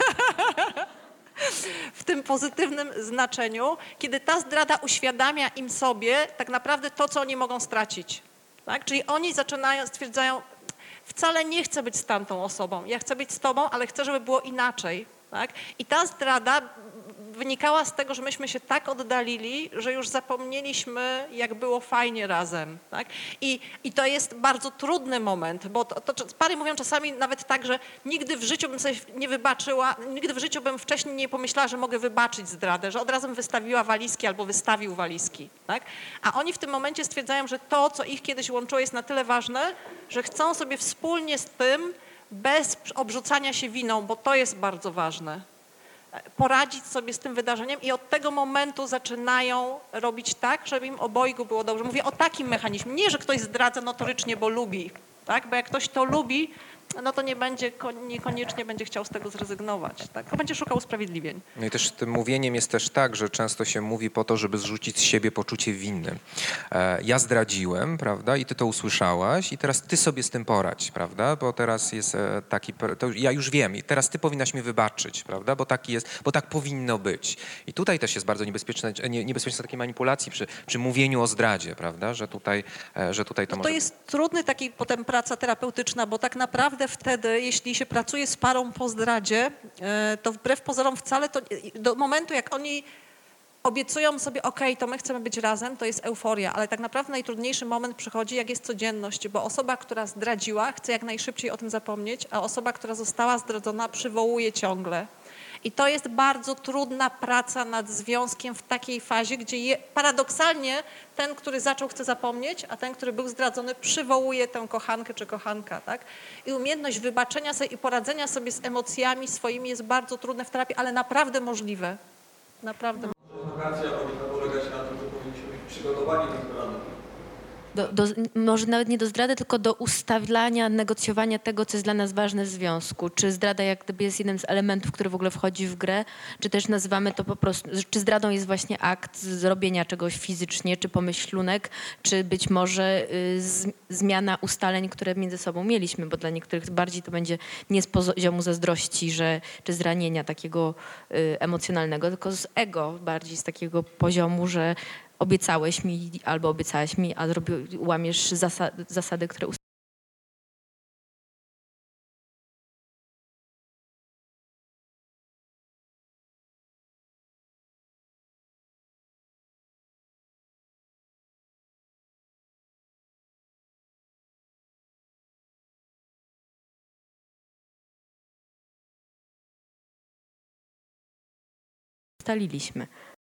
W tym pozytywnym znaczeniu, kiedy ta zdrada uświadamia im sobie tak naprawdę to, co oni mogą stracić. Tak? Czyli oni zaczynają, stwierdzają, wcale nie chcę być z tamtą osobą, ja chcę być z tobą, ale chcę, żeby było inaczej. Tak? I ta zdrada wynikała z tego, że myśmy się tak oddalili, że już zapomnieliśmy, jak było fajnie razem. Tak? I, I to jest bardzo trudny moment, bo to, to pary mówią czasami nawet tak, że nigdy w życiu bym sobie nie wybaczyła, nigdy w życiu bym wcześniej nie pomyślała, że mogę wybaczyć zdradę, że od razu bym wystawiła walizki albo wystawił walizki. Tak? A oni w tym momencie stwierdzają, że to, co ich kiedyś łączyło, jest na tyle ważne, że chcą sobie wspólnie z tym, bez obrzucania się winą, bo to jest bardzo ważne, poradzić sobie z tym wydarzeniem i od tego momentu zaczynają robić tak, żeby im obojgu było dobrze. Mówię o takim mechanizmie. Nie, że ktoś zdradza notorycznie, bo lubi, tak? Bo jak ktoś to lubi, no to nie będzie, niekoniecznie będzie chciał z tego zrezygnować, tak? To będzie szukał usprawiedliwień. No i też tym mówieniem jest też tak, że często się mówi po to, żeby zrzucić z siebie poczucie winy. E, ja zdradziłem, prawda, i ty to usłyszałaś i teraz ty sobie z tym poradź, prawda, bo teraz jest e, taki, to ja już wiem i teraz ty powinnaś mi wybaczyć, prawda, bo taki jest, bo tak powinno być. I tutaj też jest bardzo niebezpieczne, nie, niebezpieczne takiej manipulacji przy, przy mówieniu o zdradzie, prawda, że tutaj, e, że tutaj to no może... To jest trudny taki potem praca terapeutyczna, bo tak naprawdę wtedy, jeśli się pracuje z parą po zdradzie, to wbrew pozorom wcale to do momentu, jak oni obiecują sobie, ok, to my chcemy być razem, to jest euforia, ale tak naprawdę najtrudniejszy moment przychodzi, jak jest codzienność, bo osoba, która zdradziła, chce jak najszybciej o tym zapomnieć, a osoba, która została zdradzona, przywołuje ciągle. I to jest bardzo trudna praca nad związkiem w takiej fazie, gdzie je, paradoksalnie ten, który zaczął, chce zapomnieć, a ten, który był zdradzony, przywołuje tę kochankę czy kochanka. Tak? I umiejętność wybaczenia sobie i poradzenia sobie z emocjami swoimi jest bardzo trudne w terapii, ale naprawdę możliwe. Naprawdę. Edukacja powinna polegać na tym, że powinniśmy być przygotowani do zdrady. Do, do, może nawet nie do zdrady, tylko do ustawiania, negocjowania tego, co jest dla nas ważne w związku. Czy zdrada jak gdyby jest jednym z elementów, który w ogóle wchodzi w grę, czy też nazywamy to po prostu, czy zdradą jest właśnie akt zrobienia czegoś fizycznie, czy pomyślunek, czy być może y, z, zmiana ustaleń, które między sobą mieliśmy, bo dla niektórych bardziej to będzie nie z poziomu zazdrości, że, czy zranienia takiego y, emocjonalnego, tylko z ego, bardziej z takiego poziomu, że obiecałeś mi albo obiecałaś mi, a zrobi, łamiesz zasady, zasady, które ustaliliśmy.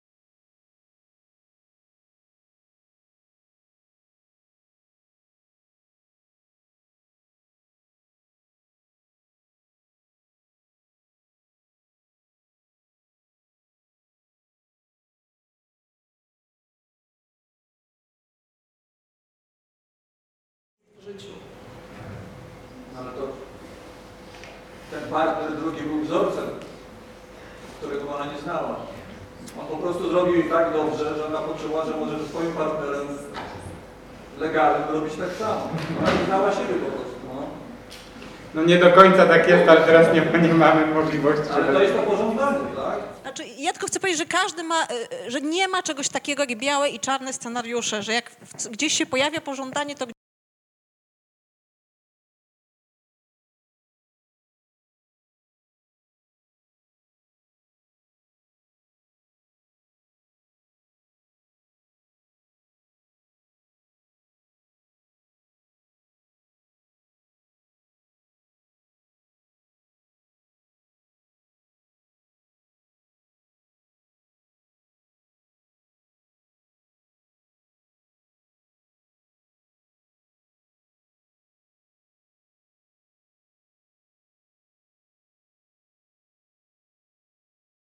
W życiu. No ale to ten partner drugi był wzorcem, którego ona nie znała. On po prostu zrobił jej tak dobrze, że ona poczuła, że może ze swoim partnerem legalnym robić tak samo. Ona nie znała siebie po prostu. No, No nie do końca tak jest, ale teraz nie, nie mamy możliwości. ale to jest to pożądane, tak? Znaczy, ja tylko chcę powiedzieć, że każdy ma, y, że nie ma czegoś takiego jak białe i czarne scenariusze, że jak w- gdzieś się pojawia pożądanie, to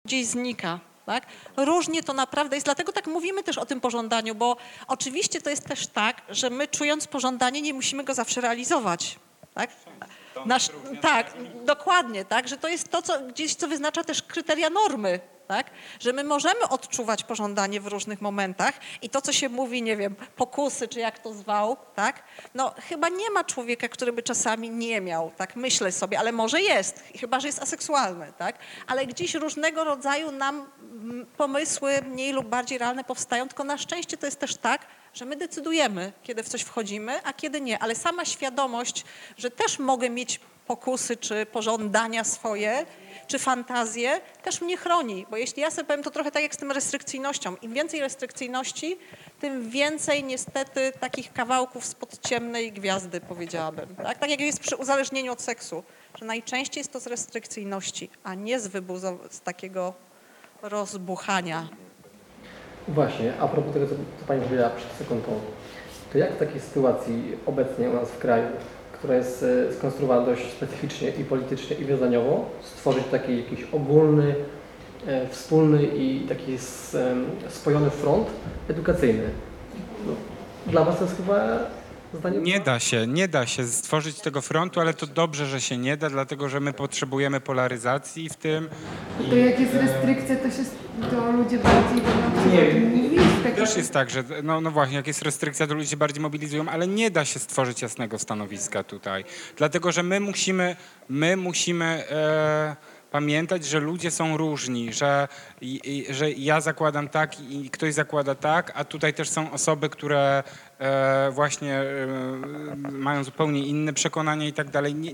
gdzieś znika. Tak? Różnie to naprawdę jest, dlatego tak mówimy też o tym pożądaniu, bo oczywiście to jest też tak, że my czując pożądanie nie musimy go zawsze realizować. Tak? Nasz, tak, dokładnie, tak, że to jest to, co gdzieś co wyznacza też kryteria normy. Tak? Że my możemy odczuwać pożądanie w różnych momentach i to, co się mówi, nie wiem, pokusy, czy jak to zwał, tak? No chyba nie ma człowieka, który by czasami nie miał, tak myślę sobie, ale może jest, chyba że jest aseksualny, tak? Ale gdzieś różnego rodzaju nam mm, pomysły mniej lub bardziej realne powstają, tylko na szczęście to jest też tak, że my decydujemy, kiedy w coś wchodzimy, a kiedy nie, ale sama świadomość, że też mogę mieć pokusy czy pożądania swoje, czy fantazje, też mnie chroni, bo jeśli ja sobie powiem, to trochę tak jak z tym restrykcyjnością. Im więcej restrykcyjności, tym więcej niestety takich kawałków spod ciemnej gwiazdy, powiedziałabym. Tak, tak jak jest przy uzależnieniu od seksu, że najczęściej jest to z restrykcyjności, a nie z wybuzu, z takiego rozbuchania. Właśnie, a propos tego, co, co Pani powiedziała przed sekundą, to jak w takiej sytuacji obecnie u nas w kraju, która jest e, skonstruowana dość specyficznie i politycznie i wiążeniowo, stworzyć taki jakiś ogólny, e, wspólny i taki s, e, spojony front edukacyjny? No, dla Was to jest chyba zdanie... Nie da się, nie da się stworzyć tego frontu, ale to dobrze, że się nie da, dlatego że my potrzebujemy polaryzacji w tym. To jak jest restrykcja, to się to ludzie bardziej będą Nie, o tym mówić? Tak Też jest tak, że no, no właśnie, jak jest restrykcja, to ludzie się bardziej mobilizują, ale nie da się stworzyć jasnego stanowiska tutaj. Dlatego, że my musimy, my musimy e, pamiętać, że ludzie są różni, że, i, i, że ja zakładam tak i ktoś zakłada tak, a tutaj też są osoby, które e, właśnie e, mają zupełnie inne przekonania i tak dalej. Nie,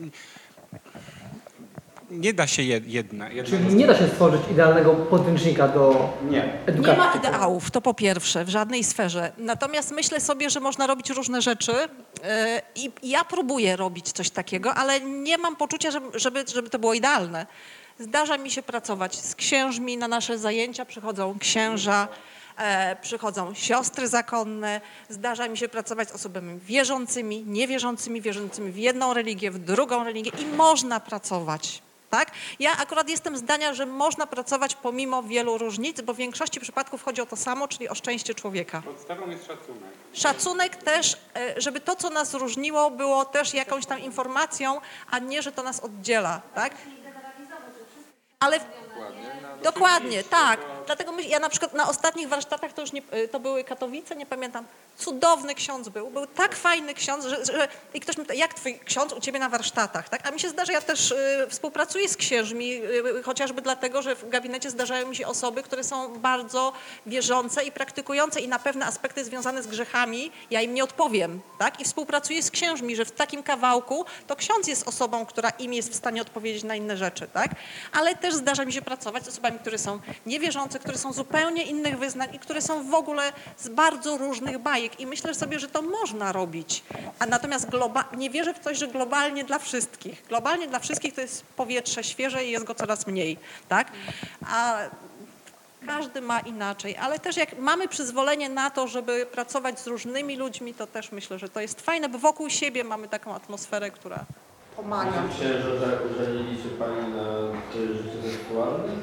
nie da się jed, jedne. Czyli nie da się stworzyć idealnego podręcznika do Nie. edukacji? Nie ma ideałów, to po pierwsze, w żadnej sferze. Natomiast myślę sobie, że można robić różne rzeczy yy, i ja próbuję robić coś takiego, ale nie mam poczucia, żeby, żeby, żeby to było idealne. Zdarza mi się pracować z księżmi, na nasze zajęcia przychodzą księża, e, przychodzą siostry zakonne, zdarza mi się pracować z osobami wierzącymi, niewierzącymi, wierzącymi w jedną religię, w drugą religię i można pracować. Tak? Ja akurat jestem zdania, że można pracować pomimo wielu różnic, bo w większości przypadków chodzi o to samo, czyli o szczęście człowieka. Podstawą jest szacunek. Szacunek też, żeby to, co nas różniło, było też jakąś tam informacją, a nie, że to nas oddziela. Tak? Ale dokładnie, tak. Dlatego my, ja na przykład na ostatnich warsztatach, to już nie, to były Katowice, nie pamiętam, cudowny ksiądz był, był tak fajny ksiądz, że, że i ktoś mi pyta, jak twój ksiądz u ciebie na warsztatach, tak? A mi się zdarza, ja też y, współpracuję z księżmi, y, chociażby dlatego, że w gabinecie zdarzają mi się osoby, które są bardzo wierzące i praktykujące i na pewne aspekty związane z grzechami ja im nie odpowiem, tak? I współpracuję z księżmi, że w takim kawałku to ksiądz jest osobą, która im jest w stanie odpowiedzieć na inne rzeczy, tak? Ale też zdarza mi się pracować z osobami, które są niewierzące, które są zupełnie innych wyznań i które są w ogóle z bardzo różnych bajek. I myślę sobie, że to można robić. A natomiast globa- nie wierzę w coś, że globalnie dla wszystkich. Globalnie dla wszystkich to jest powietrze świeże i jest go coraz mniej. Tak? A każdy ma inaczej. Ale też jak mamy przyzwolenie na to, żeby pracować z różnymi ludźmi, to też myślę, że to jest fajne, bo wokół siebie mamy taką atmosferę, która pomaga. Księża, że użenili się Pani na życie seksualne?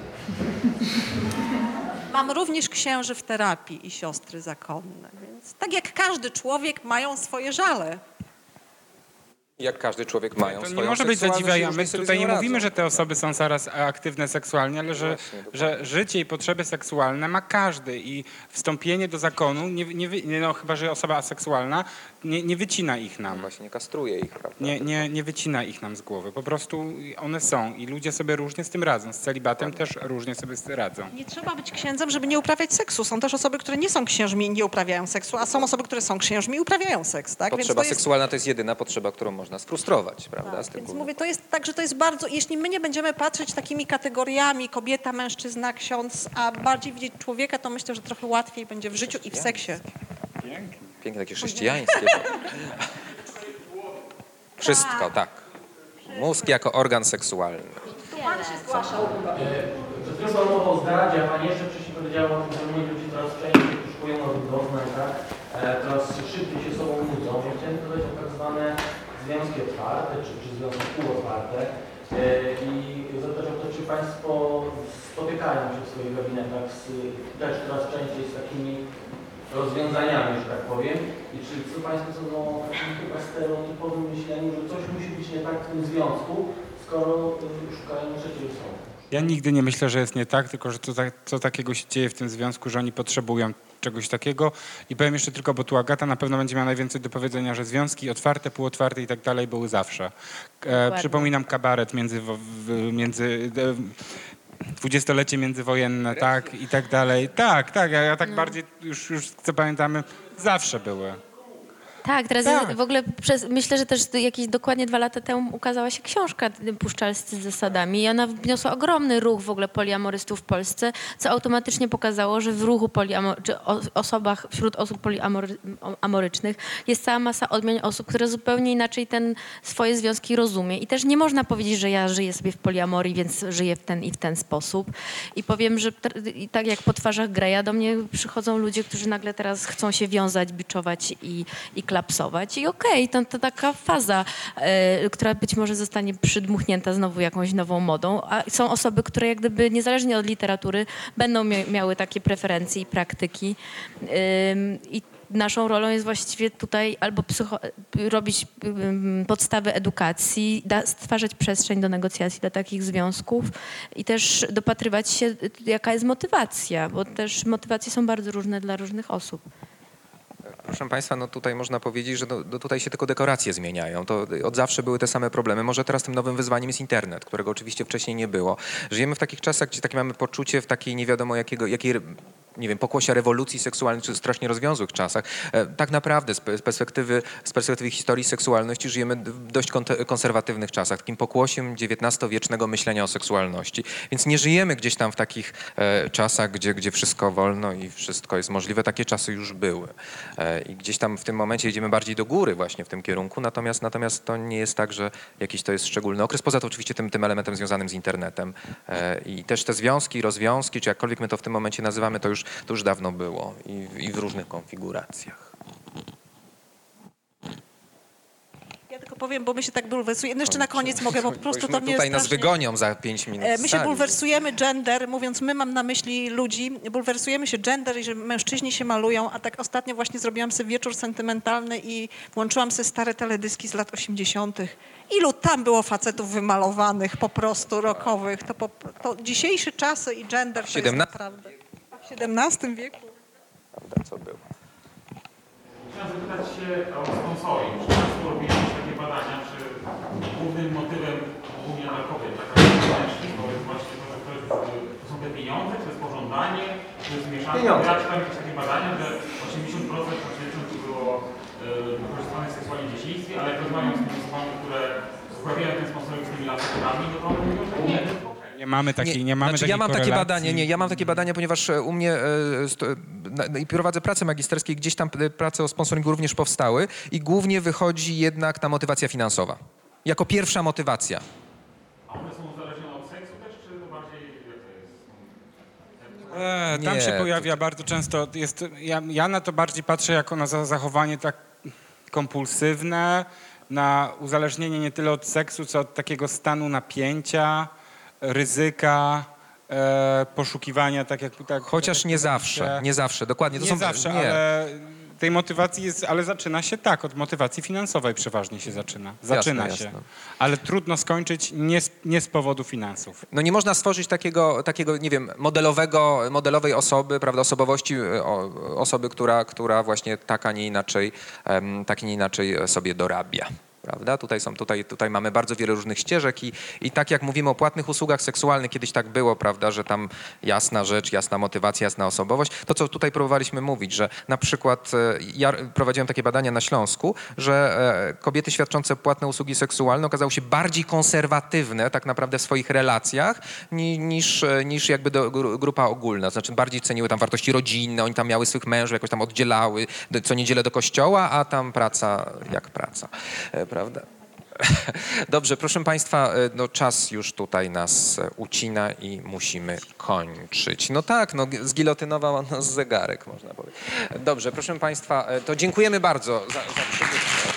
Mam również księży w terapii i siostry zakonne, więc tak jak każdy człowiek mają swoje żale. Jak każdy człowiek mają To nie swoją może być seksualność i zadziwiające. różnie My sobie tutaj z nie nią mówimy, radzą. że te osoby są zaraz aktywne seksualnie, ale że, Właśnie, dokładnie. że życie i potrzeby seksualne ma każdy i wstąpienie do zakonu, nie, nie, wy- nie, no, chyba że osoba aseksualna, nie, nie wycina ich nam. Właśnie nie kastruje ich, prawda? Nie, nie, nie wycina ich nam z głowy. Po prostu one są i ludzie sobie różnie z tym radzą. Z celibatem też różnie sobie z tym radzą. Nie trzeba być księdzem, żeby nie uprawiać seksu. Są też osoby, które nie są księżmi i nie uprawiają seksu, a są osoby, które są księżmi i uprawiają seks. Tak? Więc Potrzeba to jest, seksualna to jest jedyna potrzeba, którą można sfrustrować, prawda? tak, Z więc tego mówię, to jest tak, że to jest bardzo, jeśli my nie będziemy patrzeć takimi kategoriami kobieta, mężczyzna, ksiądz, a bardziej widzieć człowieka, to myślę, że trochę łatwiej będzie w życiu i w seksie. Piękne, takie chrześcijańskie. Wszystko, tak. Mózg jako organ seksualny. Przed chwilą Pan mowa o zdradzie, a Pani jeszcze wcześniej powiedziała o tym, że młodzi ludzie coraz częściej poszukują nowych doznań, tak? E, coraz szybciej się sobą nudzą. Ja chciałem dodać o tak zwane związki otwarte, czy, czy związki półotwarte. I zapytał to, czy Państwo spotykają się w swoich gabinetach z, też coraz częściej z takimi rozwiązaniami, że tak powiem, i czy co Państwo są o takim chyba stereotypowym myśleniu, że coś musi być nie tak w tym związku, skoro y, szukają trzeciej osoby? Ja nigdy nie myślę, że jest nie tak, tylko że co, ta, co takiego się dzieje w tym związku, że oni potrzebują czegoś takiego. I powiem jeszcze tylko, bo tu Agata na pewno będzie miała najwięcej do powiedzenia, że związki otwarte, półotwarte i tak dalej były zawsze. E, przypominam kabaret między, między dwudziestolecie międzywojenne, tak, i tak dalej. Tak, tak, ja, ja tak No. bardziej, już, już co pamiętamy, zawsze były. Tak, teraz Tak. Jest w ogóle przez, myślę, że też jakieś dokładnie dwa lata temu ukazała się książka Puszczalscy z zasadami i ona wniosła ogromny ruch w ogóle poliamorystów w Polsce, co automatycznie pokazało, że w ruchu poliamor, czy o, osobach, wśród osób poliamorycznych jest cała masa odmian osób, które zupełnie inaczej ten swoje związki rozumie. I też nie można powiedzieć, że ja żyję sobie w poliamorii, więc żyję w ten i w ten sposób. I powiem, że t- i tak jak po twarzach Greya do mnie przychodzą ludzie, którzy nagle teraz chcą się wiązać, biczować i, i klapsować. I okej, okay, to, to taka faza, y, która być może zostanie przydmuchnięta znowu jakąś nową modą. A są osoby, które jak gdyby niezależnie od literatury będą mia- miały takie preferencje i praktyki. Ym, I naszą rolą jest właściwie tutaj albo psycho- robić ym, podstawy edukacji, da, stwarzać przestrzeń do negocjacji dla takich związków i też dopatrywać się, jaka jest motywacja, bo też motywacje są bardzo różne dla różnych osób. Proszę Państwa, no tutaj można powiedzieć, że no, no tutaj się tylko dekoracje zmieniają. To od zawsze były te same problemy. Może teraz tym nowym wyzwaniem jest internet, którego oczywiście wcześniej nie było. Żyjemy w takich czasach, gdzie takie mamy poczucie w takiej nie wiadomo jakiego, jakiej nie wiem, pokłosia rewolucji seksualnej, czy strasznie rozwiązłych czasach. E, tak naprawdę z perspektywy, z perspektywy historii seksualności żyjemy w dość konserwatywnych czasach, takim pokłosiem dziewiętnastowiecznego myślenia o seksualności. Więc nie żyjemy gdzieś tam w takich e, czasach, gdzie, gdzie wszystko wolno i wszystko jest możliwe. Takie czasy już były. E, I gdzieś tam w tym momencie idziemy bardziej do góry właśnie w tym kierunku, natomiast, natomiast to nie jest tak, że jakiś to jest szczególny okres. Poza to oczywiście tym, tym elementem związanym z internetem. E, I też te związki, rozwiązki, czy jakkolwiek my to w tym momencie nazywamy, to już To już dawno było i, i w różnych konfiguracjach. Ja tylko powiem, bo my się tak bulwersujemy. No jeszcze na koniec mogę, bo po prostu to mnie Tutaj nas strasznie... wygonią za pięć minut. My się sali. bulwersujemy gender, mówiąc my, mam na myśli ludzi, bulwersujemy się gender i że mężczyźni się malują, a tak ostatnio właśnie zrobiłam sobie wieczór sentymentalny i włączyłam sobie stare teledyski z lat osiemdziesiątych. Ilu tam było facetów wymalowanych, po prostu rockowych. To, po, to dzisiejsze czasy i gender to jest naprawdę... W siedemnastym wieku. Prawda, co było? Chciałem zapytać się o sponsoring. Czy Państwo robili takie badania, czy głównym motywem głównie dla kobiet, tak jak mężczyzn, to jest właśnie to, że to, jest, to są te pieniądze, czy to jest pożądanie, czy jest mieszanka? Ja czytałem jakieś takie badania, że osiemdziesiąt procent dziewcząt było y, wykorzystywanych seksualnie w dzieciństwie, ale jak rozmawiam z tymi osobami, które uprawiają ten sponsoring z tymi latykami, no to one mówią, że nie. Nie mamy takiej, nie, mamy znaczy, takiej ja mam takie korelacji. badanie, nie, ja mam takie badania, ponieważ u mnie e, sto, na, i prowadzę pracę magisterskie, gdzieś tam prace o sponsoringu również powstały i głównie wychodzi jednak ta motywacja finansowa. Jako pierwsza motywacja. A one są uzależnione od seksu też, czy to bardziej jak to jest? E, tam Nie, się pojawia to- bardzo często, jest, ja, ja na to bardziej patrzę jako na za- zachowanie tak kompulsywne, na uzależnienie nie tyle od seksu, co od takiego stanu napięcia, ryzyka, e, poszukiwania, tak jak... Tak, Chociaż tak, nie jak zawsze, mówicie. nie zawsze, dokładnie. To Nie są, zawsze, nie. ale tej motywacji jest, ale zaczyna się tak, od motywacji finansowej przeważnie się zaczyna. Zaczyna Jasne, się. jasne. Ale trudno skończyć nie z, nie z powodu finansów. No nie można stworzyć takiego, takiego nie wiem, modelowego, modelowej osoby, prawda, osobowości, o, osoby, która, która właśnie tak, a nie inaczej, em, tak, a nie inaczej sobie dorabia. Prawda? Tutaj, są, tutaj, tutaj mamy bardzo wiele różnych ścieżek i, i tak jak mówimy o płatnych usługach seksualnych, kiedyś tak było, prawda, że tam jasna rzecz, jasna motywacja, jasna osobowość. To, co tutaj próbowaliśmy mówić, że na przykład e, ja prowadziłem takie badania na Śląsku, że e, kobiety świadczące płatne usługi seksualne okazały się bardziej konserwatywne tak naprawdę w swoich relacjach ni, niż, niż jakby do, gru, grupa ogólna. Znaczy bardziej ceniły tam wartości rodzinne, oni tam miały swych mężów, jakoś tam oddzielały do, co niedzielę do kościoła, a tam praca jak praca. E, Prawda? Dobrze, proszę Państwa, no czas już tutaj nas ucina i musimy kończyć. No tak, no zgilotynował nas zegarek, można powiedzieć. Dobrze, proszę Państwa, to dziękujemy bardzo za, za przybycie.